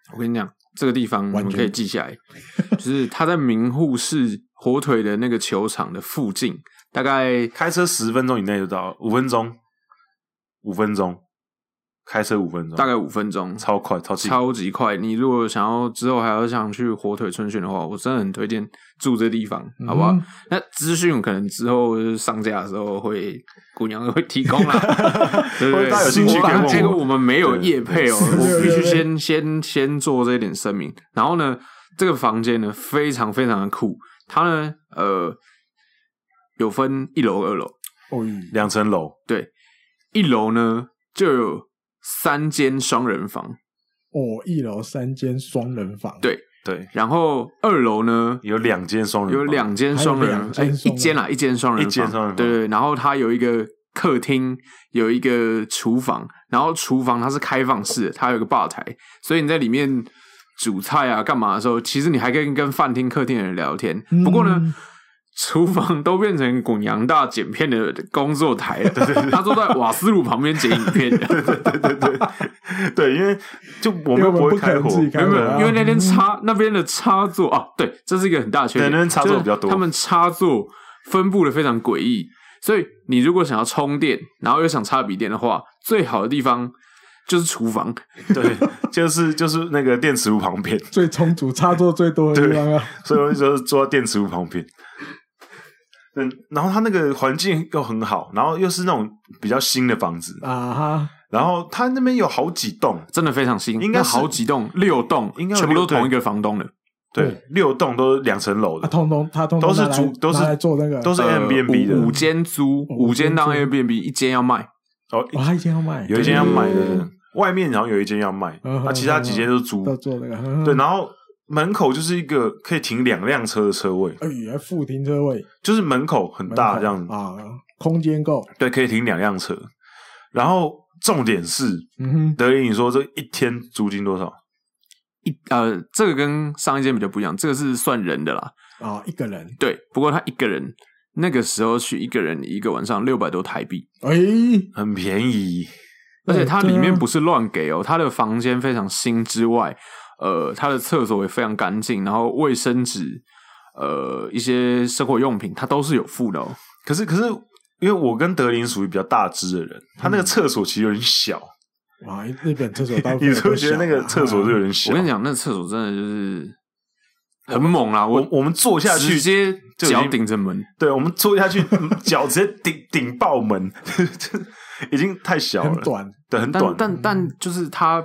我跟你讲，这个地方你们可以记下来，就是它在名护市火腿的那个球场的附近，大概开车十分钟以内就到，五分钟，五分钟。开车五分钟， 大概五分钟， 超快，超近， 超级快。你如果想要之后还要想去火腿春训的话，我真的很推荐住这地方，嗯、好不好？那资讯可能之后上架的时候会姑娘会提供啦，对不对？ 大家有兴趣给我。 这个我们没有业配哦，我必须先先先做这一点声明。然后呢，这个房间呢非常非常的酷，它呢呃有分一楼、二楼， 哦， 两层楼， 对，一楼呢就有三间双人房哦，一楼三间双人房， 对对， 然后二楼呢有两间双人房， 有两间双人，哎，一间啦，一间双人房， 一间双人房， 对对，然后它有一个客厅，有一个厨房，然后厨房它是开放式的，它有一个吧台，所以你在里面煮菜啊干嘛的时候，其实你还可以跟饭厅、客厅的人聊天。 嗯、 不过呢。厨房都变成滚阳大剪片的工作台了，对对对，他坐在瓦斯炉旁边剪影片， 对对对对对，对，因为就我们又不会开火， 没有没有，因为那天插、嗯、那边的插座啊，对，这是一个很大的缺点， 那边插座比较多， 他们插座分布的非常诡异，所以你如果想要充电，然后又想插笔电的话，最好的地方就是厨房， 对，就是就是那个电磁炉旁边， 最充足、插座最多的地方啊， 所以我就坐在电磁炉旁边。嗯，然后它那个环境又很好，然后又是那种比较新的房子啊哈， 然后它那边有好几栋， 真的非常新， 应该好几栋，六栋， 应该全部都同一个房东的， 对，对六栋都是两层楼的， 啊、通通他通通都是租，都是做那个， 都是 Airbnb 的， 五间租，五间当 Airbnb， 一间要卖， 哦， 哦，一间要卖， 有一间要卖的，外面然后有一间要卖，啊，其他几间都是租， 都做那个， 对，然后。门口就是一个可以停两辆车的车位， 哎呀，副停车位， 就是门口很大这样啊，空间够， 对，可以停两辆车。然后重点是， 嗯哼， 德林，你说这一天租金多少？ 一呃，这个跟上一间比较不一样，这个是算人的啦， 啊、哦，一个人， 对，不过他一个人那个时候去一个人一个晚上六百多台币， 哎， 很便宜， 而且它里面不是乱给哦，他的房间非常新之外。呃，他的厕所也非常干净，然后卫生纸，呃，一些生活用品，它都是有附的哦。 可是，可是，因为我跟德林属于比较大只的人，他那个厕所其实有点小。 哇，日本厕所到你是不是觉得那个厕所就有点小？ 我跟你讲，那厕所真的就是很猛啦！我我们坐下去， 直接脚顶着门， 对，我们坐下去，脚直接顶顶爆门，已经太小了， 很短， 对，很短。 但但但就是它。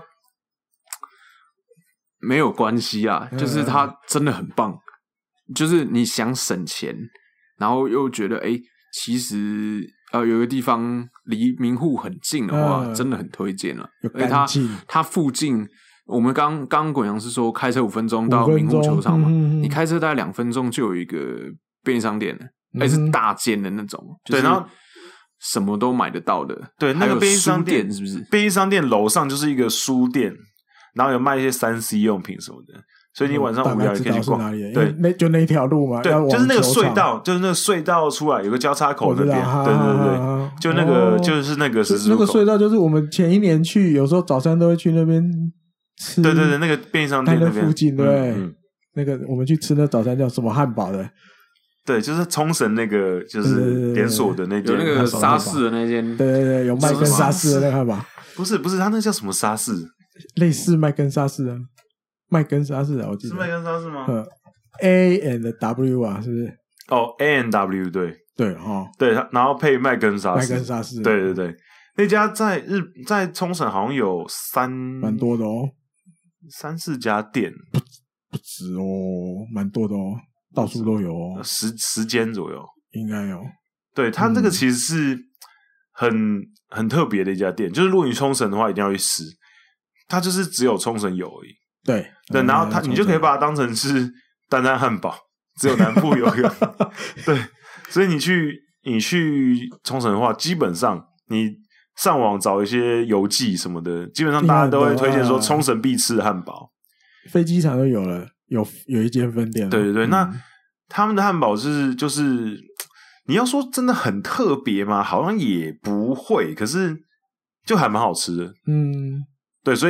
没有关系啊，就是它真的很棒。就是你想省钱，然后又觉得哎、欸，其实呃有一个地方离民户很近的话， 嗯、 真的很推荐了。 而且它它附近，我们刚刚滚阳是说开车五分钟到民户球场嘛， 嗯、 你开车大概两分钟就有一个便利商店了，而且是大间的那种， 对，然后什么都买得到的。 对，那个便利商店是不是？ 便利商店楼上就是一个书店。然后有卖一些三 C 用品什么的，所以你晚上无聊也可以去逛。对， 那就那条路嘛， 对，就是那个隧道，就是那个隧道出来有个交叉口那边，对对对，就那个、哦、就是那个十字路口。 那个隧道就是我们前一年去，有时候早餐都会去那边吃。 对对对，那个便利商店那边附近，对、 嗯嗯， 那个我们去吃那早餐叫什么汉堡的？ 对，就是冲绳那个就是连锁的那间， 有那个沙士的那间， 对对对，有麦根沙士的那个汉堡。 不是不是，他那叫什么沙士？ 类似麦根沙士啊，麦根沙士啊，我记得是麦根沙士吗 ？A and W 啊，是不是？ 哦 ，A and W 对对哈， 对，然后配麦根沙士，麦根沙士， 对对对，那家在日在冲绳好像有三蛮多的哦， 三四家店， 不不止哦，蛮多的哦，到处都有哦， 十十间左右， 应该有。 对，它这个其实是很、嗯、很特别的一家店，就是如果你冲绳的话，一定要去吃。它就是只有冲绳有而已， 对对，然后它你就可以把它当成是丹丹汉堡，只有南部有一个，对，所以你去你去冲绳的话，基本上你上网找一些游记什么的，基本上大家都会推荐说冲绳必吃的汉堡， 飞机场就有了，有有一间分店了， 对对对， 嗯、 那他们的汉堡是就是你要说真的很特别吗？好像也不会，可是就还蛮好吃的， 嗯。 对，所以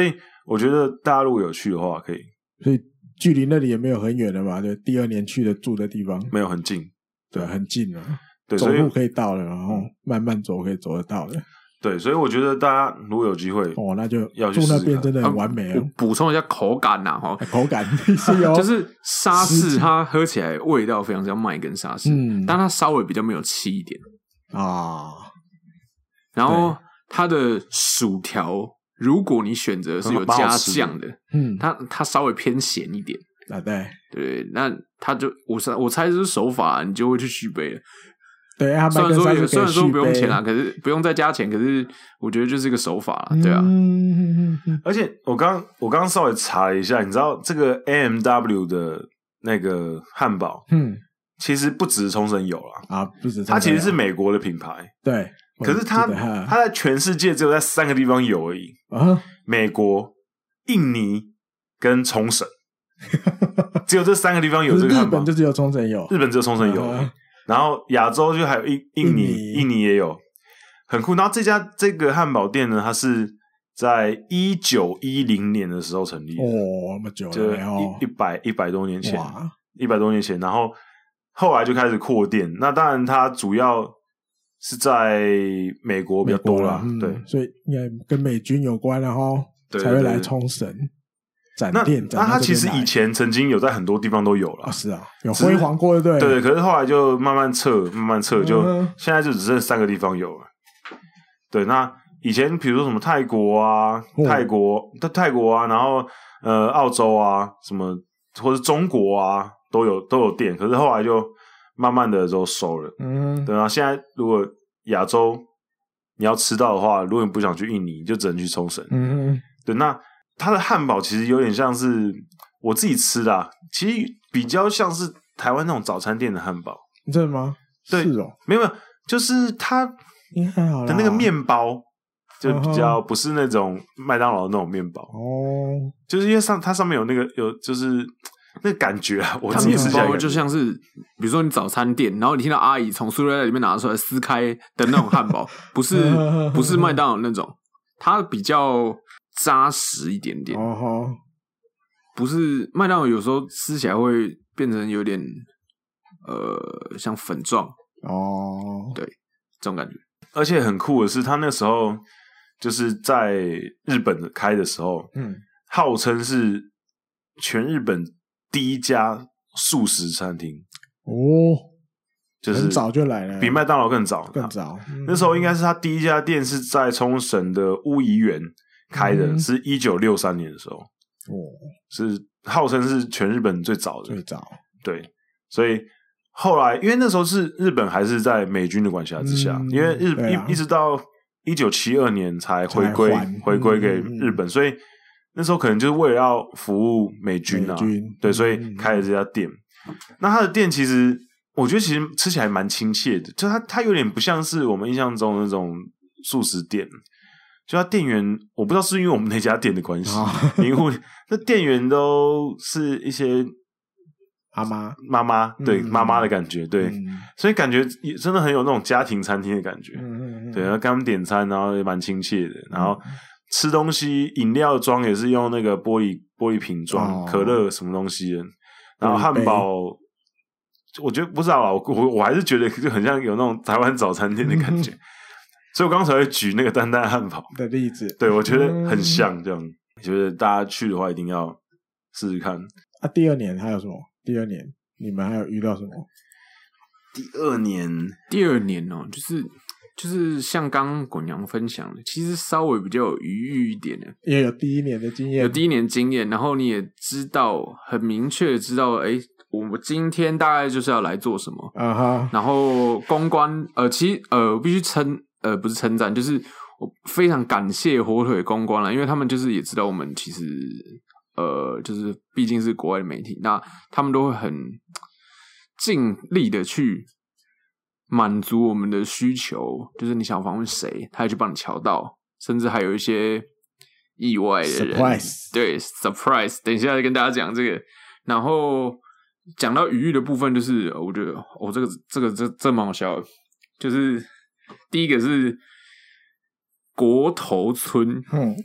我觉得大家如果有去的话，可以。 所以距离那里也没有很远的嘛，就第二年去的住的地方没有很近， 对，很近了， 对， 走路可以到了，然后慢慢走可以走得到的。 对，所以我觉得大家如果有机会， 哦，那就要去住那边真的很完美啊。补充一下口感呐，哈， 口感是有， 就是沙士它喝起来味道非常像麦根沙士，嗯，但它稍微比较没有气一点啊。然后它的薯条，如果你选择是有加酱的，嗯，它它稍微偏咸一点啊，对对，那它就我我猜这是手法，你就会去续杯了。 对，他虽然说有虽然说不用钱啦，可是不用再加钱，可是我觉得就是一个手法啦，对啊。 嗯、 而且我刚我刚刚稍微查了一下，你知道这个 A M W 的那个汉堡，嗯，其实不止冲绳有啦啊，不止， 它其实是美国的品牌， 对。 可是它它在全世界只有在三个地方有而已啊，美国、印尼跟冲绳，只有这三个地方有这个汉堡。 日本就只有冲绳有， 日本只有冲绳有。啊然后亚洲就还有印印尼，印尼也有，很酷。然后这家这个汉堡店呢，它是在一九一零年的时候成立的， 哦，那么久了， 就一一百一百多年前，一百多年前。然后后来就开始扩店。那当然，它主要是在美国比较多啦， 嗯、 对， 所以应该跟美军有关了哈，才会来冲绳。展店， 那它其实以前曾经有在很多地方都有了， 哦，是啊，有辉煌过，对对对。可是后来就慢慢撤，慢慢撤，就、嗯、现在就只剩三个地方有了。对，那以前比如说什么泰国啊、哦、泰国、泰国啊，然后呃澳洲啊，什么或是中国啊，都有都有店。可是后来就慢慢的都收了。嗯，对啊。现在如果亚洲你要吃到的话，如果你不想去印尼，就只能去冲绳。嗯，对，那。它的汉堡其实有点像是我自己吃的、啊，其实比较像是台湾那种早餐店的汉堡。 真的吗？ 对， 是哦， 没有没有，就是它的那个面包就比较不是那种麦当劳的那种面包哦，就是因为上它上面有那个有就是那个感觉啊，我自己吃起来就像是比如说你早餐店，然后你听到阿姨从塑料袋里面拿出来撕开的那种汉堡，不是不是麦当劳那种，它比较。扎实一点点，哦吼，不是麦当劳有时候吃起来会变成有点呃像粉状哦，对，这种感觉。 而且很酷的是，他那时候就是在日本开的时候，嗯，号称是全日本第一家素食餐厅哦， 就是很早就来了， 比麦当劳更早， 更早。 嗯、那时候应该是他第一家店是在冲绳的乌宜园。开的、嗯、是一九六三年的时候，哦，是号称是全日本最早的， 最早， 对，所以后来因为那时候是日本还是在美军的管辖之下，嗯、因为日、啊、一一直到一九七二年才回归回归给日本、嗯，所以那时候可能就是为了要服务美军啊， 美军对，所以开了这家店。嗯、那他的店其实我觉得其实吃起来蛮亲切的，就它它有点不像是我们印象中的那种素食店。就他店员，我不知道是因为我们那家店的关系，因为那店员都是一些妈妈妈妈，对妈妈、嗯、的感觉，对、嗯，所以感觉也真的很有那种家庭餐厅的感觉，嗯嗯嗯对，然后跟他们点餐，然后也蛮亲切的，然后吃东西，饮料装也是用那个玻璃玻璃瓶装、哦，可乐什么东西的，然后汉堡，我觉得不知道啊，我我我还是觉得就很像有那种台湾早餐店的感觉。嗯所以我刚才会举那个丹丹汉堡的例子， 对，我觉得很像这样。嗯、觉得大家去的话，一定要试试看。 啊，第二年还有什么？第二年你们还有遇到什么？ 第二年， 第二年哦，就是就是像刚刚滚阳分享的，其实稍微比较有余裕一点的， 也有第一年的经验， 有第一年经验，然后你也知道很明确的知道，哎，我们今天大概就是要来做什么啊哈， uh-huh. 然后公关，呃，其实呃，我必须称。呃，不是称赞，就是我非常感谢火腿公关啦，因为他们就是也知道我们其实呃，就是毕竟是国外的媒体，那他们都会很尽力的去满足我们的需求，就是你想访问谁，他也去帮你瞧到，甚至还有一些意外的人 ，surprise， 对 ，surprise， 等一下再跟大家讲这个，然后讲到语义的部分，就是我觉得哦，这个这个这这蛮好笑的，就是。第一个是国头村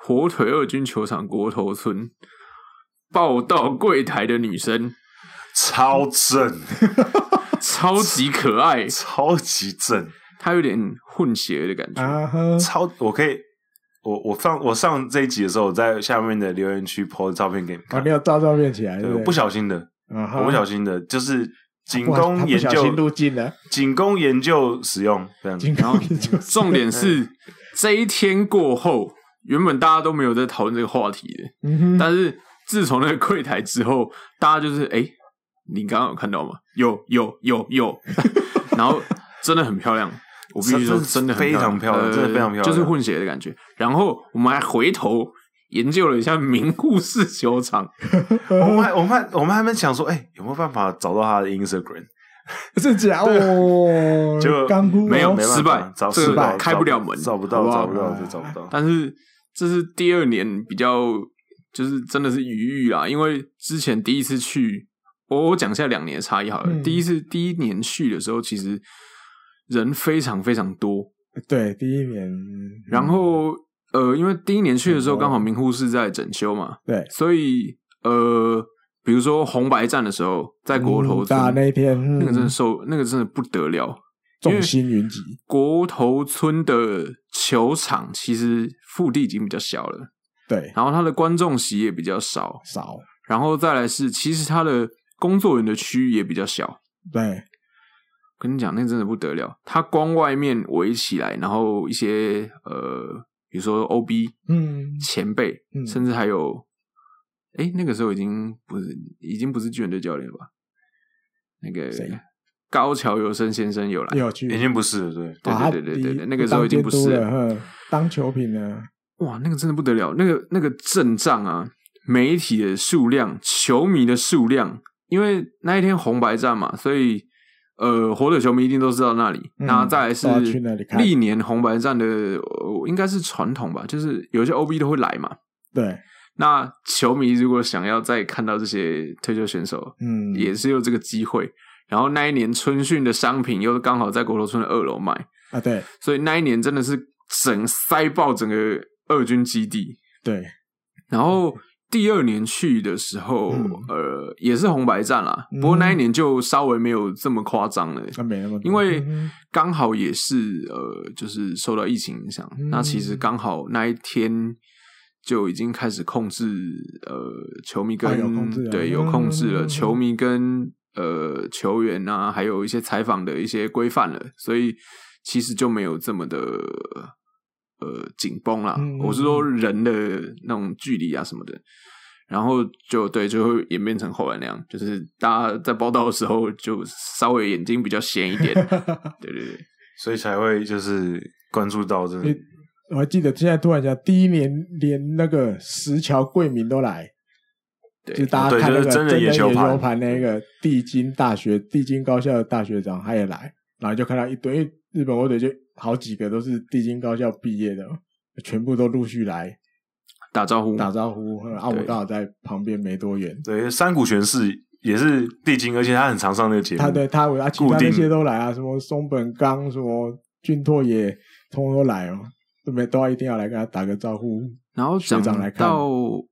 火腿二军球场国头村报到柜台的女生， 超正， 超级可爱， 超级正， 她有点混血的感觉， 啊、 超我可以。我我上我上这一集的时候，我在下面的留言区 po 照片给你们看。 哦，你要照照片起来， 对， 对我不小心的， 啊、 我不小心的，就是仅供研究， 入境了， 仅供研究使用这样子。 然后重点是这一天过后，原本大家都没有在讨论这个话题的， 嗯、 但是自从那个柜台之后，大家就是哎、欸，你刚刚有看到吗？有有有有，然后真的很漂亮。我必须说，真的很非常漂亮， 呃、 真的非常漂亮， 就是混血的感觉。然后我们还回头研究了一下名护市球场， 我们还我们还我们还没想说，哎、欸，有没有办法找到他的 Instagram？ 是假哦， 就刚没有失败， 找这个开不了门， 找不到，找不到就找不到。 但是这是第二年比较，就是真的是余裕啦，因为之前第一次去，我我讲一下两年的差异好了。嗯、第一次第一年去的时候，其实人非常非常多， 对，第一年， 然后呃，因为第一年去的时候刚好名护市在整修嘛， 对， 所以呃，比如说红白战的时候，在国头村、 嗯、那天、嗯、 那个真的受那个真的不得了， 众星云集。 国头村的球场其实腹地已经比较小了， 对， 然后它的观众席也比较少， 少， 然后再来是其实它的工作人员的区域也比较小， 对。 跟你讲，那真的不得了。它光外面围起来，然后一些呃，比如说 O B， 嗯， 前辈，嗯、甚至还有，哎，那个时候已经不是，已经不是巨人队教练了吧？那个高桥由生先生有来， 有去， 已经不是了，对， 对对对对对对，那个时候已经不是了，当球评了。 哇，那个真的不得了，那个那个阵仗啊，媒体的数量，球迷的数量，因为那一天红白战嘛，所以。呃，火腿球迷一定都知道那里。 嗯、 那再来是历年红白战的，呃、应该是传统吧，就是有些 O B 都会来嘛。 对。 那球迷如果想要再看到这些退休选手， 嗯， 也是有这个机会。然后那一年春训的商品又刚好在国头村的二楼卖啊，对。 所以那一年真的是整塞爆整个二军基地。 对。 然后。第二年去的时候，嗯、呃，也是红白战啦，嗯、不过那一年就稍微没有这么夸张了， 啊、没那么多， 因为刚好也是呃，就是受到疫情影响，嗯、那其实刚好那一天就已经开始控制呃球迷跟、 啊、有控制对有控制了、嗯、球迷跟呃球员啊，还有一些采访的一些规范了，所以其实就没有这么的。呃，紧绷啦，嗯、我是说人的那种距离啊什么的，然后就对，就会演变成后来那样，就是大家在报道的时候就稍微眼睛比较闲一点，对对对， 所以才会就是关注到这个。 我还记得现在突然讲，第一年连那个石桥贵民都来， 对， 就大家看那个真的野球盘那个帝京大学、帝京高校的大学长他也来，然后就看到一堆日本火腿就。好几个都是帝京高校毕业的，全部都陆续来打招呼， 打招呼。啊，我刚好在旁边没多远。 对，山谷玄士也是帝京，而且他很常上那个节目。 他对他，他其他那些都来啊，什么松本刚、什么俊拓也通通都来哦，都没都要一定要来跟他打个招呼。 然后讲到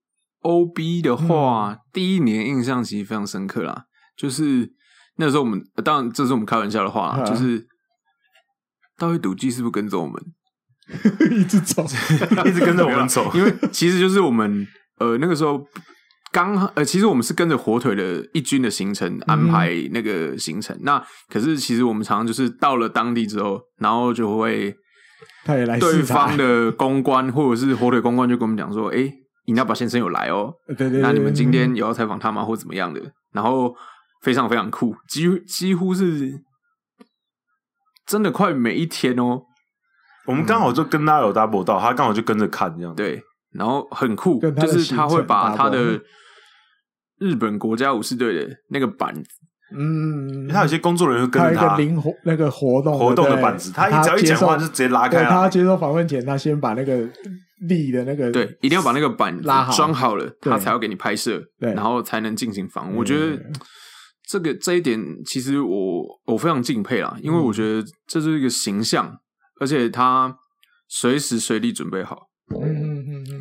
O B 的话，嗯、第一年印象其实非常深刻啦，就是那时候我们当然这是我们开玩笑的话啦，啊、就是。道义赌技是不是跟着我们一直走一直跟着我们走因为其实就是我们呃那个时候刚呃其实我们是跟着火腿的一军的行程安排那个行程、嗯、那可是其实我们常常就是到了当地之后然后就会他也来对方的公关或者是火腿公关就跟我们讲说诶尹大宝先生有来哦， 对对对， 那你们今天有要采访他吗或怎么样的，然后非常非常酷，几乎几乎是真的快每一天哦， 我们刚好就跟他有 double 到，他刚好就跟着看这样。 对，然后很酷，就是他会把他的日本国家武士队的那个板子， 嗯， 他有些工作人员会跟着他， 他有一个灵活那个活动活动的板子，他只要一讲话就直接拉开了。 他接受访问前，他先把那个立的那个对，一定要把那个板子装好了，他才要给你拍摄， 对， 然后才能进行访问。我觉得。这个这一点其实我我非常敬佩啦，因为我觉得这是一个形象，而且他随时随地准备好。 嗯嗯嗯，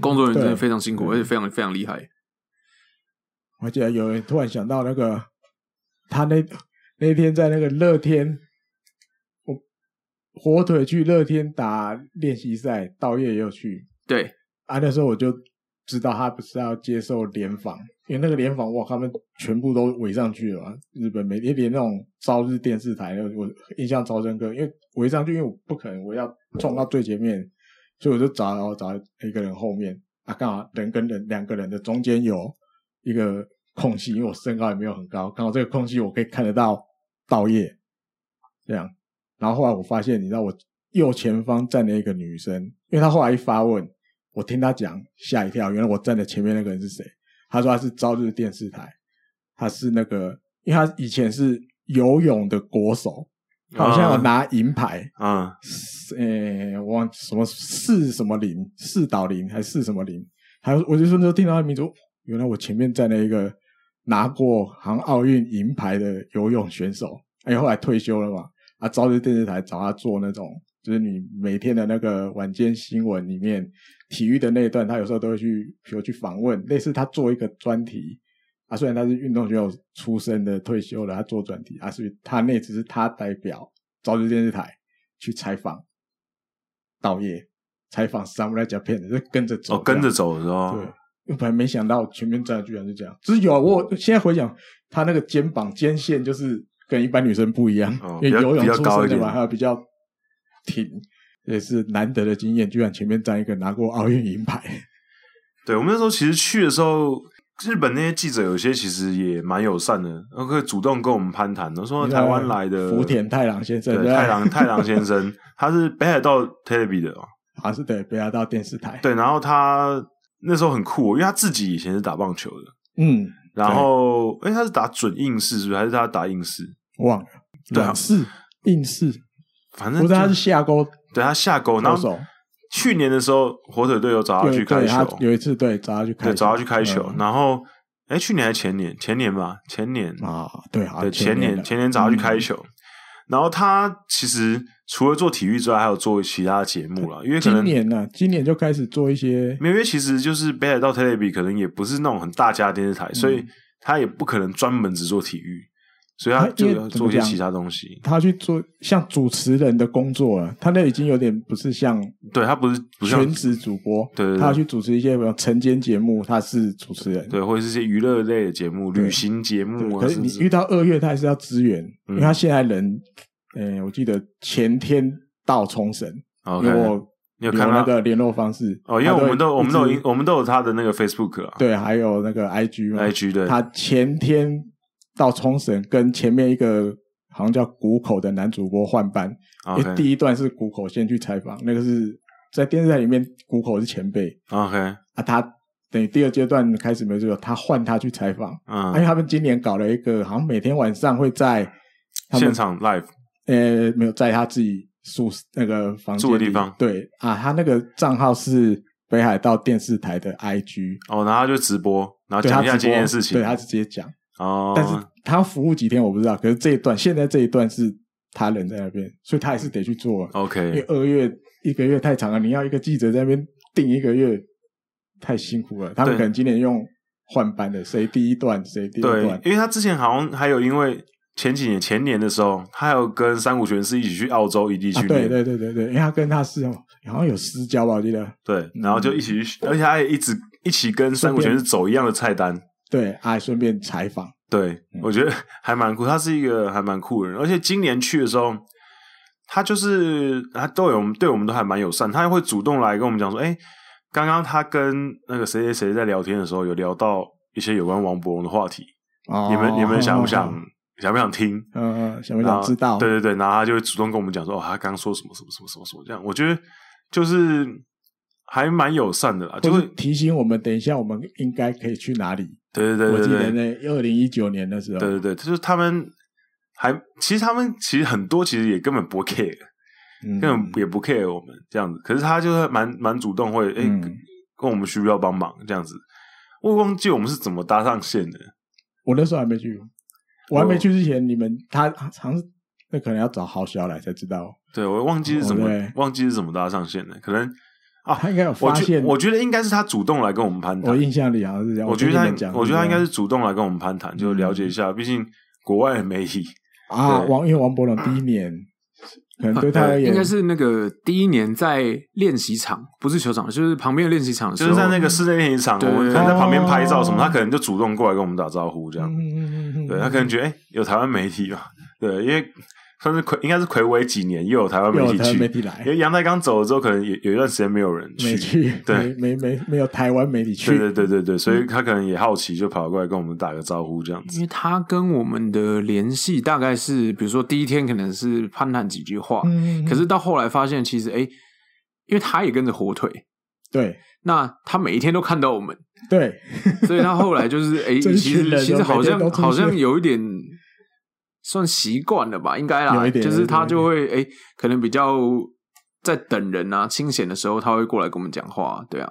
工作人员真的非常辛苦，而且非常非常厉害。 我记得有人突然想到那个，他那那天在那个乐天，我火腿去乐天打练习赛，道业也有去。 对啊，那时候我就知道他不是要接受联访，因为那个联访哇，他们全部都围上去了嘛。日本媒体连那种朝日电视台，我印象超深刻，因为围上去，因为我不可能我要冲到最前面，所以我就找然后找一个人后面啊，刚好人跟人两个人的中间有一个空隙，因为我身高也没有很高，刚好这个空隙我可以看得到道业，这样。然后后来我发现，你知道我右前方站了一个女生，因为她后来一发问，我听她讲吓一跳，原来我站的前面那个人是谁？她说她是朝日电视台，她是那个，因为她以前是游泳的国手，她好像有拿银牌， 嗯， 诶、我忘什么四什么零，四岛零还是四什么零？还有我就说就听到她名字，原来我前面站了一个拿过好像奥运银牌的游泳选手，哎，后来退休了嘛，啊，朝日电视台找他做那种，就是你每天的那个晚间新闻里面体育的那一段，他有时候都会去，比如去访问，类似他做一个专题啊，虽然他是运动选手出身的退休了，他做专题啊，所以他那只是他代表朝日电视台去采访道业，采访 Samurai Japan 就跟着走， 哦，跟着走的时候， 对。我本来没想到前面站的居然是这样，只是有我现在回想，他那个肩膀肩线就是跟一般女生不一样， 哦、 因为游泳出身的嘛， 还有比较挺，也是难得的经验。居然前面站一个拿过奥运银牌。 对，我们那时候其实去的时候，日本那些记者有些其实也蛮友善的，然后可以主动跟我们攀谈的，说台湾来的福田太郎先生， 对，太郎太郎先生，他是北海道 Television 的哦， 好像是对北海道电视台， 对，然后他。那时候很酷，因为他自己以前是打棒球的， 嗯， 然后，哎，他是打准硬式是不是？还是他打硬式？ 忘了，软式、硬式， 反正不是他是下钩， 对他下钩。然后去年的时候，火腿队有找他去开球， 有一次对找他去开球， 对找他去开球。嗯、然后，哎，去年还是前年？前年吧，前年啊，对，好对，前年前年找他去开球。嗯、然后他其实除了做体育之外，还有做其他的节目啦。因为可能今年呢、啊，今年就开始做一些， 因为其实就是北海道 Television 可能也不是那种很大家电视台，嗯、所以他也不可能专门只做体育，所以他就要做一些其他东西。 他去做像主持人的工作了，他那已经有点不是像， 对他不是不像全职主播， 对, 对, 对， 他要去主持一些晨间节目，他是主持人， 对，或者是一些娱乐类的节目、旅行节目啊。 可是你遇到二月，他还是要支援，嗯、因为他现在人。诶，我记得前天到冲绳， okay, 因为我你有看那个联络方式哦，因为我们都我们都有我们都有他的那个 Facebook 啊， 对，还有那个 I G 嘛 ，I G 对， 他前天到冲绳，跟前面一个好像叫谷口的男主播换班，因为第一段是谷口先去采访，那个是在电视台里面谷口是前辈 ，OK 啊，他等于第二阶段开始没有，他换他去采访， 嗯， 因为他们今年搞了一个，好像每天晚上会在现场 live。 呃，没有在他自己宿那个房间住的地方， 对啊，他那个账号是北海道电视台的 I G 哦，然后他就直播，然后讲一下今天的事情， 对他直接讲哦， 但是他服务几天我不知道，可是这一段现在这一段是他人在那边，所以他还是得去做 ，OK， 因为二月一个月太长了，你要一个记者在那边定一个月，太辛苦了，他们可能今年用换班的，谁第一段谁第二段， 对，因为他之前好像还有因为。前几年前年的时候，他有跟山谷玄士一起去澳洲异地训练、 啊，对对对对对，因为他跟他是好像有私交吧，我记得。 对，然后就一起去，嗯、而且他也一直一起跟山谷玄士走一样的菜单。 对，还顺便采访。 对，嗯、我觉得还蛮酷，他是一个还蛮酷的人，而且今年去的时候，他就是他都有对我们都还蛮友善，他会主动来跟我们讲说，哎，刚刚他跟那个谁谁谁在聊天的时候，有聊到一些有关王柏融的话题，哦、你们你们想不想？哦想不想听？ 嗯嗯，想不想知道？ 对对对，然后他就会主动跟我们讲说，哦，他刚刚说什么什么什么什么什么这样。我觉得就是还蛮友善的啦，就会提醒我们，等一下我们应该可以去哪里。 对对对对对， 我记得那二零一九年的时候， 对对对，就是他们还其实他们其实很多其实也根本不 care，、嗯、根本也不 care 我们这样子。可是他就是蛮蛮主动会，会、欸、哎、嗯、跟我们需不需要帮忙这样子。我忘记我们是怎么搭上线的。 我那时候还没去。我还没去之前，你们他好像是那可能要找豪小来才知道。 对，我忘记是怎么、 哦、 忘记是怎么搭上线的，可能啊， 他应该有发现。 我觉得应该是他主动来跟我们攀谈。 我印象里好像是这样。 我觉得他，我觉得他应该是是主动来跟我们攀谈，就了解一下。毕竟国外的媒体啊，王因为王柏融第一年。可能对他而言， 应该是那个第一年在练习场，不是球场，就是旁边的练习场的时候， 就是在那个室内练习场，我们可能在旁边拍照什么，他可能就主动过来跟我们打招呼，这样。对，他可能觉得，哎、欸，有台湾媒体嘛？对，因为算是魁，应该是睽违几年，又有台湾媒体去， 媒体来。 因为杨代刚走了之后，可能有有一段时间没有人去， 没去， 对， 没没没有台湾媒体去， 对对对对对，所以他可能也好奇，就跑过来跟我们打个招呼这样子。 因为他跟我们的联系大概是，比如说第一天可能是攀谈几句话，嗯、可是到后来发现，其实哎，因为他也跟着火腿， 对， 那他每一天都看到我们， 对， 所以他后来就是哎，其实其实好像好像有一点。算习惯了吧，应该啦，就是他就会哎、欸，可能比较在等人啊、清闲的时候，他会过来跟我们讲话，对啊。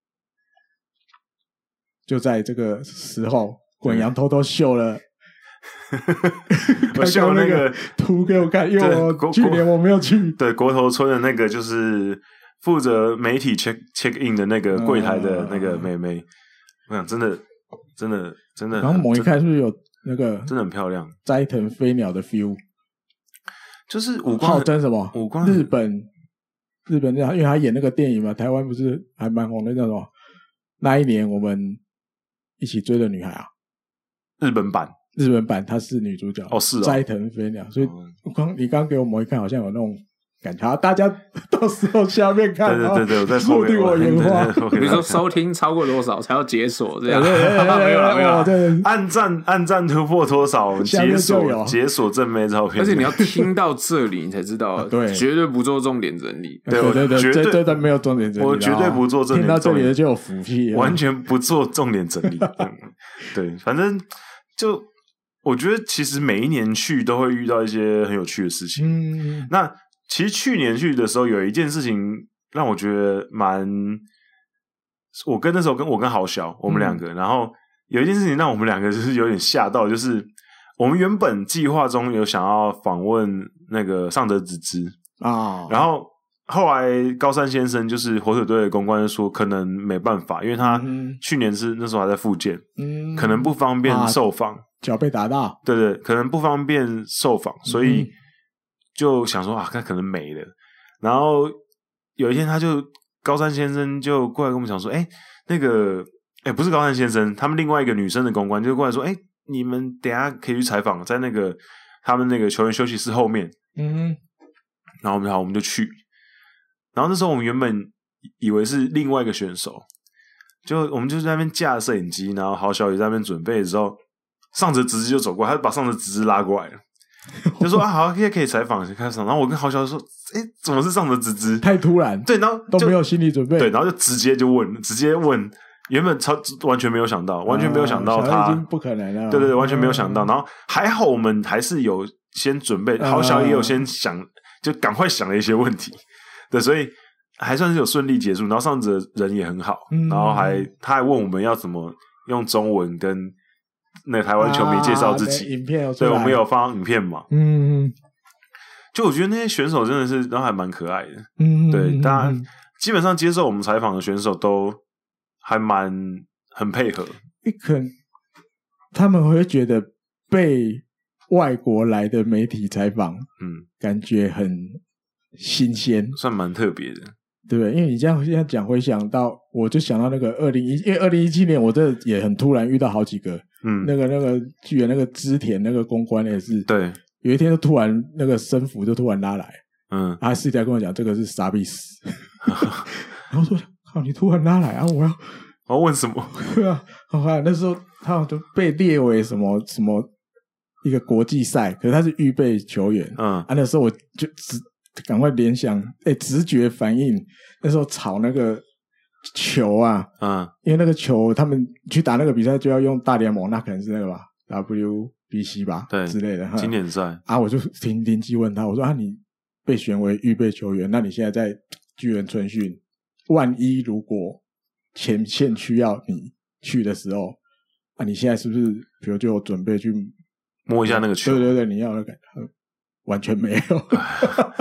就在这个时候，滚阳偷偷秀了， 我秀那个图给我看，因为我去年我没有去。 对，国头村的那个就是负责媒体 check check in 的那个柜台的那个妹妹，我想真的真的真的， 然后猛一看是不是有？那个真的很漂亮， 斋藤飞鸟的 feel， 就是五官浩真什么？ 五官日本日本这样，因为他演那个电影嘛，台湾不是还蛮红的那种。那一年我们一起追的女孩啊， 日本版， 日本版她是女主角哦，是哦， 斋藤飞鸟，所以我刚你刚给我猛一看，好像有那种。感觉大家到时候下面看， 对对对，我在说定我眼花。 比如说收听超过多少才要解锁这样？ 没有了没有了， 按赞按赞突破多少解锁解锁正妹照片。 而且你要听到这里，你才知道，对，绝对不做重点整理。 对对对，绝对的没有重点整理， 我绝对不做重点整理。 听到这里的就有福气， 完全不做重点整理。对，反正就我觉得，其实每一年去都会遇到一些很有趣的事情。嗯，那。其实去年去的时候，有一件事情让我觉得蛮，我跟那时候跟我跟豪小我们两个、嗯，然后有一件事情让我们两个就是有点吓到，就是我们原本计划中有想要访问那个上泽直之啊，然后后来高山先生就是火腿队的公关说，可能没办法，因为他去年是那时候还在复健，嗯，可能不方便受访，啊、 脚被打到， 对对，可能不方便受访，所以。嗯就想说啊，他可能没了。然后有一天，他就高山先生就过来跟我们讲说，哎、欸，那个，哎、欸，不是高山先生，他们另外一个女生的公关就过来说，哎、欸，你们等一下可以去采访，在那个他们那个球员休息室后面。嗯，然后我们好，我们就去。然后那时候我们原本以为是另外一个选手，就我们就在那边架摄影机，然后郝小也在那边准备的时候，上泽直之就走过来，他就把上泽直之拉过来了。就说啊，好，现在可以采访，开始。然后我跟豪小说，哎，怎么是上泽直之？ 太突然， 对，然后都没有心理准备， 对，然后就直接就问，直接问，原本超完全没有想到，完全没有想到他， 已经不可能了， 对对对，完全没有想到。然后还好我们还是有先准备，豪小也有先想，就赶快想了一些问题，对，所以还算是有顺利结束。然后上泽人也很好，然后还他还问我们要怎么用中文跟。那台湾球迷介绍自己， 啊、影片对，我们有放影片嘛，嗯，就我觉得那些选手真的是都还蛮可爱的，嗯，对，大家基本上接受我们采访的选手都还蛮很配合， 可能他们会觉得被外国来的媒体采访，嗯，感觉很新鲜， 算蛮特别的。 对不对？因为你这样现在讲，会想到，我就想到那个二零一，因为二零一七年我这也很突然遇到好几个，嗯，那个那个巨人那个织田那个公关也是， 对， 有一天就突然那个生服就突然拉来，嗯，他私底下跟我讲这个是傻逼死，然后说靠，你突然拉来啊，我要我要问什么？ 对啊，好吧，那时候他就被列为什么什么一个国际赛，可是他是预备球员，嗯，啊，那时候我就只。赶快联想，哎、欸，直觉反应。那时候炒那个球啊，嗯，因为那个球他们去打那个比赛就要用大联盟，那可能是那个吧 ，W B C 吧， 对之类的经典赛啊。我就听灵机问他，我说啊，你被选为预备球员，那你现在在巨人春训，万一如果前线需要你去的时候，啊，你现在是不是比如就有准备去摸一下那个球？ 对对对，你要那个。完全没有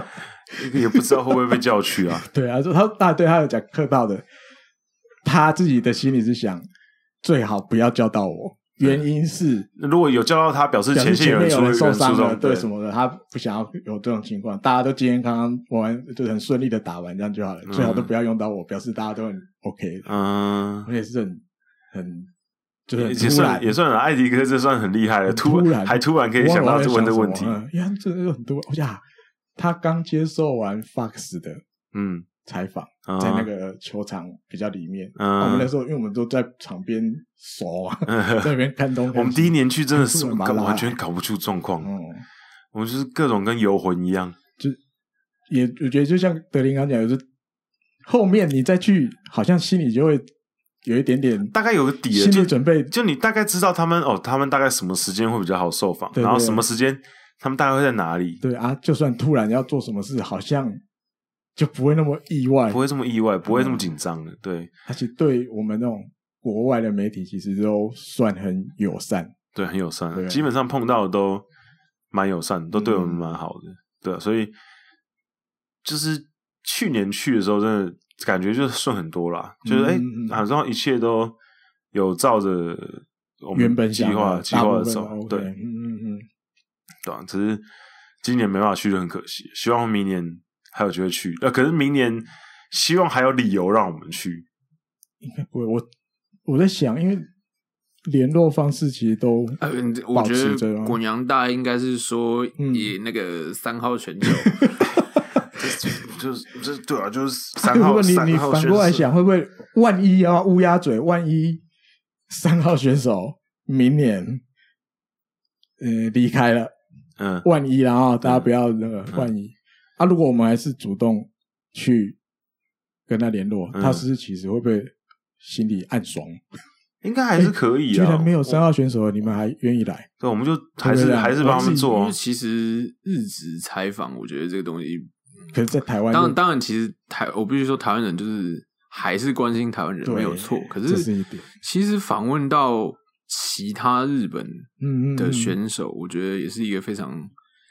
也不知道会不会被叫去啊。 对啊，他大对他有讲客套的，他自己的心里是想最好不要叫到我。原因是如果有叫到他，表示前线有人有人受伤了， 对什么的，他不想要有这种情况。大家都健健康康玩，就很顺利的打完，这样就好了。嗯、最好都不要用到我，表示大家都很 OK。嗯，我也是很很就是很突然， 也算了。艾迪哥这算很厉害了，突然还突然可以想到问的问题。 因为这个很多呀，他刚接受完 Fox 的嗯采访。在那个球场比较里面，嗯、我们那时候因为我们都在场边守啊，嗯、在那边看东看西。 我们第一年去真的是完全搞不出状况，嗯、我们就是各种跟游魂一样。 就也我觉得就像德林刚讲，就是后面你再去，好像心里就会有一点点大概有个底了， 心理准备， 就你大概知道他们哦，他们大概什么时间会比较好受访，然后什么时间他们大概会在哪里。 对啊，就算突然要做什么事，好像。就不会那么意外， 不会这么意外，不会这么紧张的，嗯、对。 而且对我们那种国外的媒体，其实都算很友善， 对，很友善，基本上碰到的都蛮友善的，都对我们蛮好的，嗯、对。所以就是去年去的时候，真的感觉就顺很多啦，嗯、就是哎，好像一切都有照着我们原本计划计划的走，对， 嗯嗯嗯， 对啊。只是今年没办法去就很可惜，希望明年。还有机会去，呃，可是明年希望还有理由让我们去。 应该不会，我我在想，因为联络方式其实都呃，我觉得滚阳大应该是说以那个三号选手， 嗯、就是就是对啊，就是三号。 如果你你反过来想，会不会万一要乌鸦嘴？万一三号选手明年呃离开了，嗯，万一然后大家不要那个、嗯、万一。啊，如果我们还是主动去跟他联络，嗯、他是其实会不会心里暗爽？ 应该还是可以啊。 居然没有三号选手，你们还愿意来？ 对，我们就还是还是帮他们做、啊。 其实日职采访，我觉得这个东西， 可是在台湾， 当然当然，其实台我必须说，台湾人就是还是关心台湾人没有错。可是， 是其实访问到其他日本的选手，嗯嗯嗯我觉得也是一个非常。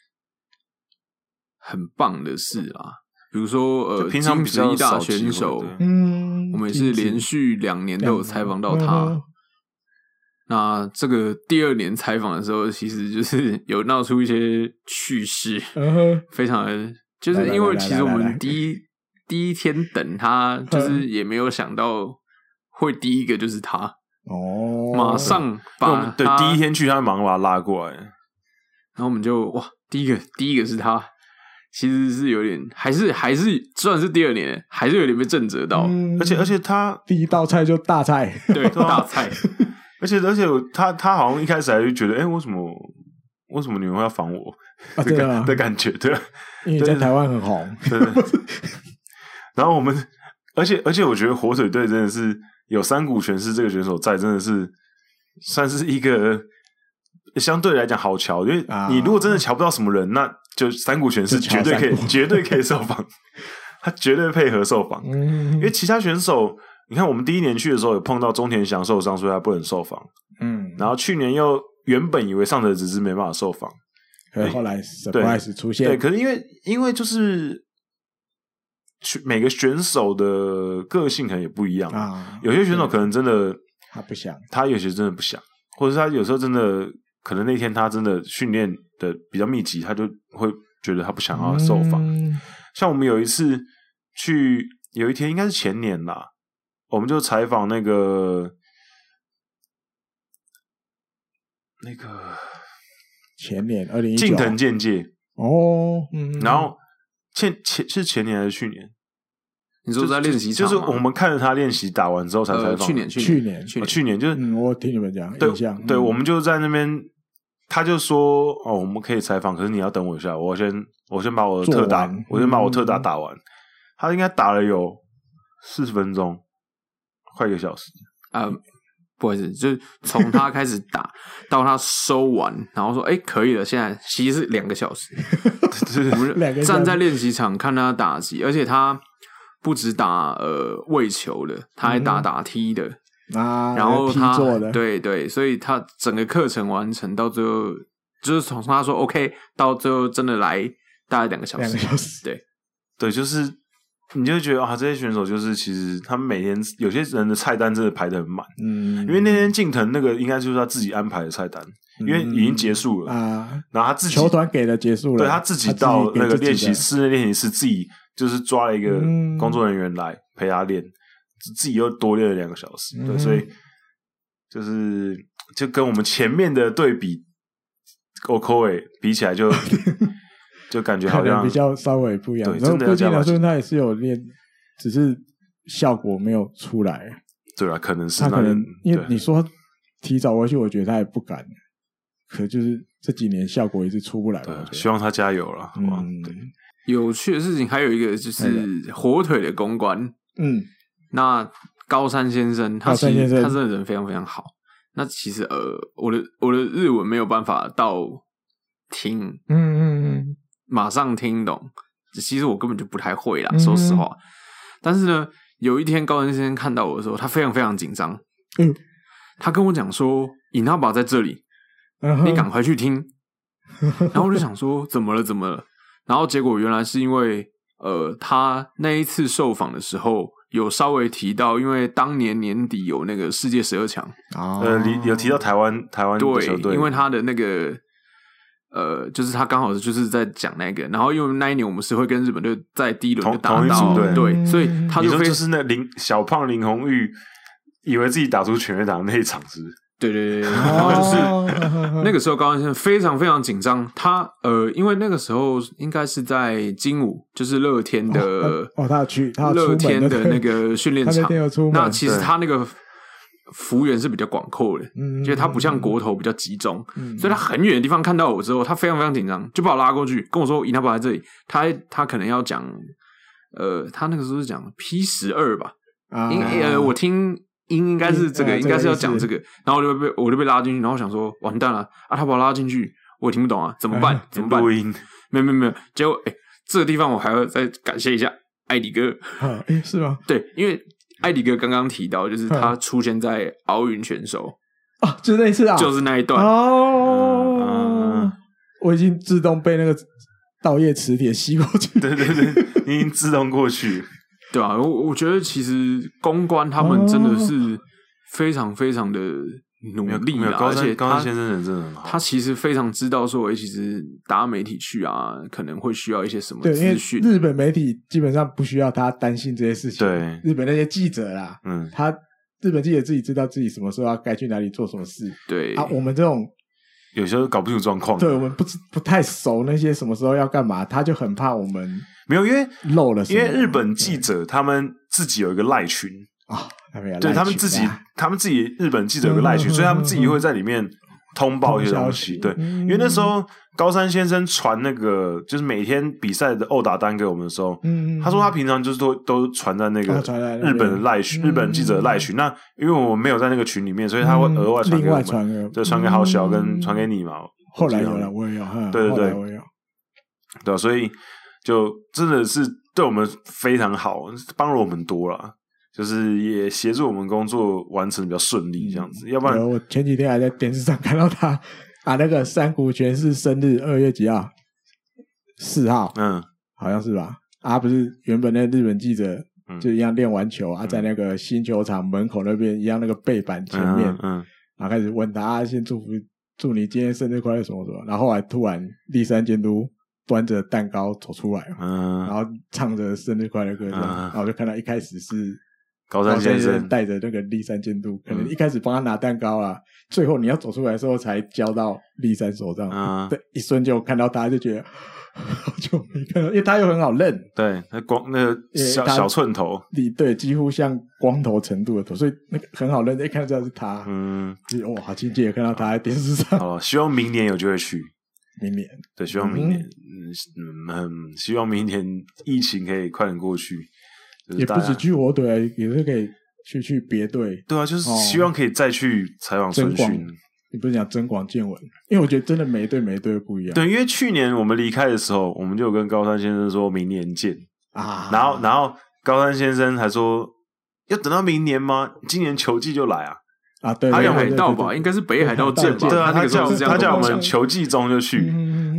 很棒的事啊，比如说呃， 平常比较一大选手，嗯，我们也是连续两年都有采访到他。嗯、那这个第二年采访的时候，其实就是有闹出一些趣事，嗯、非常的，就是因为其实我们第一第一天等他，就是也没有想到会第一个就是他哦，马上把对第一天去，他马上把他拉过来，然后我们就哇，第一个第一个是他。其实是有点，还是还是，虽然是第二年，还是有点被震慑到。 嗯、而且而且他第一道菜就大菜， 对大菜。 而且而且他他好像一开始还就觉得，哎、欸，为什么为什么你们要防我、 啊、对啊的感觉？对， 因为在台湾很红。 对。然后我们，而且而且，我觉得火腿队真的是有山谷拳士这个选手在，真的是算是一个相对来讲好瞧，因为你如果真的瞧不到什么人，那就山谷拳士绝对可以，绝对可以受访，他绝对配合受访。嗯，因为其他选手，你看我们第一年去的时候有碰到中田翔受伤，所以他不能受访。嗯，然后去年又原本以为上泽直之没办法受访， 可后来 surprise 出现。 对，可是因为因为就是每个选手的个性可能也不一样啊，有些选手可能真的他不想， 他有些真的不想，或者是他有时候真的。可能那天他真的训练的比较密集，他就会觉得他不想要受访。嗯、像我们有一次去，有一天应该是前年啦，我们就采访那个那个前年二零一九近藤健介哦， 嗯、然后前前是前年还是去年？ 你说在练习场， 就是我们看着他练习打完之后才采访、呃。 去年， 去年， 去年，去年就是、 嗯、我听你们讲， 对印象对， 嗯、 我们就在那边，他就说哦，我们可以采访，可是你要等我一下，我先我先把我的特打，我先把我特打打完。嗯、他应该打了有四十分钟，快一个小时啊、呃！不好意思，就是从他开始打到他收完，然后说哎可以了，现在其实是两个小时。我们站在练习场看他打击，而且他。不只打呃喂球的，他还打打踢的、 嗯、啊， 然后他做的对对，所以他整个课程完成到最后，就是从他说 OK 到最后真的来大概两个小时， 两个小时， 对， 对，就是你就会觉得啊，这些选手就是其实他们每天有些人的菜单真的排得很满，嗯，因为那天近藤那个应该就是他自己安排的菜单，嗯、因为已经结束了啊，然后他自己球团给的结束了， 对他自己到那个练习室内练习室自己就是抓了一个工作人员来陪他练，嗯、自己又多练了两个小时，对，嗯、所以就是就跟我们前面的对比 ，Okoye 比起来就。就感觉好像比较稍微不一样，然后毕竟来说他也是有练，只是效果没有出来。 对啊，可能是他可能因为你说提早回去，我觉得他也不敢。可就是这几年效果一直出不来。 对，希望他加油了。嗯，对。 有趣的事情还有一个就是火腿的公关。嗯，那高山先生，他其实他真的人非常非常好。那其实呃，我的我的日文没有办法到听。嗯嗯嗯。马上听懂，其实我根本就不太会啦，嗯、说实话。但是呢，有一天高山先生看到我的时候，他非常非常紧张。嗯，他跟我讲说：“尹阿宝在这里，嗯、你赶快去听。”然后我就想说：“怎么了？怎么了？”然后结果原来是因为呃，他那一次受访的时候有稍微提到，因为当年年底有那个世界十二强， 哦、呃，有提到台湾台湾的球队， 因为他的那个。呃，就是他刚好就是在讲那个，然后因为那一年我们是会跟日本队在第一轮就打到，对，对，所以他就非就是那林小胖林红玉以为自己打出全垒打那一场是， 对对对，然后就是那个时候高山先生非常非常紧张，他呃，因为那个时候应该是在金武，就是乐天的哦，哦他去他乐天的那个训练场，那其实他那个。幅员是比较广阔的，嗯，因为他不像国头比较集中，嗯，所以他很远的地方看到我之后，他非常非常紧张，就把我拉过去跟我说：“尹大宝在这里。”他他可能要讲，呃，他那个时候是讲 P 十二 吧，啊，应呃，我听应应该是这个，嗯、应该是要讲这个，然后我就被我就被拉进去，然后想说完蛋了啊，他把我拉进去，我也听不懂啊，怎么办？怎么办？ 录音没有没有没有，结果哎，这个地方我还要再感谢一下艾迪哥， 啊，哎，是吗？ 对，因为。艾迪哥刚刚提到，就是他出现在奥运选手哦，就那一次啊， 就是那一段哦、嗯，我已经自动被那个稻叶磁铁吸过去， 对对对，你已经自动过去， 对啊，我我觉得其实公关他们真的是非常非常的努力啦，而且高山先生人真的很好， 他其实非常知道说，其实打媒体去啊，可能会需要一些什么资讯。 日本媒体基本上不需要他担心这些事情。 对， 日本那些记者啦，嗯，他日本记者自己知道自己什么时候要该去哪里做什么事。 对啊，我们这种有时候搞不清楚状况， 对我们不不太熟那些什么时候要干嘛，他就很怕我们没有，因为漏了什么。 因为日本记者他们自己有一个赖群啊。哦对他们自己，他们自己日本记者有个赖群，所以他们自己会在里面通报一些东西。对，因为那时候高山先生传那个就是每天比赛的殴打单给我们的时候，他说他平常就是都都传在那个日本的赖群，日本记者的赖群。那因为我们没有在那个群里面，所以他会额外传给我们，就传给郝小跟传给你嘛。 后来有了，我也有， 对对对， 我也有， 对，所以就真的是对我们非常好，帮了我们多了。就是也协助我们工作完成比较顺利这样子，嗯、要不然我前几天还在电视上看到他啊，那个山谷全是生日二月几号？四号，嗯，好像是吧？啊，不是原本那日本记者就一样练完球、嗯、啊，在那个新球场门口那边一样那个背板前面，嗯，嗯然后开始问他、啊、先祝福祝你今天生日快乐什么什么，然后后来突然立山监督端着蛋糕走出来，嗯，然后唱着生日快乐歌这样，嗯、然后我就看到一开始是。 高山先生带着那个立山监督，可能一开始帮他拿蛋糕啦、嗯，最后你要走出来的时候才交到立山手上。嗯，对，一瞬间我看到他就觉得好久没看到，因为他又很好认， 对，那光那个小小寸头， 对，几乎像光头程度的头，所以那个很好认，一看就知道是他。嗯，哇，好亲切，看到他在电视上。 好，希望明年有机会去。 明年， 对，希望明年，嗯嗯，希望明年疫情可以快点过去。 也不止去火腿，也是可以去去别队。 对啊，就是希望可以再去采访春训。 你不是讲增广见闻？因为我觉得真的每一队每一队不一样。 对，因为去年我们离开的时候，我们就有跟高山先生说明年见啊。然后，然后高山先生还说要等到明年吗？今年球季就来啊。 啊，对， 他叫海盗吧，应该是北海道见吧？ 对啊，他叫他叫我们球季中就去。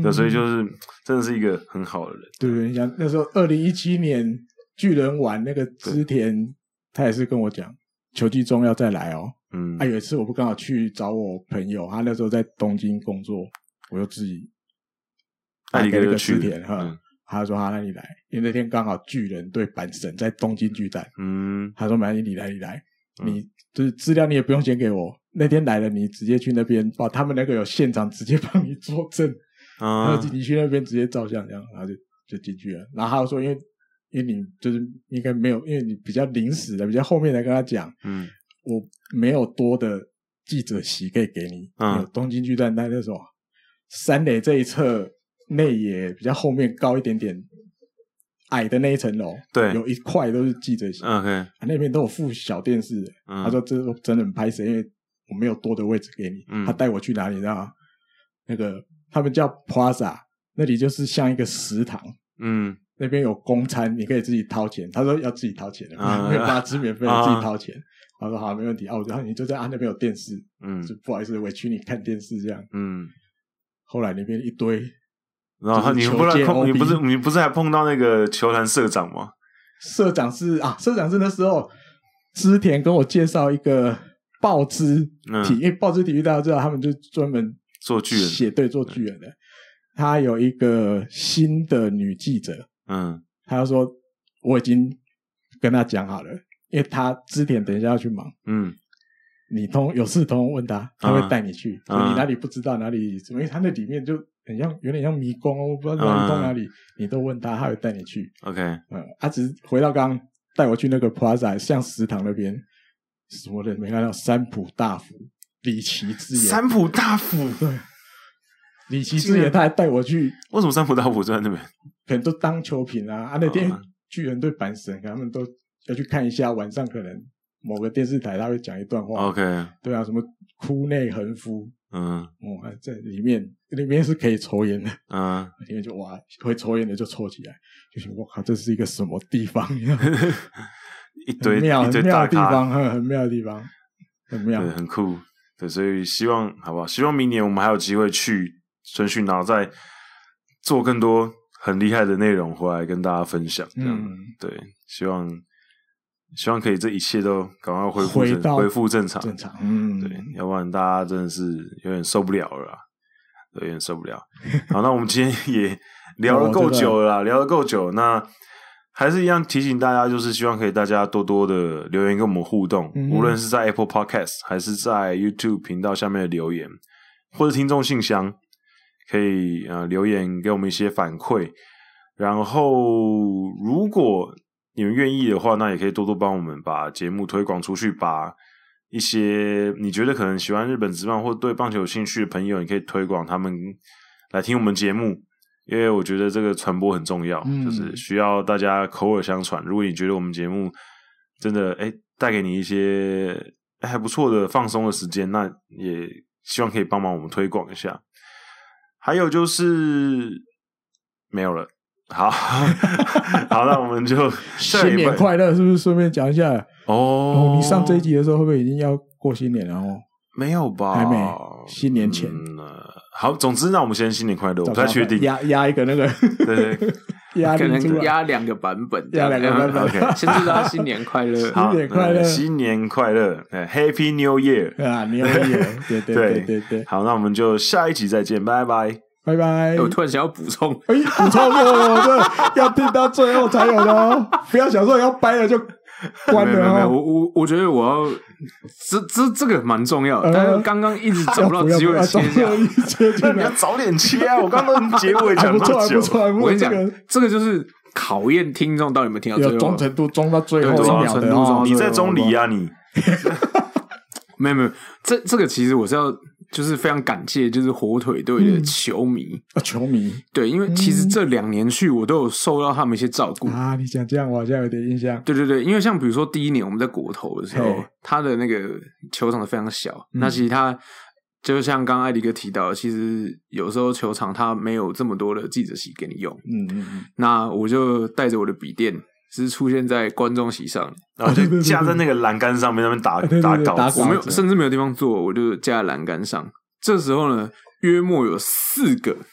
对，所以就是真的是一个很好的人。 对对，你想那时候二零一七年巨人玩那个织田，他也是跟我讲球季中要再来哦。嗯，啊，有一次我不刚好去找我朋友，他那时候在东京工作，我就自己打给那个织田哈。嗯，他说他那里来，因为那天刚好巨人对阪神在东京巨蛋。嗯，他说：“买你来，你来，嗯、你就是资料你也不用先给我。那天来了，你直接去那边，把他们那个有现场直接帮你作证，啊、然后你去那边直接照相，这样，然后就就进去了。然后他说，因为因为你就是应该没有，因为你比较临时的，比较后面才跟他讲，嗯，我没有多的记者席可以给你，嗯，有东京巨蛋，但那时候三垒这一侧。”内野比较后面高一点点，矮的那一层楼，对，有一块都是记者席 ，OK，、啊、那边都有附小电视的、嗯。他说这真的很拍摄，因为我没有多的位置给你。嗯、他带我去哪里？知道吗？那个他们叫 Plaza， 那里就是像一个食堂。嗯，那边有公餐，你可以自己掏钱。他说要自己掏钱的，没有办法吃免费，自己掏钱。他说好，没问题啊。然后你就在啊那边有电视，嗯，就不好意思委屈你看电视这样。嗯，后来那边一堆。 然后你不是碰，你不是你不是还碰到那个球坛社长吗？ 社长是啊，社长是那时候织田跟我介绍一个报知体，嗯、因为报知体育大家知道，他们就专门做巨人写对做巨人的。他有一个新的女记者，嗯，他就说我已经跟他讲好了，因为他织田等一下要去忙，嗯。你通有事通问他，他会带你去。嗯、所以你哪里不知道哪里，因为他那里面就很像，有点像迷宫哦，我不知道哪里通哪里，嗯、你都问他，他会带你去。 OK， 嗯，他、啊、只是回到刚刚带我去那个 Plaza， 像食堂那边，什么人没看到？三浦大辅、里崎智也。 三浦大辅， 对，里崎智也，他还带我去。 为什么三浦大辅就在那边？ 可能都当球评啊。啊，那天巨人对阪神，他们都要去看一下，晚上可能。某个电视台他会讲一段话 ，OK， 对啊，什么窟内横夫，嗯，哦，在里面里面是可以抽烟的，嗯，里面就哇，会抽烟的就抽起来，就是我靠，这是一个什么地方？ 一堆很妙一堆很妙的地方，很很妙的地方，很妙， 对，很酷，对，所以希望好不好？希望明年我们还有机会去春训，然后再做更多很厉害的内容回来跟大家分享，这样，嗯、对，希望。希望可以这一切都赶快恢复正恢复正常， 正常，嗯， 对，要不然大家真的是有点受不了了啦，有点受不了。好，那我们今天也聊了够久了啦，聊了够久，那还是一样提醒大家，就是希望可以大家多多的留言跟我们互动，嗯、无论是在 Apple Podcast 还是在 YouTube 频道下面的留言，或者听众信箱，可以呃留言给我们一些反馈。然后如果你们愿意的话，那也可以多多帮我们把节目推广出去，把一些你觉得可能喜欢日本职棒或对棒球有兴趣的朋友，你可以推广他们来听我们节目，因为我觉得这个传播很重要，嗯、就是需要大家口耳相传。如果你觉得我们节目真的诶带给你一些还不错的放松的时间，那也希望可以帮忙我们推广一下。还有就是没有了。好好，那我们就新年快乐，是不是顺便讲一下？哦，哦你上这一集的时候会不会已经要过新年了？哦， 没有吧？ 还没，新年前。 嗯呃、好，总之那我们先新年快乐，我不太确定， 压压一个那个， 对对， 压可能压两个版本， 压两个版本。 OK， 先祝大家新年快乐， 新年快乐， 新年快乐 ，Happy New Year 啊 ，New Year， 对对对对对。 好，那我们就下一集再见，拜拜。 拜拜！ 我突然想要补充， 哎，补充哦，这要听到最后才有的哦，不要想说要掰了就关了哦。 没有没有，我我我觉得我要这这这个蛮重要的，但是刚刚一直找不到机会切掉，你要早点切啊！我刚刚结尾讲不错，不错， 我跟你讲，这个就是考验听众到底有没有听到最后， 有忠诚度忠到最后一秒的哦。 你在中离啊你？ 没有没有，这这个其实我是要。就是非常感谢，就是火腿队的球迷、 嗯、啊，球迷对，因为其实这两年去我都有受到他们一些照顾啊。你讲这样，我好像有点印象。 对对对，因为像比如说第一年我们在国头的时候，他的那个球场非常小，嗯、那其实他就像刚刚艾迪哥提到的，其实有时候球场他没有这么多的记者席给你用。嗯嗯嗯，那我就带着我的笔电。是出现在观众席上， 然后就架在那个栏杆上面，那边打打稿子。 我没有，甚至没有地方坐，我就架在栏杆上。这时候呢，约莫有四个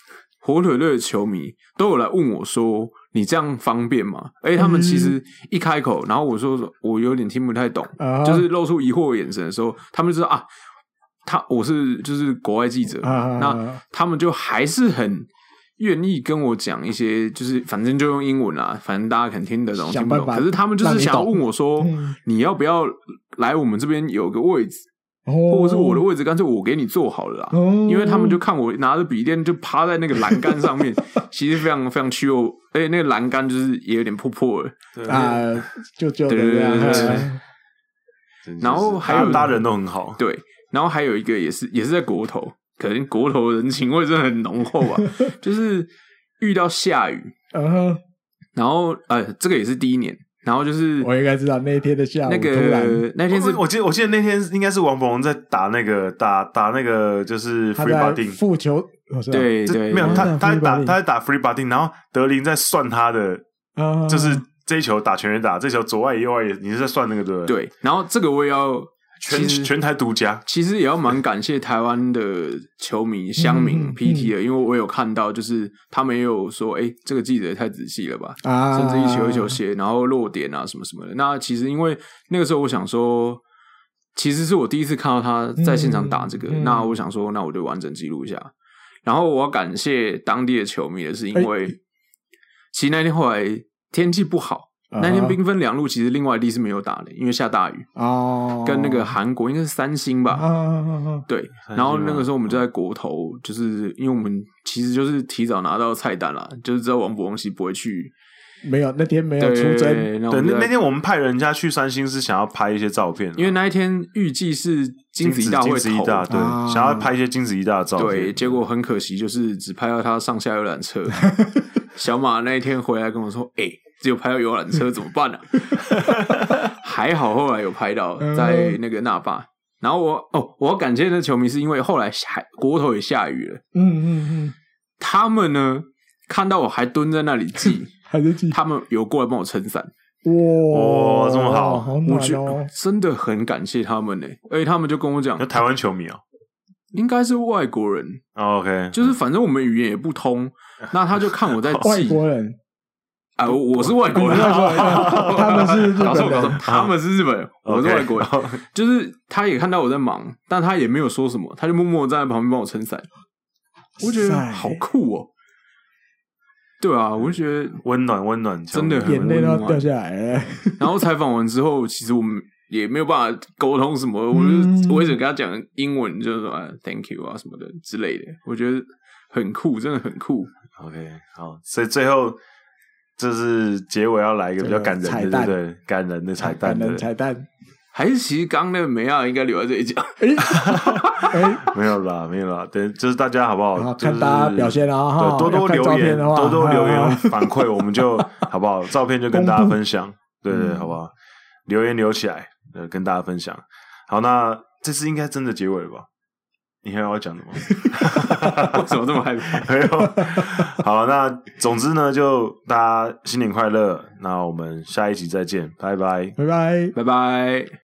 火腿队的球迷都有来问我说：“你这样方便吗？”而且他们其实一开口，然后我说我有点听不太懂，嗯、就是露出疑惑的眼神的时候，他们就说啊，他我是就是国外记者，嗯、那他们就还是很愿意跟我讲一些，就是反正就用英文啦，反正大家可能听得懂听不懂，可是他们就是想要问我说，嗯、你要不要来我们这边有个位置？哦、或者是我的位置，干脆我给你做好了啦。哦、因为他们就看我拿着笔电就趴在那个栏杆上面，其实非常非常虚弱，而且那个栏杆就是也有点破破了啊，就就对对对。 然后还有大人都很好， 对，然后还有一个也是也是在国头，可能国头人情味真的很浓厚啊，就是遇到下雨，uh-huh. 然后呃，这个也是第一年。然后就是我应该知道那一天的下午， 那个那天是我记得我记得那天应该是王柏荣在打那个打打那个就是 free body 负球， 对对， 没有他他在打他在打 free body， 然后德林在算他的，uh, 就是这一球打全垒打，这球左外野右外野，你是在算那个对不对？ 对，然后这个我也要全全台独家， 其实也要蛮感谢台湾的球迷乡民 P T 的、嗯嗯，因为我有看到，就是他们也有说，哎、欸，这个记者也太仔细了吧，啊、甚至一球一球写，然后落点啊什么什么的。那其实因为那个时候我想说，其实是我第一次看到他在现场打这个，嗯嗯、那我想说，那我就完整记录一下。然后我要感谢当地的球迷的是，因为、欸、其实那天后来天气不好。那天兵分两路，其实另外一地是没有打的，因为下大雨哦。跟那个韩国应该是三星吧，哦、对。然后那个时候我们就在国头，就是因为我们其实就是提早拿到菜单啦，就是知道王柏荣不会去， 没有那天没有出征。 对，那那天我们派人家去三星是想要拍一些照片， 因为那一天预计是金子一大会投， 金子一大对、啊，想要拍一些金子一大的照片。 对，结果很可惜，就是只拍到他上下游览车。小马那一天回来跟我说：“哎、欸。”只有拍到游览车怎么办呢、啊？还好后来有拍到在那个那霸。然后我哦，我要感谢那球迷是因为后来还国头也下雨了，嗯嗯嗯，他们呢看到我还蹲在那里记， 还在记， 他们有过来帮我撑伞。 哇，这么好， 好暖哦、 我觉得真的很感谢他们呢、欸。而且他们就跟我讲， 台湾球迷哦， 应该是外国人。 哦、OK， 就是反正我们语言也不通，那他就看我在记外国人。 啊，我是外国人， 他们是日本人， 他们是日本人，我是外国人。Okay. 就是他也看到我在忙，但他也没有说什么，他就默默站在旁边帮我撑伞。我觉得好酷哦！对啊，我就觉得温暖温暖， 真的很眼泪都要掉下来了。 然后采访完之后，其实我们也没有办法沟通什么，我就我一直跟他讲英文，就是说啊 ，thank you 啊什么的之类的。我觉得很酷，真的很酷。 OK， 好，所以最后。就是结尾要来一个比较感人的，对不对？感人的彩蛋， 感人彩蛋， 还是其实刚刚那个梅亚应该留在这里讲。 没有啦，没有啦，对，就是大家好不好？就是、 看大家表现啊， 对，多多留言，多多留言反馈，我们就好不好？照片就跟大家分享，对对，好不好？留言留起来，呃，跟大家分享。好，那这次应该真的结尾了吧？你还有要讲的吗？ 为什么这么害怕？ 没有。好，那总之呢，就大家新年快乐。那我们下一集再见，拜拜， 拜拜， 拜拜。